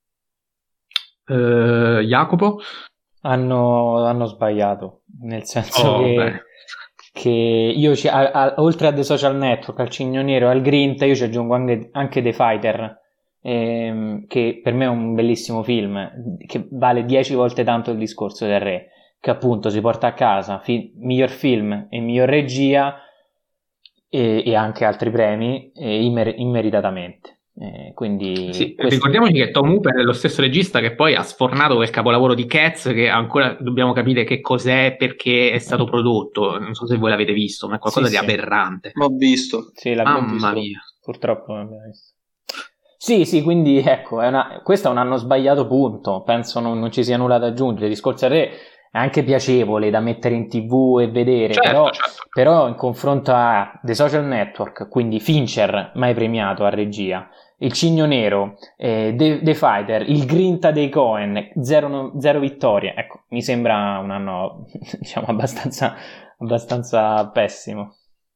Uh, Jacopo? Hanno, hanno sbagliato, nel senso oh, che, che io ci, a, a, oltre a The Social Network, al Cigno Nero e al Grinta, io ci aggiungo anche, anche The Fighter, ehm, che per me è un bellissimo film, che vale dieci volte tanto Il discorso del re, che appunto si porta a casa fi- miglior film e miglior regia e, e anche altri premi e immer- immeritatamente. Eh, quindi sì, questo... ricordiamoci che Tom Hooper è lo stesso regista che poi ha sfornato quel capolavoro di Cats, che ancora dobbiamo capire che cos'è, perché è stato prodotto. Non so se voi l'avete visto, ma è qualcosa sì, di sì. aberrante. L'ho visto. Sì, l'abbiamo Mamma visto. mia. Purtroppo l'abbiamo visto. Sì, sì, quindi ecco, è una... questo è un anno sbagliato, punto. Penso non, non ci sia nulla da aggiungere. Il discorso al re è anche piacevole da mettere in tv e vedere, certo, però, certo. però in confronto a The Social Network, quindi Fincher, mai premiato a regia, Il Cigno Nero, eh, The, The Fighter, il Grinta dei Coen, zero, zero vittorie, ecco, mi sembra un anno, diciamo, abbastanza, abbastanza pessimo.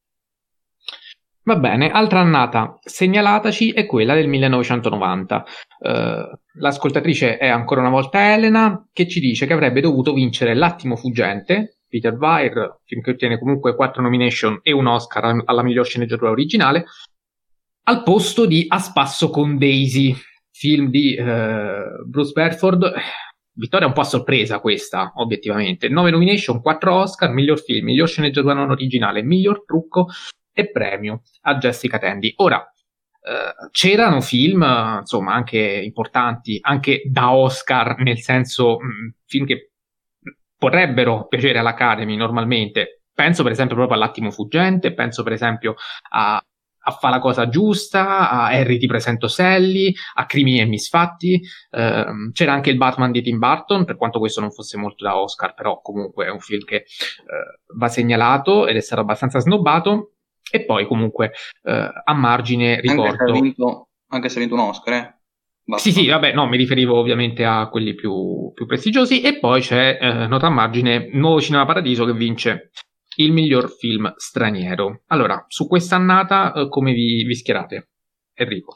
Va bene, altra annata segnalataci è quella del millenovecentonovanta. Uh, l'ascoltatrice è ancora una volta Elena, che ci dice che avrebbe dovuto vincere L'attimo fuggente, Peter Weir, film che ottiene comunque quattro nomination e un Oscar alla miglior sceneggiatura originale, al posto di A spasso con Daisy, film di uh, Bruce Bedford. Vittoria un po' a sorpresa questa, obiettivamente. nove nomination, quattro Oscar, miglior film, miglior sceneggiatura non originale, miglior trucco e premio a Jessica Tandy. Ora, eh, c'erano film, insomma, anche importanti, anche da Oscar, nel senso, mh, film che potrebbero piacere all'Academy normalmente. Penso per esempio proprio all'Attimo fuggente, penso per esempio a, a Fa la cosa giusta, a Harry ti presento Sally, a Crimini e misfatti. Eh, c'era anche il Batman di Tim Burton, per quanto questo non fosse molto da Oscar, però comunque è un film che eh, va segnalato ed è stato abbastanza snobbato. E poi comunque eh, a margine ricordo anche se ha vinto, anche se ha vinto un Oscar, eh? Basta. Sì, sì, vabbè, no, mi riferivo ovviamente a quelli più, più prestigiosi. E poi c'è, eh, nota a margine, Nuovo Cinema Paradiso, che vince il miglior film straniero. Allora, su quest'annata eh, come vi, vi schierate? Enrico?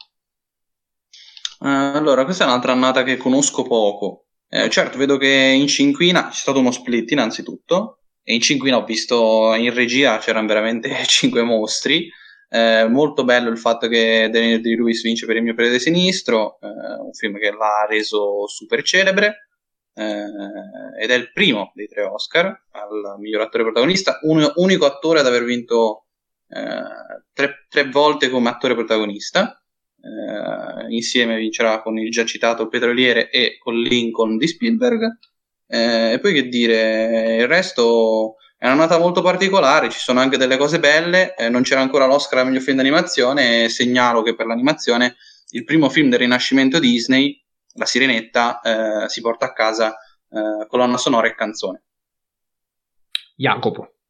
Uh, allora, questa è un'altra annata che conosco poco. Eh, certo, vedo che in cinquina c'è stato uno split innanzitutto, e in cinquina ho visto in regia c'erano veramente cinque mostri. Eh, molto bello il fatto che Daniel Day-Lewis vince per Il mio piede sinistro, eh, un film che l'ha reso super celebre, eh, ed è il primo dei tre Oscar al miglior attore protagonista, un, unico attore ad aver vinto eh, tre, tre volte come attore protagonista. Eh, insieme vincerà con il già citato Petroliere e con Lincoln di Spielberg. Eh, e poi che dire, il resto è un'annata molto particolare, ci sono anche delle cose belle, eh, non c'era ancora l'Oscar al miglior film d'animazione, e segnalo che per l'animazione il primo film del rinascimento Disney, La Sirenetta, eh, si porta a casa eh, colonna sonora e canzone. Jacopo.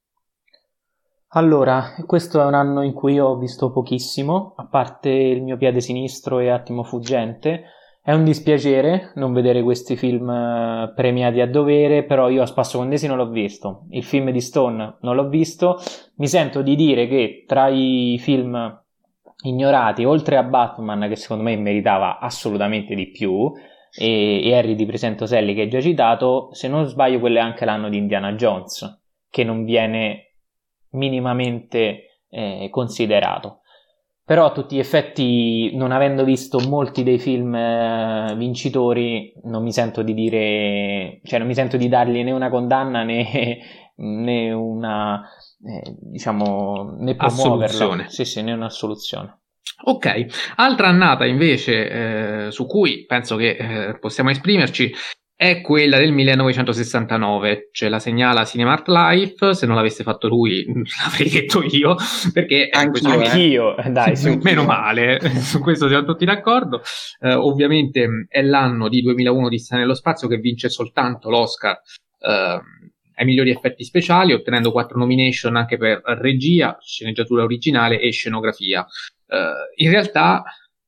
Allora, questo è un anno in cui ho visto pochissimo, a parte Il mio piede sinistro e Attimo fuggente. È un dispiacere non vedere questi film premiati a dovere, però io A spasso con Daisy non l'ho visto, il film di Stone non l'ho visto. Mi sento di dire che tra i film ignorati, oltre a Batman, che secondo me meritava assolutamente di più, e, e Harry ti presento Sally, che hai già citato, se non sbaglio quello è anche l'anno di Indiana Jones, che non viene minimamente eh, considerato. Però a tutti gli effetti, non avendo visto molti dei film eh, vincitori, non mi sento di dire, cioè non mi sento di dargli né una condanna né, né una, eh, diciamo, né promuoverlo. Sì, sì, né un'assoluzione. Ok, altra annata invece eh, su cui penso che eh, possiamo esprimerci è quella del millenovecentosessantanove, ce la segnala Cinemark Life. Se non l'avesse fatto lui l'avrei detto io, perché anch'io, anch'io eh. Dai, sì, meno male, su questo siamo tutti d'accordo. Eh, ovviamente è l'anno di duemilauno Odissea nello spazio, che vince soltanto l'Oscar eh, ai migliori effetti speciali, ottenendo quattro nomination anche per regia, sceneggiatura originale e scenografia. Uh, in realtà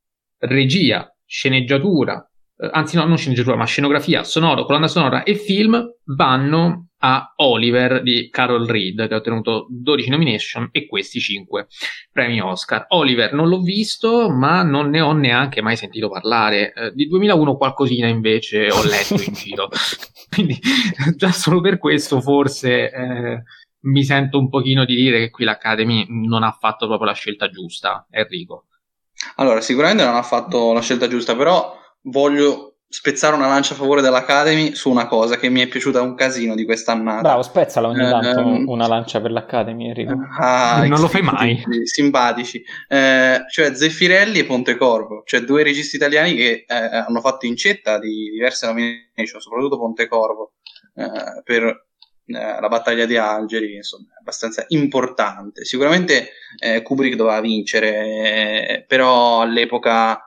regia, sceneggiatura, eh, anzi no, non sceneggiatura, ma scenografia, sonoro, colonna sonora e film vanno a Oliver di Carol Reed, che ha ottenuto dodici nomination e questi cinque premi Oscar. Oliver non l'ho visto, ma non ne ho neanche mai sentito parlare. Eh, di duemilauno qualcosina invece ho letto in giro. Quindi già solo per questo forse eh, mi sento un pochino di dire che qui l'Academy non ha fatto proprio la scelta giusta, Enrico. Allora, sicuramente non ha fatto la scelta giusta, però voglio spezzare una lancia a favore dell'Academy su una cosa che mi è piaciuta un casino di quest'annata. Bravo, spezzala ogni tanto um, una lancia per l'Academy, Enrico. Ah, non lo fai mai. Simpatici. Eh, cioè Zeffirelli e Pontecorvo, cioè due registi italiani che eh, hanno fatto incetta di diverse nomination, soprattutto Pontecorvo, eh, per eh, la battaglia di Algeri, insomma, è abbastanza importante. Sicuramente eh, Kubrick doveva vincere, eh, però all'epoca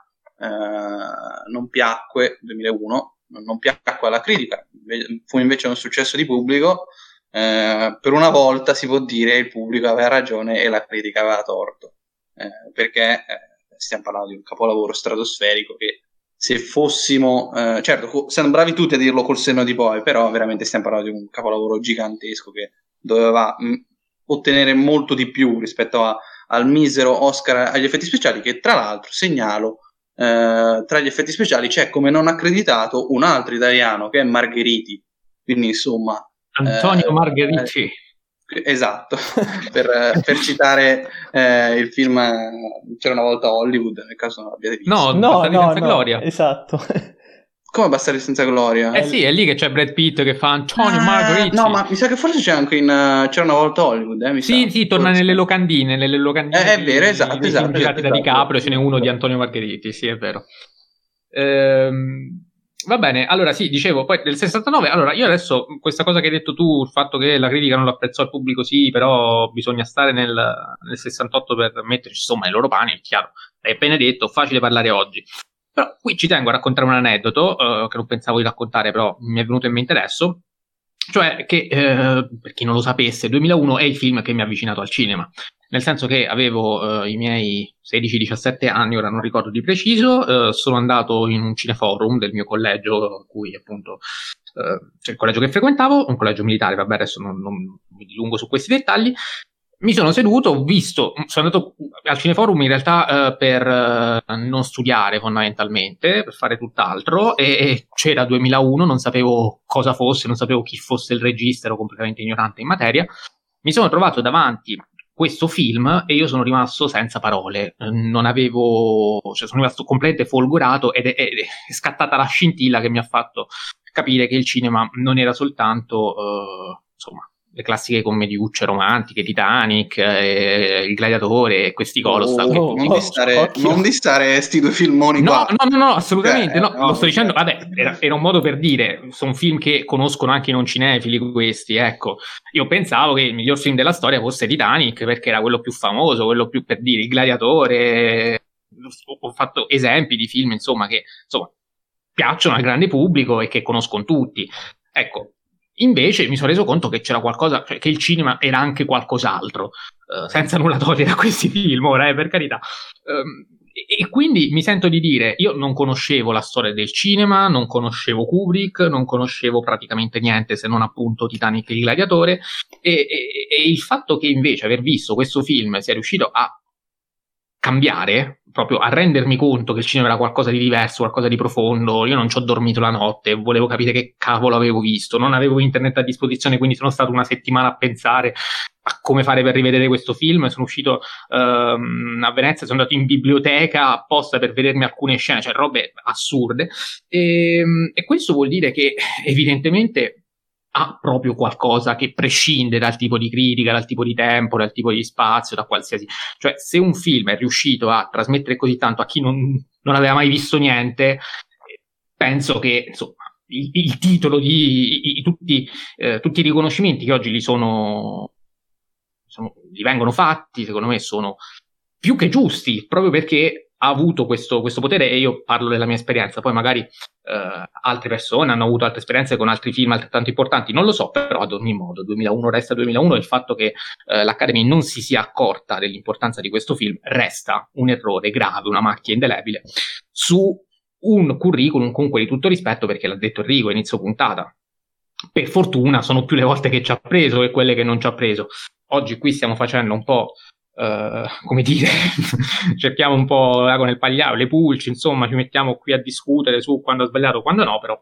Uh, non piacque, duemilauno, non piacque alla critica, fu invece un successo di pubblico. Uh, per una volta si può dire che il pubblico aveva ragione e la critica aveva torto, uh, perché uh, stiamo parlando di un capolavoro stratosferico che se fossimo, uh, certo siamo bravi tutti a dirlo col senno di poi, però veramente stiamo parlando di un capolavoro gigantesco che doveva mh, ottenere molto di più rispetto a, al misero Oscar agli effetti speciali, che tra l'altro segnalo Uh, tra gli effetti speciali c'è come non accreditato un altro italiano che è Margheriti, quindi insomma Antonio uh, Margheriti eh, esatto per, per citare uh, il film C'era una volta Hollywood, nel caso non l'abbiate visto. No, no, Bastardi no, senza no, gloria. Esatto. Come Bastardi senza gloria? Eh sì, è lì che c'è Brad Pitt che fa Antonio ah, Margheriti. No, ma mi sa che forse c'è anche in uh, C'era una volta Hollywood, eh, mi sì, sa. sì, torna forse. nelle locandine, nelle locandine. Eh, è vero, esatto, dei esatto, film girati esatto, da DiCaprio, esatto. ce n'è uno di Antonio Margheriti, sì, è vero. Ehm, va bene, allora sì, dicevo, poi del sessantanove, allora io adesso, questa cosa che hai detto tu, il fatto che la critica non lo apprezzò il pubblico, sì, però bisogna stare nel, nel sessantotto per metterci, insomma, nei loro pani, è chiaro, hai appena detto, facile parlare oggi. Però qui ci tengo a raccontare un aneddoto, uh, che non pensavo di raccontare, però mi è venuto in mente adesso, cioè che, eh, per chi non lo sapesse, duemilauno è il film che mi ha avvicinato al cinema. Nel senso che avevo eh, i miei sedici diciassette anni, ora non ricordo di preciso, eh, sono andato in un cineforum del mio collegio, cui appunto, eh, cioè il collegio che frequentavo, un collegio militare, vabbè adesso non, non mi dilungo su questi dettagli. Mi sono seduto, ho visto, sono andato al cineforum in realtà eh, per eh, non studiare fondamentalmente, per fare tutt'altro, e, e c'era duemilauno, non sapevo cosa fosse, non sapevo chi fosse il regista, ero completamente ignorante in materia. Mi sono trovato davanti questo film e io sono rimasto senza parole, non avevo, cioè sono rimasto completamente folgorato ed è, è, è scattata la scintilla che mi ha fatto capire che il cinema non era soltanto, eh, insomma, le classiche commediucce romantiche, Titanic, eh, Il Gladiatore e questi Colostal. Oh, che... non dissare, non dissare sti due filmoni no, qua. No, no, no, assolutamente, cioè, no, no, lo sto dicendo, cioè. vabbè, era, era un modo per dire, sono film che conoscono anche i non cinefili questi, ecco. Io pensavo che il miglior film della storia fosse Titanic, perché era quello più famoso, quello più, per dire, Il Gladiatore. Ho fatto esempi di film, insomma, che, insomma, piacciono al grande pubblico e che conoscono tutti. Ecco, invece mi sono reso conto che c'era qualcosa, cioè che il cinema era anche qualcos'altro, uh, senza nulla togliere a questi film, ora, eh, per carità. Um, e, e quindi mi sento di dire, io non conoscevo la storia del cinema, non conoscevo Kubrick, non conoscevo praticamente niente se non appunto Titanic e Il Gladiatore, e, e, e il fatto che invece aver visto questo film sia riuscito a cambiare, proprio a rendermi conto che il cinema era qualcosa di diverso, qualcosa di profondo. Io non ci ho dormito la notte, volevo capire che cavolo avevo visto, non avevo internet a disposizione, quindi sono stato una settimana a pensare a come fare per rivedere questo film. Sono uscito um, a Venezia, sono andato in biblioteca apposta per vedermi alcune scene, cioè robe assurde, e, e questo vuol dire che evidentemente ha proprio qualcosa che prescinde dal tipo di critica, dal tipo di tempo, dal tipo di spazio, da qualsiasi... Cioè, se un film è riuscito a trasmettere così tanto a chi non, non aveva mai visto niente, penso che, insomma, il, il titolo di i, i, tutti, eh, tutti i riconoscimenti che oggi gli sono, sono... gli vengono fatti, secondo me sono più che giusti, proprio perché ha avuto questo, questo potere, e io parlo della mia esperienza, poi magari eh, altre persone hanno avuto altre esperienze con altri film altrettanto importanti, non lo so, però ad ogni modo duemilauno resta duemilauno, e il fatto che eh, l'Academy non si sia accorta dell'importanza di questo film resta un errore grave, una macchia indelebile su un curriculum comunque di tutto rispetto, perché l'ha detto Enrico a inizio puntata, per fortuna sono più le volte che ci ha preso che quelle che non ci ha preso. Oggi qui stiamo facendo un po' Uh, come dire, cerchiamo un po' l'ago nel pagliaro, le pulci, insomma, ci mettiamo qui a discutere su quando ha sbagliato, quando no, però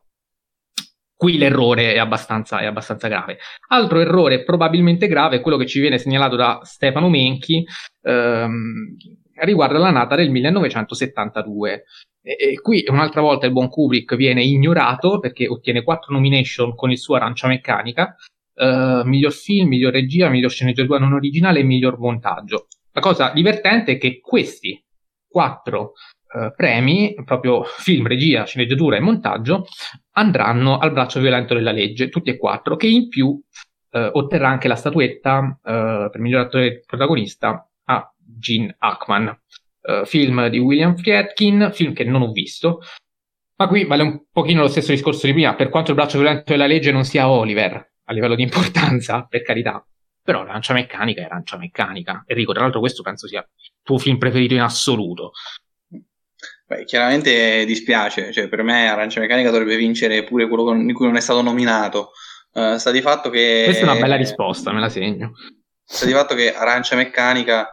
qui l'errore è abbastanza, è abbastanza grave. Altro errore probabilmente grave è quello che ci viene segnalato da Stefano Menchi, ehm, riguarda l'annata del millenovecentosettantadue. E, e qui un'altra volta il buon Kubrick viene ignorato perché ottiene quattro nomination con il suo Arancia Meccanica. Uh, miglior film, miglior regia, miglior sceneggiatura non originale e miglior montaggio. La cosa divertente è che questi quattro uh, premi, proprio film, regia, sceneggiatura e montaggio, andranno al braccio violento della legge, tutti e quattro, che in più uh, otterrà anche la statuetta uh, per miglior attore protagonista a Gene Hackman. Uh, film di William Friedkin, film che non ho visto, ma qui vale un pochino lo stesso discorso di prima, per quanto il braccio violento della legge non sia Oliver a livello di importanza, per carità, però Arancia Meccanica è Arancia Meccanica. Enrico, tra l'altro questo penso sia il tuo film preferito in assoluto. Beh, chiaramente dispiace, cioè per me Arancia Meccanica dovrebbe vincere pure quello in cui non è stato nominato. Uh, sta di fatto che questa è una bella risposta, me la segno. Sta di fatto che Arancia Meccanica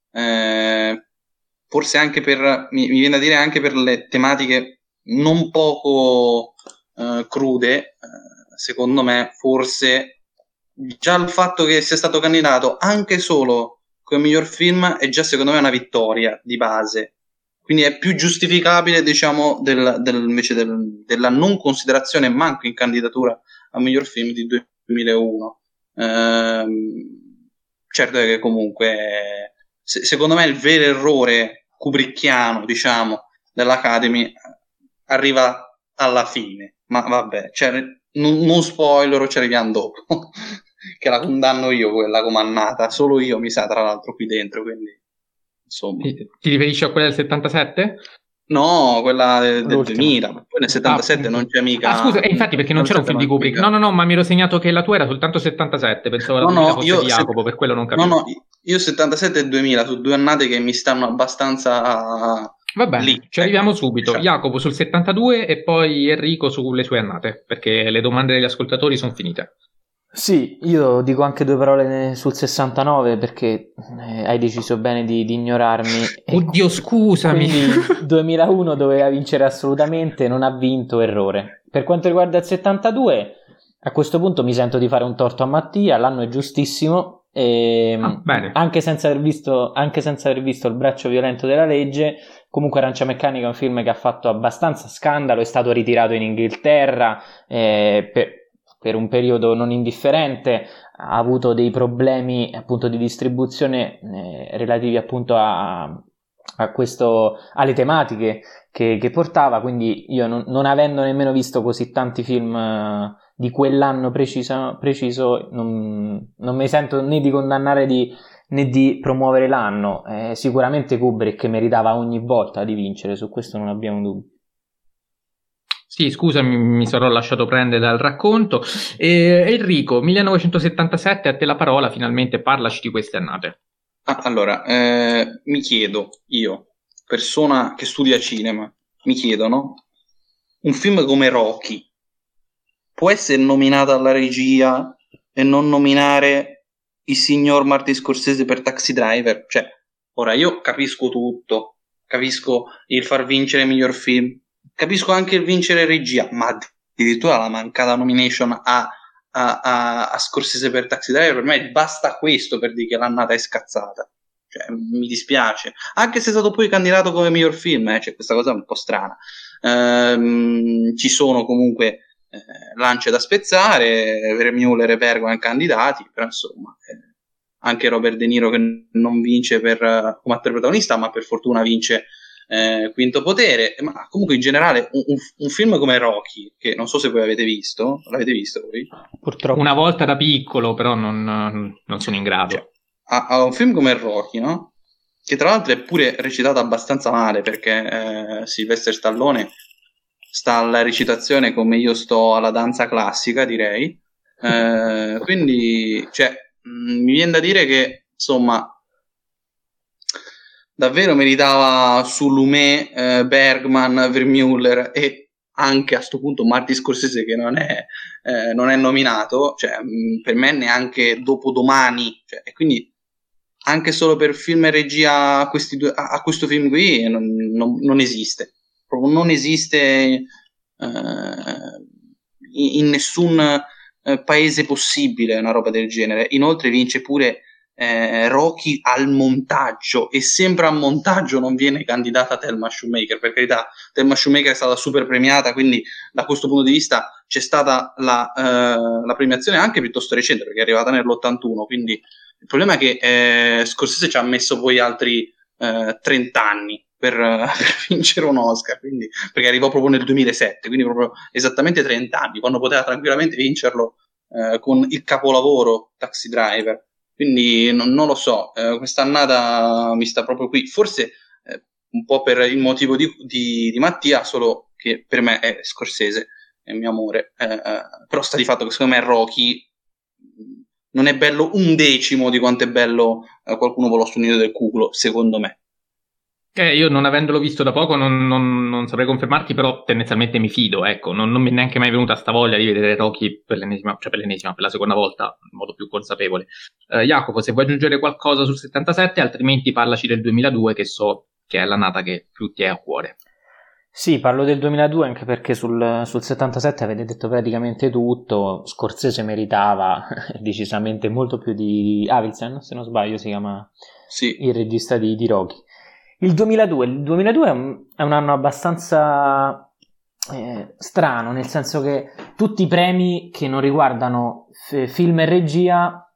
eh, forse anche per, mi, mi viene da dire anche per le tematiche non poco uh, crude, uh, secondo me forse già il fatto che sia stato candidato anche solo come miglior film è già secondo me una vittoria di base, quindi è più giustificabile, diciamo, del, del, invece del, della non considerazione manco in candidatura a miglior film di duemilauno. Ehm, certo è che comunque se, secondo me il vero errore kubrickiano, diciamo, dell'Academy arriva alla fine, ma vabbè, cioè Non, non spoiler, ci arriviamo dopo che la condanno io quella comandata, solo io mi sa tra l'altro qui dentro, quindi insomma. Ti, ti riferisci a quella del settantasette? No, quella del, del duemila, poi nel settantasette ah, non c'è mica. Ah, scusa, e infatti perché non c'era un film di Kubrick? No, no, no, ma mi ero segnato che la tua era soltanto settantasette, pensavo no, la no, fosse io di Jacopo, se... per quello non capivo. No, no, io settantasette e duemila, su due annate che mi stanno abbastanza. Va bene, lì. ci arriviamo ecco, subito. diciamo. Jacopo sul settantadue e poi Enrico sulle sue annate, perché le domande degli ascoltatori sono finite. Sì, io dico anche due parole sul sessantanove perché eh, hai deciso bene di, di ignorarmi. Oddio, scusami. Quindi duemilauno doveva vincere assolutamente, non ha vinto, errore. Per quanto riguarda il settantadue, a questo punto mi sento di fare un torto a Mattia, l'anno è giustissimo. E, ah, bene. Anche senza aver visto, anche senza aver visto Il braccio violento della legge, comunque Arancia Meccanica è un film che ha fatto abbastanza scandalo, è stato ritirato in Inghilterra eh, per, per un periodo non indifferente, ha avuto dei problemi appunto di distribuzione eh, relativi appunto a, a questo, alle tematiche che, che portava, quindi io non, non avendo nemmeno visto così tanti film eh, di quell'anno preciso, preciso non, non mi sento né di condannare di, né di promuovere l'anno. Eh, sicuramente Kubrick meritava ogni volta di vincere, su questo non abbiamo dubbi. Sì, scusami, mi sarò lasciato prendere dal racconto. Eh, Enrico, millenovecentosettantasette, a te la parola, finalmente parlaci di queste annate. Ah, allora, eh, mi chiedo, io, persona che studia cinema, mi chiedo, no? Un film come Rocky può essere nominato alla regia e non nominare il signor Martin Scorsese per Taxi Driver? Cioè, ora io capisco tutto, capisco il far vincere il miglior film, capisco anche il vincere regia, ma addirittura la mancata nomination a, a, a, a Scorsese per Taxi Driver, per me basta questo per dire che l'annata è scazzata. Cioè, mi dispiace, anche se è stato poi candidato come miglior film, eh, cioè, questa cosa è un po' strana. Ehm, ci sono comunque eh, lance da spezzare, Vermeuler e Bergman candidati, però insomma eh, anche Robert De Niro che non vince per, uh, come attore protagonista, ma per fortuna vince eh, Quinto Potere. Ma comunque in generale un, un, un film come Rocky, che non so se voi avete visto, l'avete visto voi? Purtroppo una volta da piccolo, però non, non sono in grado. Cioè, a, a un film come Rocky, no? che tra l'altro è pure recitata abbastanza male, perché eh, Sylvester Stallone sta alla recitazione come io sto alla danza classica, direi. Eh, quindi, cioè, mh, mi viene da dire che, insomma, davvero meritava su Lumet, eh, Bergman, Vermeuler e anche a sto punto Martin Scorsese, che non è, eh, non è nominato, cioè, mh, per me neanche Dopodomani, cioè, e quindi anche solo per film e regia a, questi due, a, a questo film qui non, non, non esiste, proprio non esiste eh, in, in nessun eh, paese possibile una roba del genere. Inoltre vince pure eh, Rocky al montaggio, e sempre a montaggio non viene candidata Thelma Shoemaker. Per carità, Thelma Shoemaker è stata super premiata, quindi da questo punto di vista c'è stata la, eh, la premiazione anche piuttosto recente, perché è arrivata nell'ottantuno, quindi il problema è che eh, Scorsese ci ha messo poi altri eh, trenta anni per, uh, per vincere un Oscar, quindi, perché arrivò proprio nel duemilasette, quindi proprio esattamente trenta anni, quando poteva tranquillamente vincerlo eh, con il capolavoro Taxi Driver. Quindi non, non lo so, eh, quest'annata mi sta proprio qui, forse eh, un po' per il motivo di, di, di Mattia, solo che per me è Scorsese, è il mio amore, eh, eh, però sta di fatto che secondo me Rocky non è bello un decimo di quanto è bello eh, Qualcuno volò sul nido del cuculo, secondo me. Eh, io non avendolo visto da poco non, non, non saprei confermarti, però tendenzialmente mi fido, ecco, non, non mi è neanche mai venuta sta voglia di vedere Rocky per l'ennesima, cioè per l'ennesima, per la seconda volta, in modo più consapevole. Eh, Jacopo, se vuoi aggiungere qualcosa sul settantasette, altrimenti parlaci del duemiladue, che so che è l'annata che più ti è a cuore. Sì, parlo del duemiladue anche perché sul, sul settantasette avete detto praticamente tutto. Scorsese meritava decisamente molto più di Avildsen, se non sbaglio si chiama sì. il regista di, di Rocky. Il duemiladue, il duemiladue è un, è un anno abbastanza eh, strano, nel senso che tutti i premi che non riguardano f- film e regia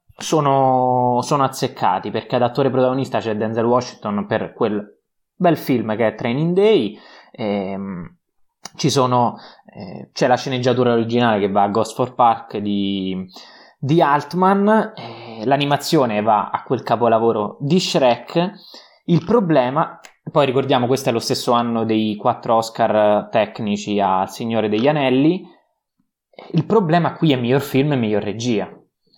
sono, sono azzeccati, perché ad attore protagonista c'è Denzel Washington per quel bel film che è Training Day. Ehm, ci sono eh, c'è la sceneggiatura originale che va a Gosford Park di, di Altman, eh, l'animazione va a quel capolavoro di Shrek. Il problema, poi ricordiamo, questo è lo stesso anno dei quattro Oscar tecnici a Signore degli Anelli. Il problema qui è miglior film e miglior regia.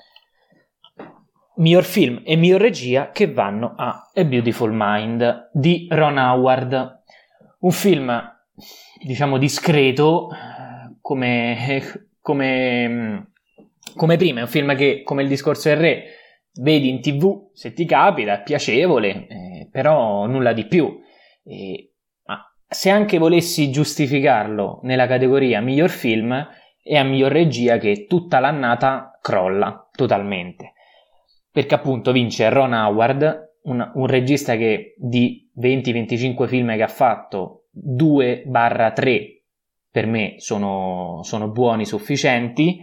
Miglior film e miglior regia che vanno a A Beautiful Mind di Ron Howard. Un film, diciamo, discreto, come, come, come prima. È un film che, come Il discorso del re, vedi in tv se ti capita, è piacevole, eh, però nulla di più. Eh, ma se anche volessi giustificarlo nella categoria miglior film, è a miglior regia che tutta l'annata crolla totalmente. Perché appunto vince Ron Howard, un, un regista che di venti venticinque film che ha fatto, due tre per me sono, sono buoni, sufficienti,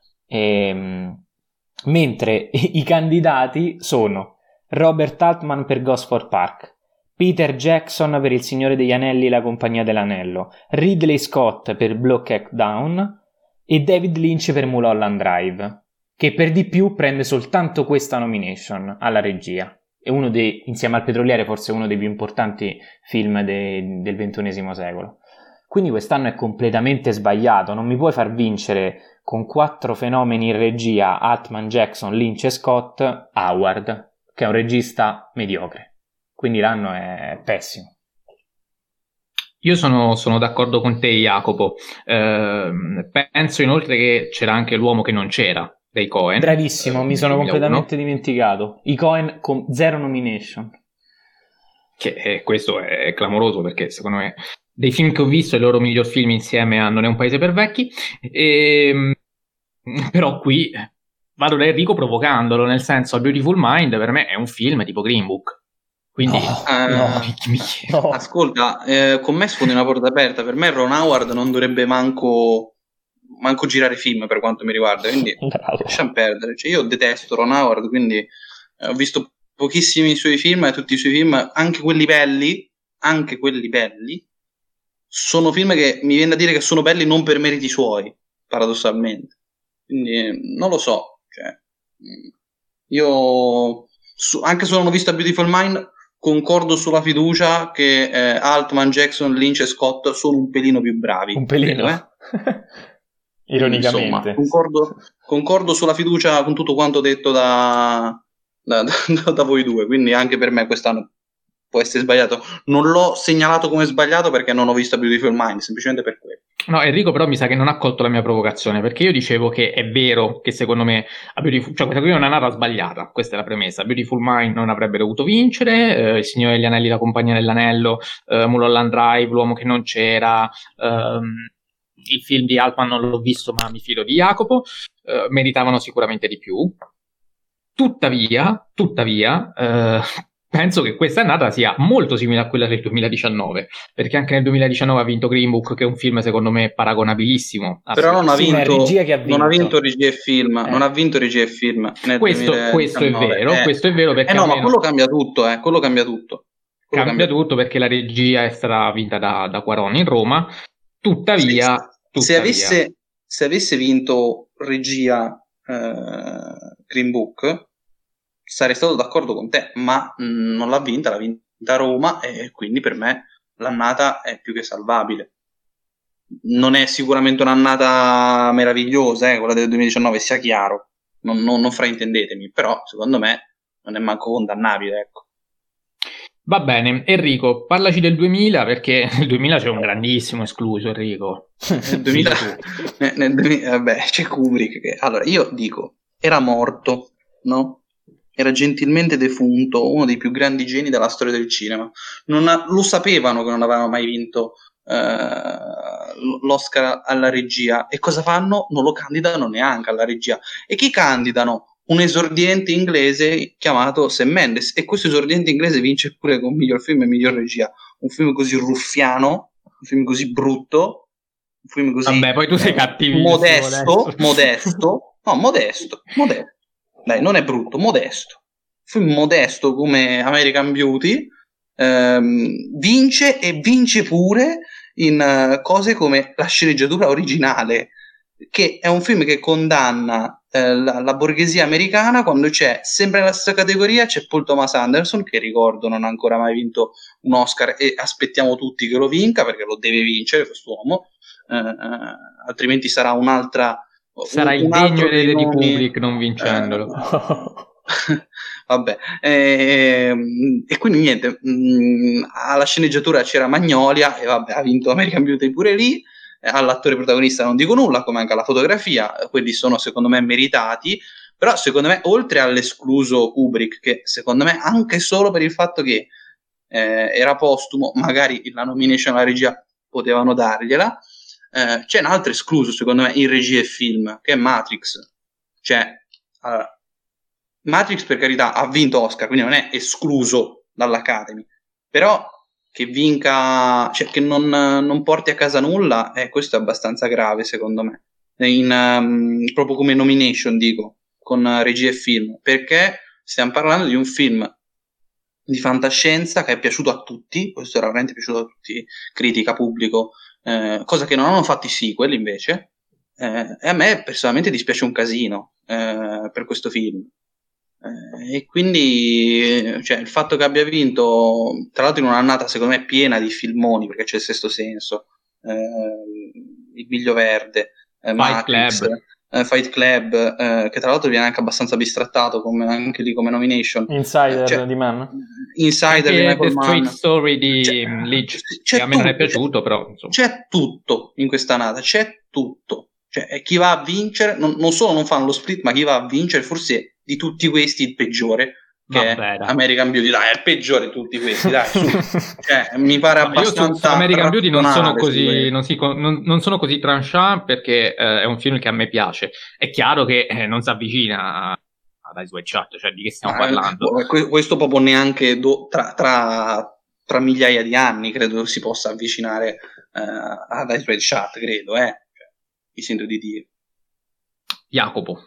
e, mentre i candidati sono Robert Altman per Gosford Park, Peter Jackson per Il Signore degli Anelli e La Compagnia dell'Anello, Ridley Scott per Black Down e David Lynch per Mulholland Drive, che per di più prende soltanto questa nomination alla regia. È uno dei, insieme al Petroliere, forse uno dei più importanti film de, del ventunesimo secolo. Quindi quest'anno è completamente sbagliato, non mi puoi far vincere con quattro fenomeni in regia, Altman, Jackson, Lynch e Scott, Howard, che è un regista mediocre. Quindi l'anno è pessimo. Io sono, sono d'accordo con te, Jacopo. Eh, penso inoltre che c'era anche l'uomo che non c'era, dei Coen. Bravissimo, eh, mi sono duemilauno. completamente dimenticato. I Coen con zero nomination. Che eh, questo è clamoroso, perché secondo me dei film che ho visto, i loro miglior film insieme a Non è un paese per vecchi. E, però qui vado da Enrico provocandolo, nel senso, A Beautiful Mind per me è un film tipo Green Book. Quindi no, eh, no, mi no. Ascolta, eh, con me sfondi una porta aperta. Per me Ron Howard non dovrebbe manco, manco girare film, per quanto mi riguarda, quindi Bravo. lasciamo perdere. Cioè, io detesto Ron Howard, quindi eh, ho visto pochissimi suoi film, e tutti i suoi film, anche quelli belli, anche quelli belli, sono film che mi viene da dire che sono belli non per meriti suoi, paradossalmente. Quindi non lo so, cioè, io su, anche se non ho visto A Beautiful Mind, concordo sulla fiducia che eh, Altman, Jackson, Lynch e Scott sono un pelino più bravi. Un pelino? Credo, eh? Ironicamente. Insomma, concordo, concordo sulla fiducia con tutto quanto detto da, da, da, da voi due, quindi anche per me quest'anno può essere sbagliato. Non l'ho segnalato come sbagliato perché non ho visto Beautiful Mind, semplicemente per quello. No, Enrico però mi sa che non ha colto la mia provocazione, perché io dicevo che è vero che secondo me a Beautiful, cioè questa qui è una nata sbagliata, questa è la premessa. Beautiful Mind non avrebbe dovuto vincere, eh, Il Signore degli Anelli, La Compagnia dell'Anello, eh, Mulholland Drive, L'uomo che non c'era, ehm, il film di Altman non l'ho visto ma mi fido di Jacopo, eh, meritavano sicuramente di più. Tuttavia, tuttavia, eh, penso che questa annata sia molto simile a quella del duemiladiciannove, perché anche nel duemiladiciannove ha vinto Green Book, che è un film secondo me paragonabilissimo. Però non ha Sì, ma è vinto, regia che ha vinto. non ha vinto regia e film, Eh. non ha vinto regia e film nel Questo, duemiladiciannove. questo è vero, Eh, questo è vero perché eh no, ma almeno quello cambia tutto, eh, quello cambia tutto. Quello cambia tutto perché la regia è stata vinta da, da Cuarón in Roma. Tuttavia, Se, tuttavia se avesse, se avesse vinto regia eh, Green Book, sarei stato d'accordo con te, ma mh, non l'ha vinta, l'ha vinta Roma e quindi per me l'annata è più che salvabile. Non è sicuramente un'annata meravigliosa, eh, quella del duemiladiciannove, sia chiaro, non, non, non fraintendetemi, però secondo me non è manco condannabile, ecco. Va bene, Enrico, parlaci del duemila, perché nel duemila c'è un grandissimo escluso, Enrico. Nel duemila, nel, nel duemila vabbè, c'è Kubrick che, allora, io dico, era morto, no? Era gentilmente defunto, uno dei più grandi geni della storia del cinema. Non ha, lo sapevano che non avevano mai vinto eh, l'Oscar alla regia, e cosa fanno? Non lo candidano neanche alla regia. E chi candidano? Un esordiente inglese chiamato Sam Mendes, e questo esordiente inglese vince pure con miglior film e miglior regia. Un film così ruffiano, un film così brutto, un film così Vabbè, poi tu sei cattivissimo modesto, adesso. modesto, no, modesto, modesto. Dai, non è brutto, modesto. Film modesto come American Beauty, ehm, vince e vince pure in uh, cose come la sceneggiatura originale, che è un film che condanna eh, la, la borghesia americana quando c'è, sempre nella stessa categoria, c'è Paul Thomas Anderson, che ricordo non ha ancora mai vinto un Oscar e aspettiamo tutti che lo vinca, perché lo deve vincere quest'uomo, eh, eh, altrimenti sarà un'altra Sarà un, il un degno erede di nomi, Kubrick non vincendolo. Eh, vabbè, eh, e quindi niente, mh, alla sceneggiatura c'era Magnolia e vabbè, ha vinto American Beauty pure lì. All'attore protagonista non dico nulla, come anche alla fotografia, quelli sono secondo me meritati, però secondo me oltre all'escluso Kubrick, che secondo me anche solo per il fatto che eh, era postumo, magari la nomination alla regia potevano dargliela, eh, c'è un altro escluso secondo me in regia e film, che è Matrix. Cioè allora, Matrix per carità ha vinto Oscar, quindi non è escluso dall'Academy, però che vinca, cioè che non, non porti a casa nulla, eh, questo è abbastanza grave secondo me, in, um, proprio come nomination dico, con regia e film, perché stiamo parlando di un film di fantascienza che è piaciuto a tutti, questo era veramente piaciuto a tutti, critica, pubblico, eh, cosa che non hanno fatto i sequel invece, eh, e a me personalmente dispiace un casino eh, per questo film. Eh, e quindi cioè, il fatto che abbia vinto, tra l'altro in un'annata secondo me piena di filmoni, perché c'è il Sesto Senso, eh, Il Miglio Verde, eh, Fight Matrix, Club, eh, Fight Club, eh, che tra l'altro viene anche abbastanza bistrattato come, anche lì come nomination, Insider eh, cioè, di Mann, Insider di anche Michael The Mann, Straight Story di c'è, Leach, c'è che a me non è tutto, piaciuto, c'è, però insomma. c'è tutto in questa annata, c'è tutto. Cioè, chi va a vincere, non, non solo non fanno lo split, ma chi va a vincere forse di tutti questi il peggiore, che Vabbè, è American Beauty. Dai, è il peggiore di tutti questi, dai, su. Cioè, mi pare no, io su, abbastanza su American Beauty non sono razionale così, non, si, non, non sono così tranchant, perché eh, è un film che a me piace. È chiaro che eh, non si avvicina ad Ice White Shut, cioè di che stiamo ah, parlando? Questo proprio neanche do, tra, tra, tra migliaia di anni credo si possa avvicinare uh, ad Ice White Shut, credo, eh. Mi sento di dire. Jacopo.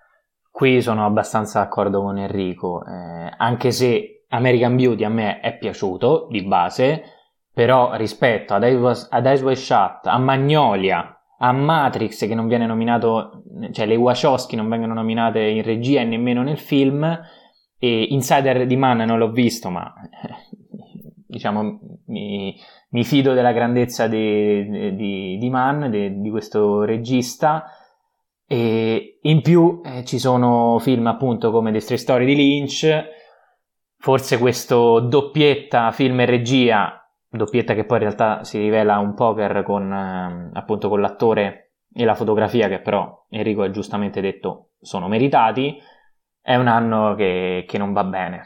Qui sono abbastanza d'accordo con Enrico, eh, anche se American Beauty a me è piaciuto di base, però rispetto ad Ice, ad Ice White Shut, a Magnolia, a Matrix che non viene nominato, cioè le Wachowski non vengono nominate in regia e nemmeno nel film, e Insider di Mann non l'ho visto, ma diciamo mi, mi fido della grandezza di, di, di Mann, di, di questo regista, e in più eh, ci sono film appunto come The Straight Story di Lynch, forse questo doppietta film e regia, doppietta che poi in realtà si rivela un poker con eh, appunto con l'attore e la fotografia, che però Enrico ha giustamente detto sono meritati. È un anno che, che non va bene.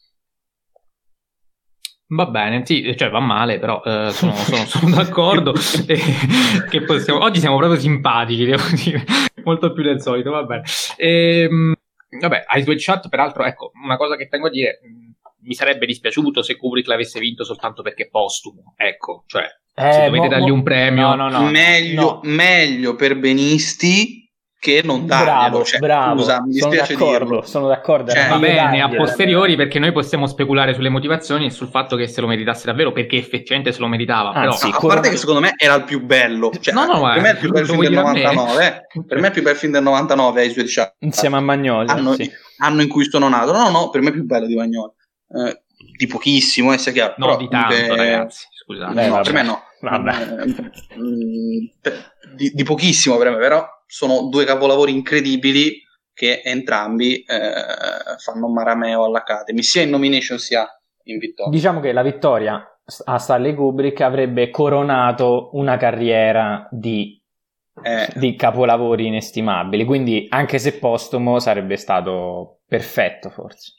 Va bene, sì, cioè va male, però eh, sono, sono, sono d'accordo. E, che possiamo, oggi siamo proprio simpatici, devo dire, molto più del solito, va bene. E, vabbè, Eyes Wide Shut, peraltro, ecco, una cosa che tengo a dire, mi sarebbe dispiaciuto se Kubrick l'avesse vinto soltanto perché è postumo, ecco, cioè, eh, se dovete mo, dargli mo, un premio... No, no, no, meglio, no. meglio per benisti che non darglielo. Bravo, Cioè, bravo, scusa, mi sono dispiace d'accordo, dirlo. sono d'accordo. Cioè, Va bene, a darglielo. posteriori, perché noi possiamo speculare sulle motivazioni e sul fatto che se lo meritasse davvero, perché effettivamente se lo meritava. Anzi, però... a parte che secondo me era il più bello, cioè, no, no, per me è il più bel film del novantanove, eh. per me è il più bel film del novantanove, Eyes Wide Shut. Insieme a Magnoli, anno, sì. anno in cui sono nato. No, no, per me è più bello di Magnoli. Eh, di pochissimo, eh, sia chiaro. No, però, di tanto, eh, ragazzi, scusate. No, vabbè, per me no. Vabbè. Eh, di, di pochissimo per me, però sono due capolavori incredibili che entrambi eh, fanno marameo all'Academy, sia in nomination sia in vittoria. Diciamo che la vittoria a Stanley Kubrick avrebbe coronato una carriera di, eh. di capolavori inestimabili, quindi anche se postumo sarebbe stato perfetto forse.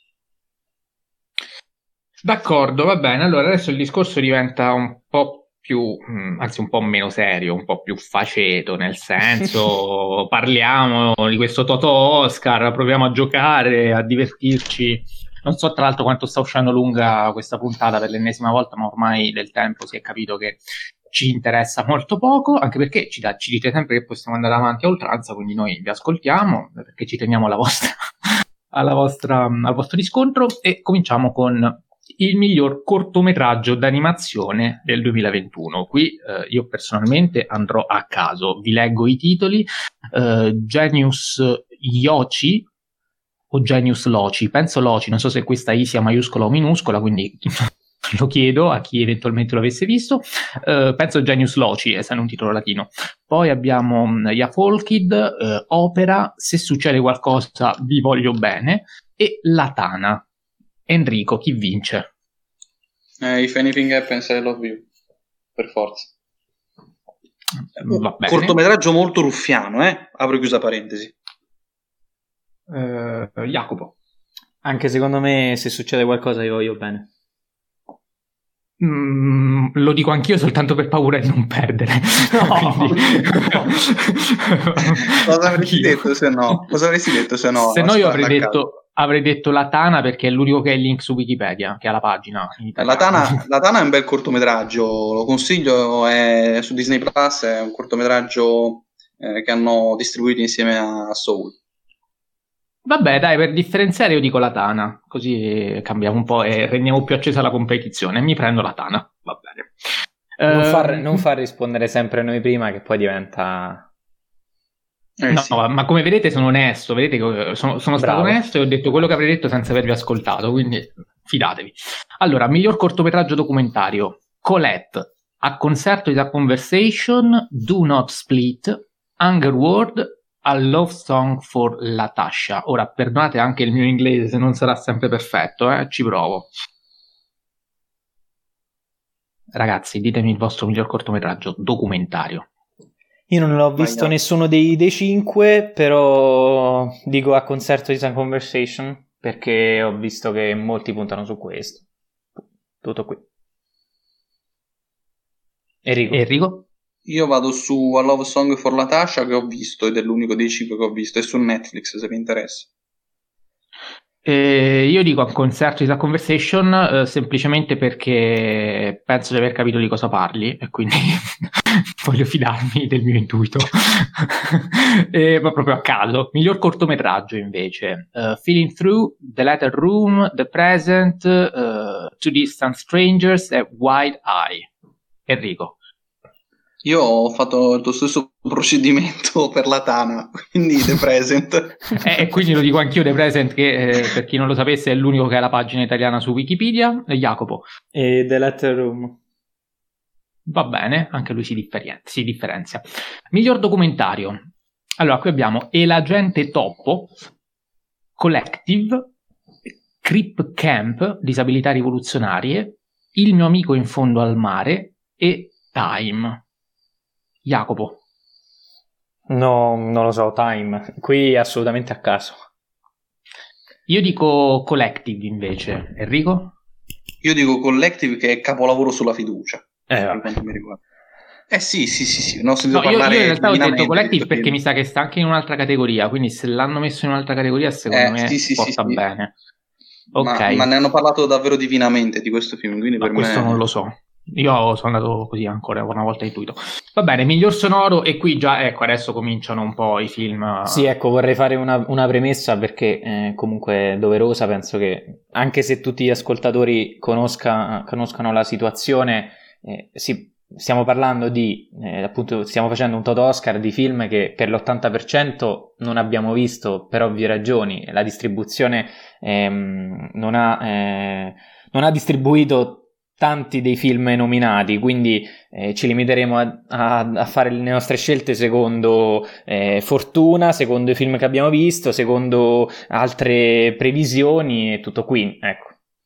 D'accordo, va bene. Allora adesso il discorso diventa un po' più, anzi un po' meno serio, un po' più faceto, nel senso parliamo di questo Totò Oscar, proviamo a giocare, a divertirci. Non so tra l'altro quanto sta uscendo lunga questa puntata per l'ennesima volta, ma ormai del tempo si è capito che ci interessa molto poco, anche perché ci, da, ci dite sempre che possiamo andare avanti a oltranza, quindi noi vi ascoltiamo, perché ci teniamo alla vostra, alla vostra, al vostro riscontro, e cominciamo con il miglior cortometraggio d'animazione del duemilaventuno. Qui eh, io personalmente andrò a caso, vi leggo i titoli. eh, Genius Yoci o Genius Loci, penso Loci, non so se questa I sia maiuscola o minuscola, quindi lo chiedo a chi eventualmente lo avesse visto. eh, penso Genius Loci, essendo un titolo latino. Poi abbiamo Ya Folkid, eh, Opera, Se succede qualcosa vi voglio bene, e La Tana. Enrico, chi vince? Eh, If Anything Happens I Love You, per forza. Va bene. Cortometraggio molto ruffiano, eh? Apro e chiusa parentesi. Uh, Jacopo. Anche secondo me se succede qualcosa io voglio bene. Mm, lo dico anch'io soltanto per paura di non perdere. No, Quindi... no. Cosa avresti detto se no? Cosa avresti detto se no? Se no io avrei detto, avrei detto La Tana, perché è l'unico che è il link su Wikipedia, che ha la pagina in La Tana, La Tana è un bel cortometraggio, lo consiglio, è su Disney Plus, è un cortometraggio eh, che hanno distribuito insieme a Soul. Vabbè, dai, per differenziare io dico La Tana, così cambiamo un po' e rendiamo più accesa la competizione. Mi prendo La Tana, va bene. Non, uh, far, non far rispondere sempre noi prima, che poi diventa... Eh, no, sì. no, ma come vedete sono onesto, vedete che sono, sono stato onesto e ho detto quello che avrei detto senza avervi ascoltato, quindi fidatevi. Allora, miglior cortometraggio documentario: Colette, A Concerto is a Conversation, Do Not Split, Hunger World, A Love Song for Latasha. Ora, perdonate anche il mio inglese se non sarà sempre perfetto, eh? Ci provo. Ragazzi, ditemi il vostro miglior cortometraggio documentario. Io non l'ho visto nessuno dei, dei cinque, però dico A Concerto is a Conversation, perché ho visto che molti puntano su questo. Tutto qui. Enrico? Enrico? Io vado su A Love Song for Latasha, che ho visto, ed è l'unico dei cinque che ho visto, è su Netflix se vi interessa. Eh, io dico A Concerto is a Conversation eh, semplicemente perché penso di aver capito di cosa parli e quindi voglio fidarmi del mio intuito. eh, ma proprio a caso. Miglior cortometraggio invece: uh, Feeling Through, The Letter Room, The Present, uh, Two Distant Strangers e Wide Eye. Enrico. Io ho fatto il tuo stesso procedimento per la Tana, quindi The Present. E quindi lo dico anch'io, The Present, che eh, per chi non lo sapesse è l'unico che ha la pagina italiana su Wikipedia. E Jacopo? E The Letter Room. Va bene, anche lui si, differen- si differenzia. Miglior documentario. Allora, qui abbiamo E l'agente Toppo, Collective, Crip Camp, Disabilità rivoluzionarie, Il mio amico in fondo al mare e Time. Jacopo? No, non lo so, Time. Qui assolutamente a caso. Io dico Collective invece. Enrico? Io dico Collective, che è capolavoro sulla fiducia. Eh, per vabbè. quanto mi riguarda. Eh sì, sì, sì, sì. Non ho sentito No, io, io parlare in realtà ho detto divinamente Collective di perché questo mi sa che sta anche in un'altra categoria, quindi se l'hanno messo in un'altra categoria secondo Eh, me sì, sì, porta sì, sì. bene. film. Ok, Ma, ma ne hanno parlato davvero divinamente di questo film, quindi ma per questo me... non lo so. Io sono andato così ancora una volta intuito. Va bene, miglior sonoro, e qui già, ecco, adesso cominciano un po' i film. Sì, ecco, vorrei fare una, una premessa perché eh, comunque è doverosa, penso che anche se tutti gli ascoltatori conosca, conoscano la situazione, eh, sì, stiamo parlando di, eh, appunto, stiamo facendo un toto Oscar di film che per l'ottanta per cento non abbiamo visto per ovvie ragioni. La distribuzione ehm, non ha, eh, non ha distribuito tanti dei film nominati, quindi eh, ci limiteremo a, a, a fare le nostre scelte secondo eh, fortuna, secondo i film che abbiamo visto, secondo altre previsioni e tutto qui, ecco.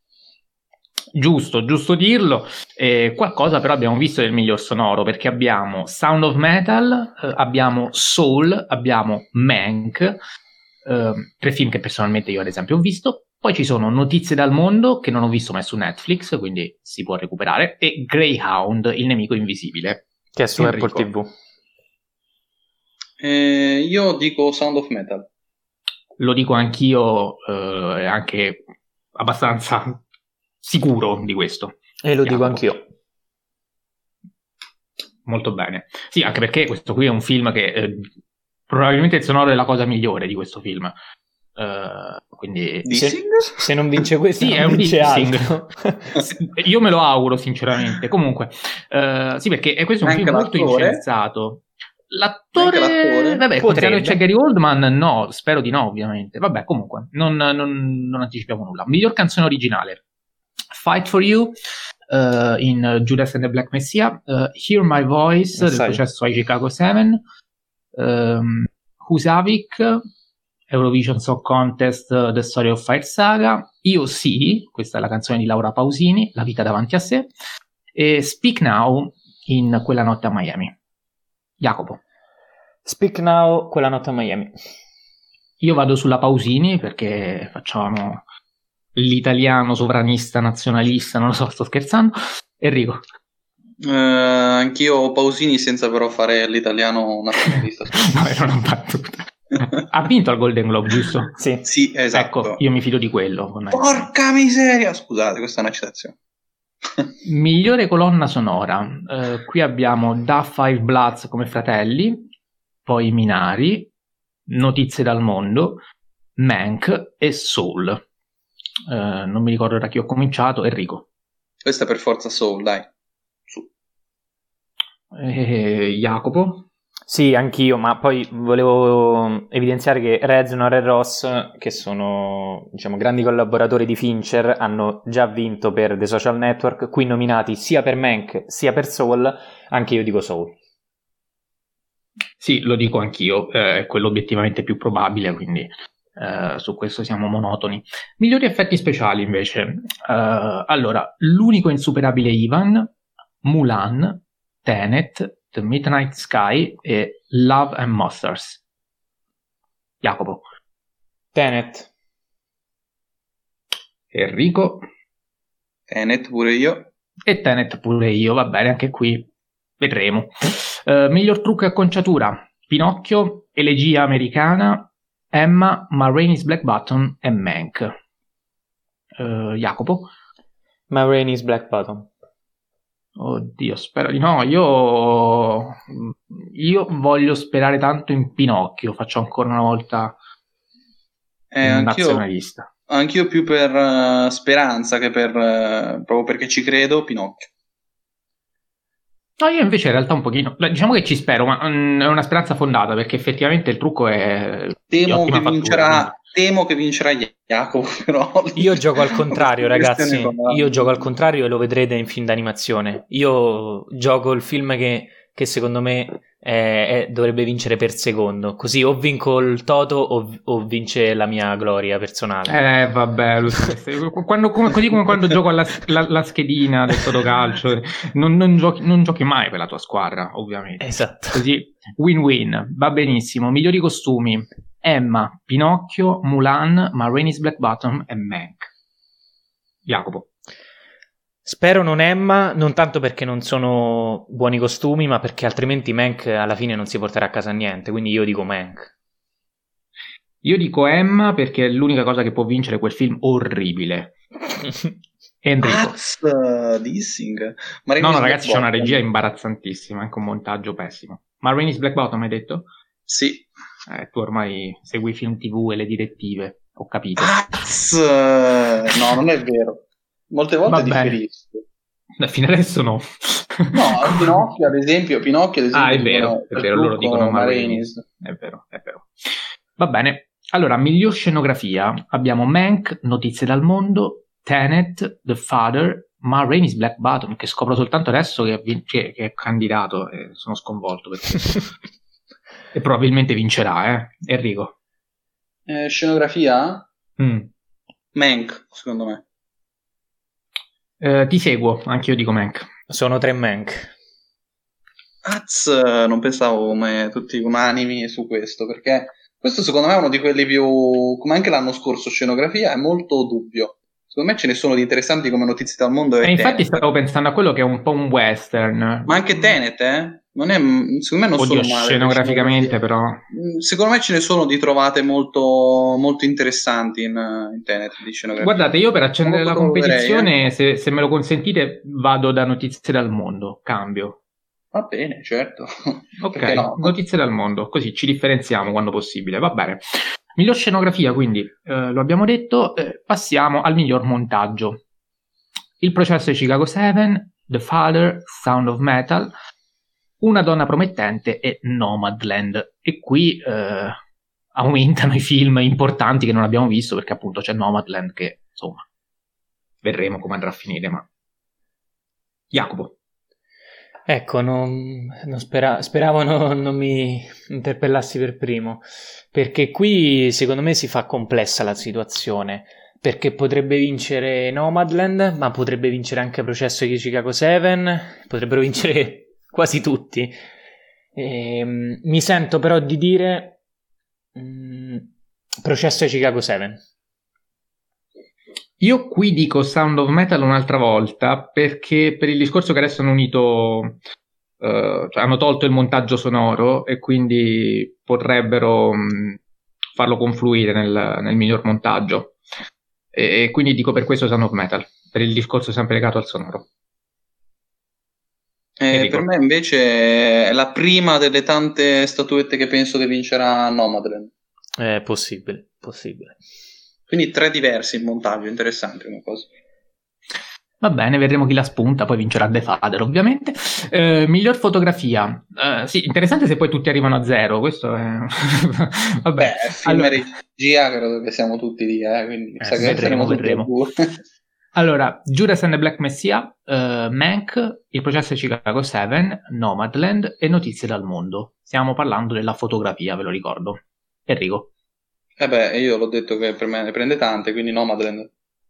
Giusto, giusto dirlo. Eh, qualcosa però abbiamo visto del miglior sonoro, perché abbiamo Sound of Metal, eh, abbiamo Soul, abbiamo Mank, eh, tre film che personalmente io ad esempio ho visto. Poi ci sono Notizie dal mondo, che non ho visto mai su Netflix, quindi si può recuperare, e Greyhound, il nemico invisibile. Che è su Enrico. Apple tivù. Eh, io dico Sound of Metal. Lo dico anch'io, eh, anche abbastanza sicuro di questo. E lo Jacopo. dico anch'io. Molto bene. Sì, anche perché questo qui è un film che eh, probabilmente il sonoro è la cosa migliore di questo film. Uh, quindi se, se non vince questo, sì, non è un vince altro. Io me lo auguro sinceramente. Comunque, uh, sì, perché è questo è un Anche film molto l'attore. incensato. L'attore, l'attore. vabbè, considerando che c'è Gary Oldman, no, spero di no, ovviamente. Vabbè, comunque, non, non, non anticipiamo nulla. Miglior canzone originale: Fight for You, uh, in Judas and the Black Messiah, uh, Hear My Voice del processo ai Chicago sette, um, Husavik, Eurovision Song Contest, The Story of Fire Saga, Io sì, questa è la canzone di Laura Pausini, La vita davanti a sé, e Speak Now in Quella notte a Miami. Jacopo. Speak Now, Quella notte a Miami. Io vado sulla Pausini perché facciamo l'italiano sovranista nazionalista, non lo so, sto scherzando. Enrico. Uh, anch'io Pausini, senza però fare l'italiano nazionalista. No, era una battuta. Ha vinto al Golden Globe, giusto? Sì, sì, esatto. Ecco, io mi fido di quello. Porca miseria! Scusate, questa è una citazione. Migliore colonna sonora. Uh, qui abbiamo Da Five Bloods come fratelli, poi Minari, Notizie dal mondo, Mank e Soul. Uh, non mi ricordo da chi ho cominciato. Enrico. Questa è per forza Soul, dai. Su. E Jacopo. Sì, anch'io, ma poi volevo evidenziare che Reznor e Ross, che sono, diciamo, grandi collaboratori di Fincher, hanno già vinto per The Social Network, qui nominati sia per Mank sia per Soul. Anche io dico Soul. Sì, lo dico anch'io, eh, è quello obiettivamente più probabile, quindi eh, su questo siamo monotoni. Migliori effetti speciali invece. Uh, allora, L'unico insuperabile Ivan, Mulan, Tenet, The Midnight Sky e Love and Monsters. Jacopo. Tenet. Enrico. Tenet pure io. E Tenet pure io, va bene, anche qui vedremo. Uh, miglior trucco e acconciatura: Pinocchio, Elegia americana, Emma, Ma Rainey's Black Button e Mank. Uh, Jacopo. Ma Rainey's Black Button. Oddio, spero di no. Io io voglio sperare tanto in Pinocchio. Faccio ancora una volta eh, un anch'io, nazionalista. Anch'io più per uh, speranza che per uh, proprio perché ci credo, Pinocchio. No, io invece in realtà un pochino, diciamo che ci spero, ma mm, è una speranza fondata perché effettivamente il trucco è temo di che ottima vincerà fattura, temo che vincerà Jacopo, però Io gioco al contrario, ragazzi. qua... Io gioco al contrario e lo vedrete in film d'animazione. Io gioco il film che, che secondo me è, è, dovrebbe vincere per secondo. Così o vinco il Toto o, o vince la mia gloria personale. Eh, vabbè, lo stesso. Quando, come, così come quando gioco alla la, la schedina del Totocalcio, non, non, giochi, non giochi mai per la tua squadra, ovviamente. Esatto. Così, win-win, va benissimo. Migliori costumi: Emma, Pinocchio, Mulan, Ma Rainey's Black Bottom e Mank. Jacopo. Spero non Emma, non tanto perché non sono buoni costumi, ma perché altrimenti Mank alla fine non si porterà a casa niente, quindi io dico Mank. Io dico Emma perché è l'unica cosa che può vincere quel film orribile. Enrico. Mazz, dissing. No, no, ragazzi, c'è una regia imbarazzantissima, anche un montaggio pessimo. Ma Rainey's Black Bottom, hai detto? Sì. Eh, tu ormai segui film tivù e le direttive, ho capito. Mazz! No, non è vero. Molte volte differisco. Fino adesso no. No, Pinocchio ad esempio, Pinocchio ad esempio. Ah, è vero, è vero, loro dicono Ma Rainey's. È vero, è vero. Va bene. Allora, miglior scenografia abbiamo Mank, Notizie dal mondo, Tenet, The Father, Ma Rainey's Black Bottom, che scopro soltanto adesso che, che, che è candidato e sono sconvolto perché e probabilmente vincerà, eh, Enrico. Eh, scenografia? Mm. Mank, secondo me. Eh, ti seguo, anche io dico Mank. Sono tre Mank. Az, non pensavo come tutti unanimi su questo, perché questo secondo me è uno di quelli più, come anche l'anno scorso, scenografia è molto dubbio. Secondo me ce ne sono di interessanti come Notizie dal mondo e, e infatti Tenet. Stavo pensando a quello che è un po' un western. Ma anche Tenet, eh? Non è, secondo me non Oddio, sono male. Scenograficamente però. Secondo me ce ne sono di trovate molto, molto interessanti in, in Tenet di scenografia. Guardate, io per accendere la competizione, se, se me lo consentite, vado da Notizie dal mondo, cambio. Va bene, certo. Ok, no? Notizie dal mondo, così ci differenziamo quando possibile, va bene. Miglior scenografia, quindi, eh, lo abbiamo detto, eh, passiamo al miglior montaggio. Il processo di Chicago sette, The Father, Sound of Metal, Una donna promettente e Nomadland. E qui eh, aumentano i film importanti che non abbiamo visto, perché appunto c'è Nomadland che, insomma, vedremo come andrà a finire, ma... Jacopo. Ecco, non, non spera, speravo non, non mi interpellassi per primo, perché qui secondo me si fa complessa la situazione, perché potrebbe vincere Nomadland, ma potrebbe vincere anche Processo di Chicago sette, potrebbero vincere quasi tutti. E, mi sento però di dire mh, Processo di Chicago sette. Io qui dico Sound of Metal un'altra volta perché per il discorso che adesso hanno unito, uh, cioè hanno tolto il montaggio sonoro e quindi potrebbero mh, farlo confluire nel, nel miglior montaggio. E, e quindi dico per questo Sound of Metal, per il discorso sempre legato al sonoro. Eh, per me invece è la prima delle tante statuette che penso che vincerà Nomadland. È possibile, possibile. Quindi tre diversi in montaggio, interessante come cosa. Va bene, vedremo chi la spunta, poi vincerà The Father ovviamente. Eh, miglior fotografia, eh, sì, interessante se poi tutti arrivano a zero, questo è... Vabbè, Beh, film allora... e regia credo che siamo tutti lì, eh, quindi eh, sa che vedremo, vedremo. Allora, Judas and the Black Messiah, uh, Mank, Il processo di Chicago sette, Nomadland e Notizie dal mondo. Stiamo parlando della fotografia, ve lo ricordo. Enrico. Eh beh, io l'ho detto che per me ne prende tante, quindi Nomadland.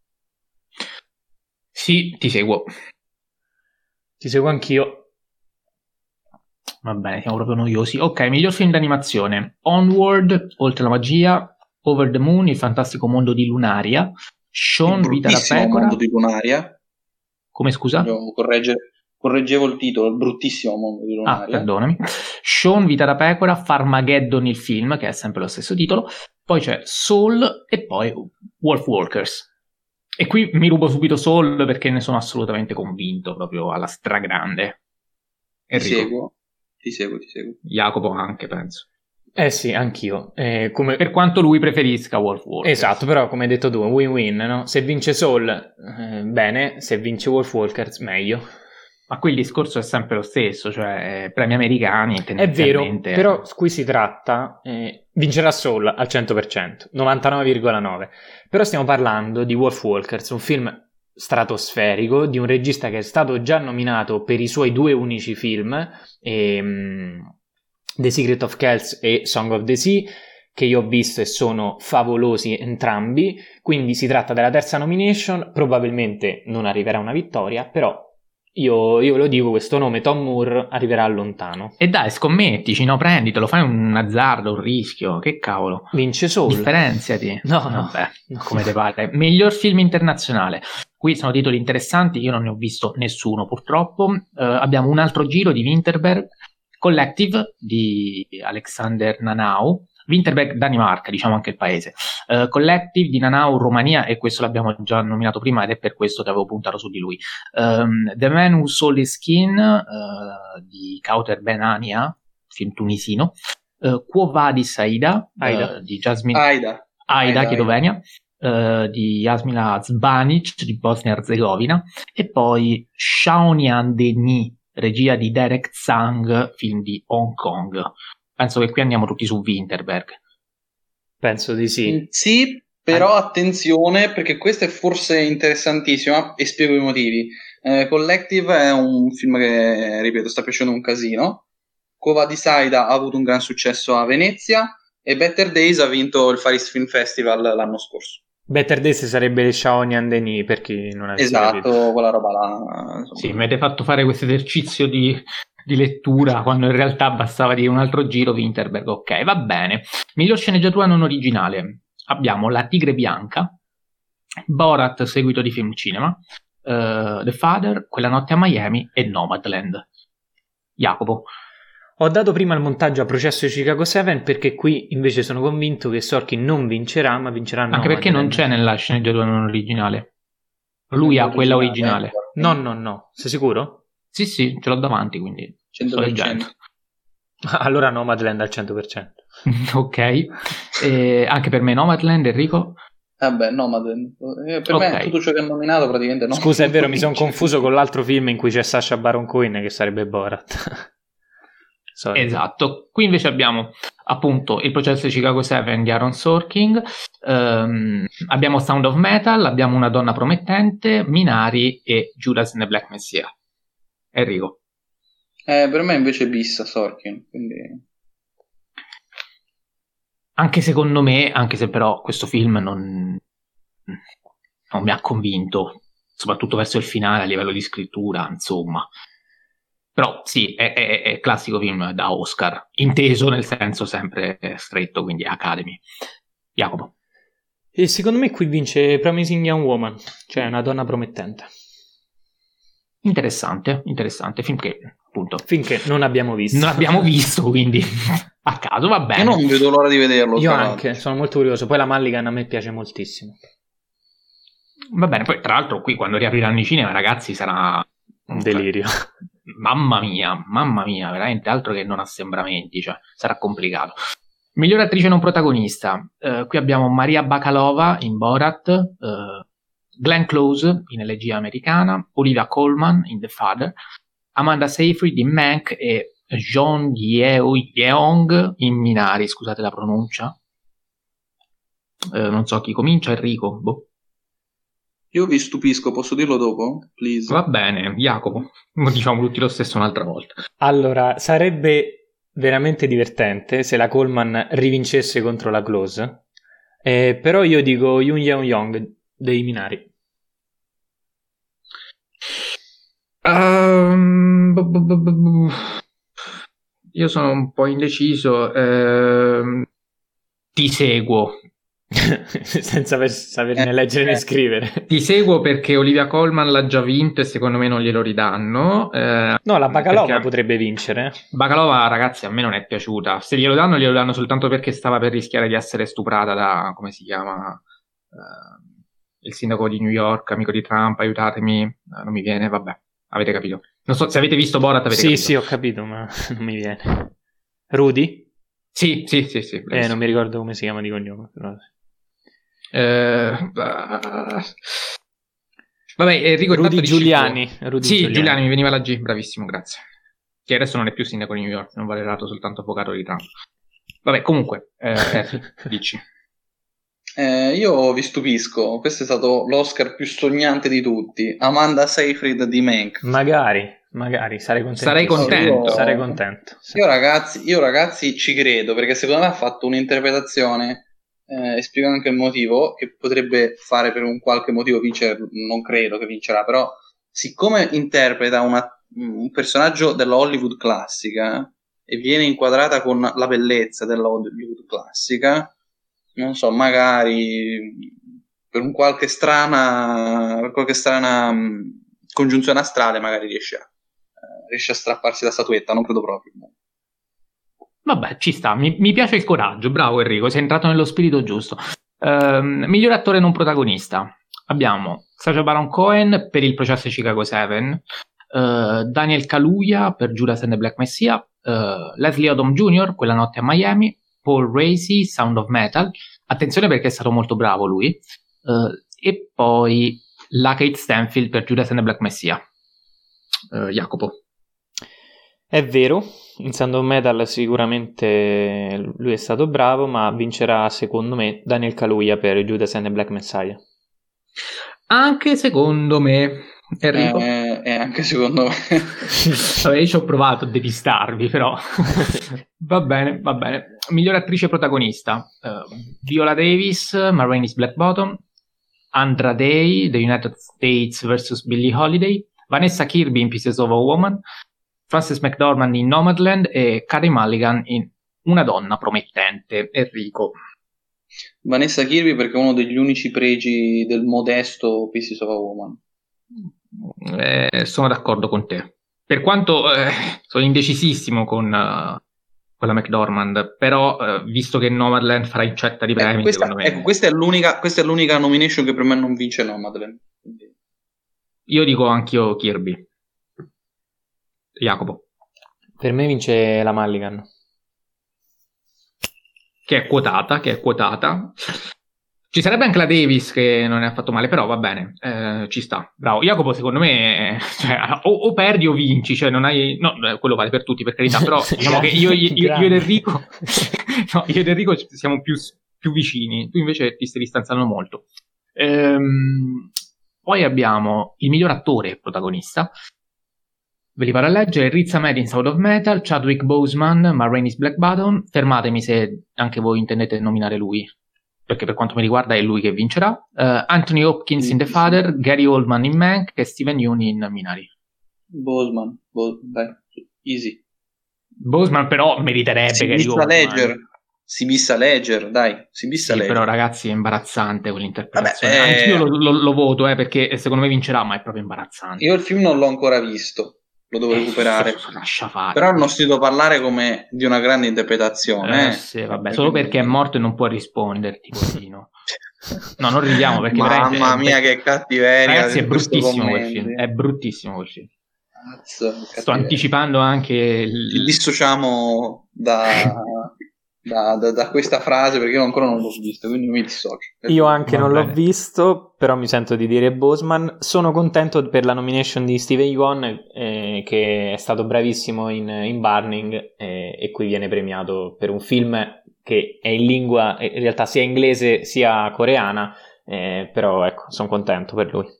Sì, ti seguo. Ti seguo anch'io. Va bene, siamo proprio noiosi. Ok, miglior film d'animazione. Onward, Oltre la magia, Over the Moon, Il fantastico mondo di Lunaria, Sean, Vita da pecora. Mondo di Lunaria. Come, scusa? Io corregge, correggevo il titolo, il bruttissimo mondo di Lunaria. Ah, perdonami. Sean, Vita da pecora, Farmageddon il film, che è sempre lo stesso titolo. Poi c'è Soul e poi Wolf Walkers. E qui mi rubo subito Soul perché ne sono assolutamente convinto, proprio alla stragrande. Enrico. Ti seguo, ti seguo, ti seguo. Jacopo anche, penso. Eh sì, anch'io. Eh, come... Per quanto lui preferisca Wolf Walkers. Esatto, però come hai detto tu, win-win, no? Se vince Soul, eh, bene, se vince Wolf Walkers, meglio. Ma qui il discorso è sempre lo stesso, cioè premi americani tendenzialmente... È vero, però qui si tratta, eh, vincerà Soul al cento per cento, novantanove virgola nove, però stiamo parlando di Wolf Walkers, un film stratosferico di un regista che è stato già nominato per i suoi due unici film, ehm, The Secret of Kells e Song of the Sea, che io ho visto e sono favolosi entrambi, quindi si tratta della terza nomination, probabilmente non arriverà una vittoria, però io, io lo dico, questo nome Tom Moore arriverà lontano. E dai, scommettici, no, prenditelo, fai un azzardo, un rischio, che cavolo. Vince Soul. Differenziati. No, no. Vabbè, no. Come te pare. Miglior film internazionale. Qui sono titoli interessanti, io non ne ho visto nessuno purtroppo. Uh, abbiamo un altro giro di Winterberg, Collective di Alexander Nanau. Winterberg, Danimarca, diciamo anche il paese. Uh, Collective di Nanau, Romania, e questo l'abbiamo già nominato prima ed è per questo che avevo puntato su di lui. Um, The Man Who Sold His Skin uh, di Kauter Ben Ania, film tunisino. Uh, Quo Vadis Aida, Aida. Uh, di Jasmine Aida, Aida, Aida, Chedovenia, uh, di Jasmila Zbanic di Bosnia e Erzegovina, e poi Shaonian Denis, regia di Derek Tsang, film di Hong Kong. Penso che qui andiamo tutti su Winterberg. Penso di sì. Sì, però attenzione, perché questa è forse interessantissima e spiego i motivi. Eh, Collective è un film che, ripeto, sta piacendo un casino. Quo Vadis Aida ha avuto un gran successo a Venezia e Better Days ha vinto il Faris Film Festival l'anno scorso. Better Days sarebbe il Shaonian Denis, per chi non ha Esatto, capito. quella roba là. Insomma. Sì, mi avete fatto fare questo esercizio di... di lettura, quando in realtà bastava dire un altro giro. Winterberg, ok, va bene. Miglior sceneggiatura non originale, abbiamo La Tigre Bianca, Borat, seguito di film cinema, uh, The Father, Quella notte a Miami e Nomadland. Jacopo. Ho dato prima il montaggio a Processo di Chicago sette perché qui invece sono convinto che Sorkin non vincerà, ma vincerà Anche Nomadland. perché non c'è nella sceneggiatura non originale. Lui ha quella originale. No, no, no. Sei sicuro? Sì, sì, ce l'ho davanti, quindi cento per cento. sto leggendo. Allora Nomadland al cento per cento. Ok. E anche per me Nomadland, Enrico? Vabbè, Nomadland. Eh, per Ok. me tutto ciò che hanno nominato praticamente no. Scusa, è vero, mi sono confuso con l'altro film in cui c'è Sacha Baron Cohen, che sarebbe Borat. Sorry. Esatto. Qui invece abbiamo appunto Il processo di Chicago sette di Aaron Sorkin, ehm, abbiamo Sound of Metal, abbiamo Una donna promettente, Minari e Judas and the Black Messiah. Enrico. Eh, per me invece è Bissa Sorkin, quindi... Anche secondo me, anche se però questo film non, non mi ha convinto, soprattutto verso il finale a livello di scrittura, insomma. Però sì, è, è, è classico film da Oscar, inteso nel senso sempre stretto, quindi Academy. Jacopo. E secondo me qui vince Promising Young Woman, cioè Una donna promettente. Interessante, interessante, film che appunto Finché non abbiamo visto. non abbiamo visto, quindi a caso, va bene. Io non vedo l'ora di vederlo. Io tra anche, l'altro. sono molto curioso. Poi la Mulligan a me piace moltissimo. Va bene, poi tra l'altro qui quando riapriranno i cinema, ragazzi, sarà Un delirio. Cioè, mamma mia, mamma mia, veramente altro che non assembramenti, cioè sarà complicato. Miglior attrice non protagonista, eh, qui abbiamo Maria Bakalova in Borat, eh, Glenn Close in Elegia Americana, Olivia Colman in The Father, Amanda Seyfried in Mank e Jeon Yeong in Minari, scusate la pronuncia. Eh, non so chi comincia, Enrico. Boh. Io vi stupisco, posso dirlo dopo? Please. Va bene, Jacopo, diciamo tutti lo stesso un'altra volta. Allora, sarebbe veramente divertente se la Coleman rivincesse contro la Close, eh, però io dico Yoon Yeon Young dei Minari. Um, bu- bu- bu- bu- io sono un po' indeciso. ehm, ti seguo. Senza per- saperne leggere né scrivere. Ti seguo perché Olivia Colman l'ha già vinto e secondo me non glielo ridanno. eh, No, la Bakalova perché potrebbe vincere. Bakalova, ragazzi, a me non è piaciuta. Se glielo danno, glielo danno soltanto perché stava per rischiare di essere stuprata da, come si chiama, eh, il sindaco di New York, amico di Trump, aiutatemi, eh, non mi viene, vabbè, avete capito. Non so, se avete visto Borat avete Sì, capito. sì, ho capito, ma non mi viene. Rudy? Sì, sì, sì, sì. Eh, non mi ricordo come si chiama di cognome, però. Eh, uh, Vabbè, Enrico Rudy Giuliani. Rudy sì, Giuliani. Giuliani, mi veniva la G, bravissimo, grazie. Che adesso non è più sindaco di New York, non valerato soltanto avvocato di Trump. Vabbè, comunque, eh, dici. Eh, io vi stupisco, questo è stato l'Oscar più sognante di tutti, Amanda Seyfried di Mank. Magari, magari, sarei contento. Sarei contento. Io, sarei contento. Sì. Io, ragazzi, io ragazzi ci credo, perché secondo me ha fatto un'interpretazione, eh, e spiego anche il motivo, che potrebbe fare per un qualche motivo vincere, non credo che vincerà, però siccome interpreta una, un personaggio della Hollywood classica e viene inquadrata con la bellezza della Hollywood classica, non so, magari per un qualche strana per qualche strana mh, congiunzione astrale magari riesce a, eh, riesce a strapparsi la statuetta, non credo proprio. Vabbè, ci sta, mi, mi piace il coraggio, bravo Enrico, sei entrato nello spirito giusto. Uh, miglior attore non protagonista, abbiamo Sacha Baron Cohen per Il processo di Chicago sette, uh, Daniel Kaluuya per Judas and the Black Messiah, uh, Leslie Odom Junior Quella notte a Miami, Paul Raci, Sound of Metal, attenzione perché è stato molto bravo lui, uh, e poi la Kate Stanfield per Judas and the Black Messiah. Uh, Jacopo. È vero, in Sound of Metal sicuramente lui è stato bravo, ma vincerà secondo me Daniel Kaluuya per Judas and the Black Messiah. Anche secondo me. Enrico? Eh, eh, anche secondo me. Vabbè, io ci ho provato a depistarvi, però va bene, va bene. Miglior attrice protagonista, uh, Viola Davis, Ma Rainey's Black Bottom, Andra Day, The United States versus Billie Holiday, Vanessa Kirby in Pieces of a Woman, Frances McDormand in Nomadland e Carey Mulligan in Una donna promettente. Enrico. Vanessa Kirby perché è uno degli unici pregi del modesto Pieces of a Woman. Eh, sono d'accordo con te, per quanto eh, sono indecisissimo con, uh, con la McDormand, però uh, visto che Nomadland farà incetta di premi, ecco, questa, secondo me ecco, questa, è l'unica, questa è l'unica nomination che per me non vince Nomadland. Quindi... io dico anch'io Kirby. Jacopo. Per me vince la Mulligan, che è quotata, che è quotata. Ci sarebbe anche la Davis che non ne ha fatto male, però va bene, eh, ci sta, bravo. Jacopo, secondo me, cioè, o, o perdi o vinci, cioè non hai... No, quello vale per tutti, per carità, però diciamo che io, io, io, io ed Enrico no, io ed Enrico siamo più, più vicini, tu invece ti stai distanziando molto. Ehm, poi abbiamo il miglior attore protagonista, ve li vado a leggere: Riz Ahmed in Sound of Metal, Chadwick Boseman, Ma Rainey's Black Bottom. Fermatemi se anche voi intendete nominare lui, perché per quanto mi riguarda è lui che vincerà. uh, Anthony Hopkins in The Father, Gary Oldman in Mank e Steven Yeun in Minari. Boseman, Bo- dai, easy. Boseman però meriterebbe si Gary Oldman. Ledger. Si bissa Ledger, dai, si bissa sì, Ledger. Però ragazzi è imbarazzante quell'interpretazione. Vabbè, eh... Anch'io lo, lo, lo voto, eh, perché secondo me vincerà, ma è proprio imbarazzante. Io il film non l'ho ancora visto, lo devo eh, recuperare. Lascia fare. Però hanno sentito parlare come di una grande interpretazione. Eh, eh. sì, vabbè, solo perché è morto e non può risponderti, poverino. No, non ridiamo perché mamma mia, che cattiveria. Ragazzi, è bruttissimo quel film. È bruttissimo quel film. Cazzo, sto anticipando anche il... Ci dissociamo da, da, da, da questa frase perché io ancora non l'ho visto, quindi mi dissocio. Io anche Va non bene. L'ho visto, però mi sento di dire Boseman. Sono contento per la nomination di Steven Yeun, eh, che è stato bravissimo in, in Burning, eh, e qui viene premiato per un film che è in lingua, in realtà sia inglese sia coreana, eh, però ecco, sono contento per lui.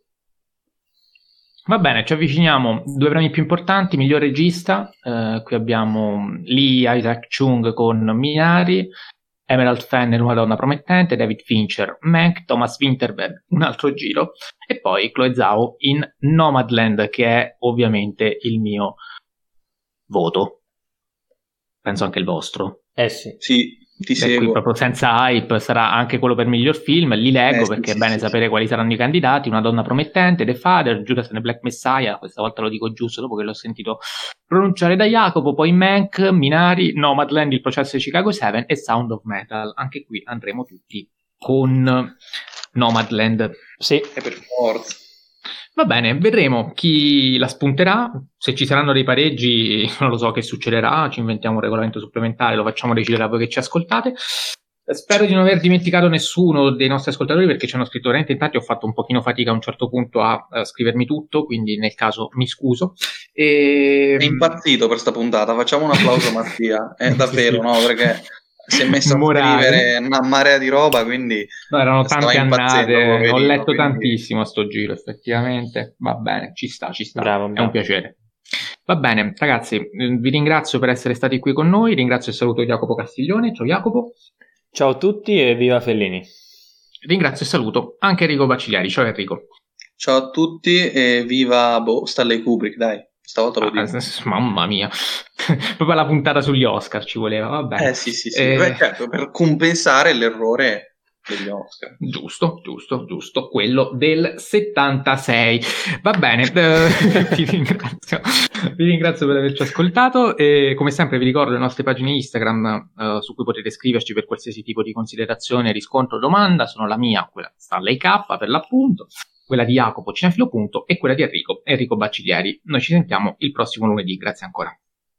Va bene, ci avviciniamo. Due premi più importanti: miglior regista, eh, qui abbiamo Lee Isaac Chung con Minari, Emerald Fennell, Una donna promettente, David Fincher, Mank, Thomas Winterberg, Un altro giro, e poi Chloe Zhao in Nomadland, che è ovviamente il mio voto. Penso anche il vostro. Eh sì. Sì. Ti per seguo. Cui proprio senza hype sarà anche quello per miglior film. Li leggo eh, sì, perché sì, è bene sì, sapere sì. quali saranno i candidati: Una donna promettente, The Father, Judas and the Black Messiah, questa volta lo dico giusto dopo che l'ho sentito pronunciare da Jacopo, poi Mank, Minari, Nomadland, Il processo di Chicago sette e Sound of Metal. Anche qui andremo tutti con Nomadland. Sì, è per forza. Va bene, vedremo chi la spunterà. Se ci saranno dei pareggi, non lo so che succederà, ci inventiamo un regolamento supplementare, lo facciamo decidere a voi che ci ascoltate. Spero di non aver dimenticato nessuno dei nostri ascoltatori, perché ci hanno scritto veramente in tanti. Ho fatto un pochino fatica a un certo punto a, a scrivermi tutto, quindi nel caso mi scuso. E... È impazzito per sta puntata, facciamo un applauso a Mattia, è davvero, no? Perché si è messo Morale. a scrivere una marea di roba, quindi no, erano tante annate, poverino, ho letto quindi... tantissimo a sto giro, effettivamente. Va bene, ci sta, ci sta, bravo, è bravo. un piacere. Va bene, ragazzi, vi ringrazio per essere stati qui con noi, ringrazio e saluto Jacopo Castiglione. Ciao Jacopo. Ciao a tutti e viva Fellini. Ringrazio e saluto anche Enrico Bacigliari. Ciao Enrico. Ciao a tutti e viva boh, Stanley Kubrick, dai, stavolta lo dico. Ah, mamma mia, proprio la puntata sugli Oscar ci voleva, va bene. Eh sì sì sì, eh... Beh, certo, per compensare l'errore degli Oscar. Giusto, giusto, giusto, quello del settantasei. Va bene, eh, vi ringrazio. Vi ringrazio per averci ascoltato e come sempre vi ricordo le nostre pagine Instagram eh, su cui potete scriverci per qualsiasi tipo di considerazione, riscontro o domanda. Sono la mia, quella Stanley K per l'appunto, quella di Jacopo Cinefilo Punto e quella di Enrico, Enrico Baciglieri. Noi ci sentiamo il prossimo lunedì, grazie ancora.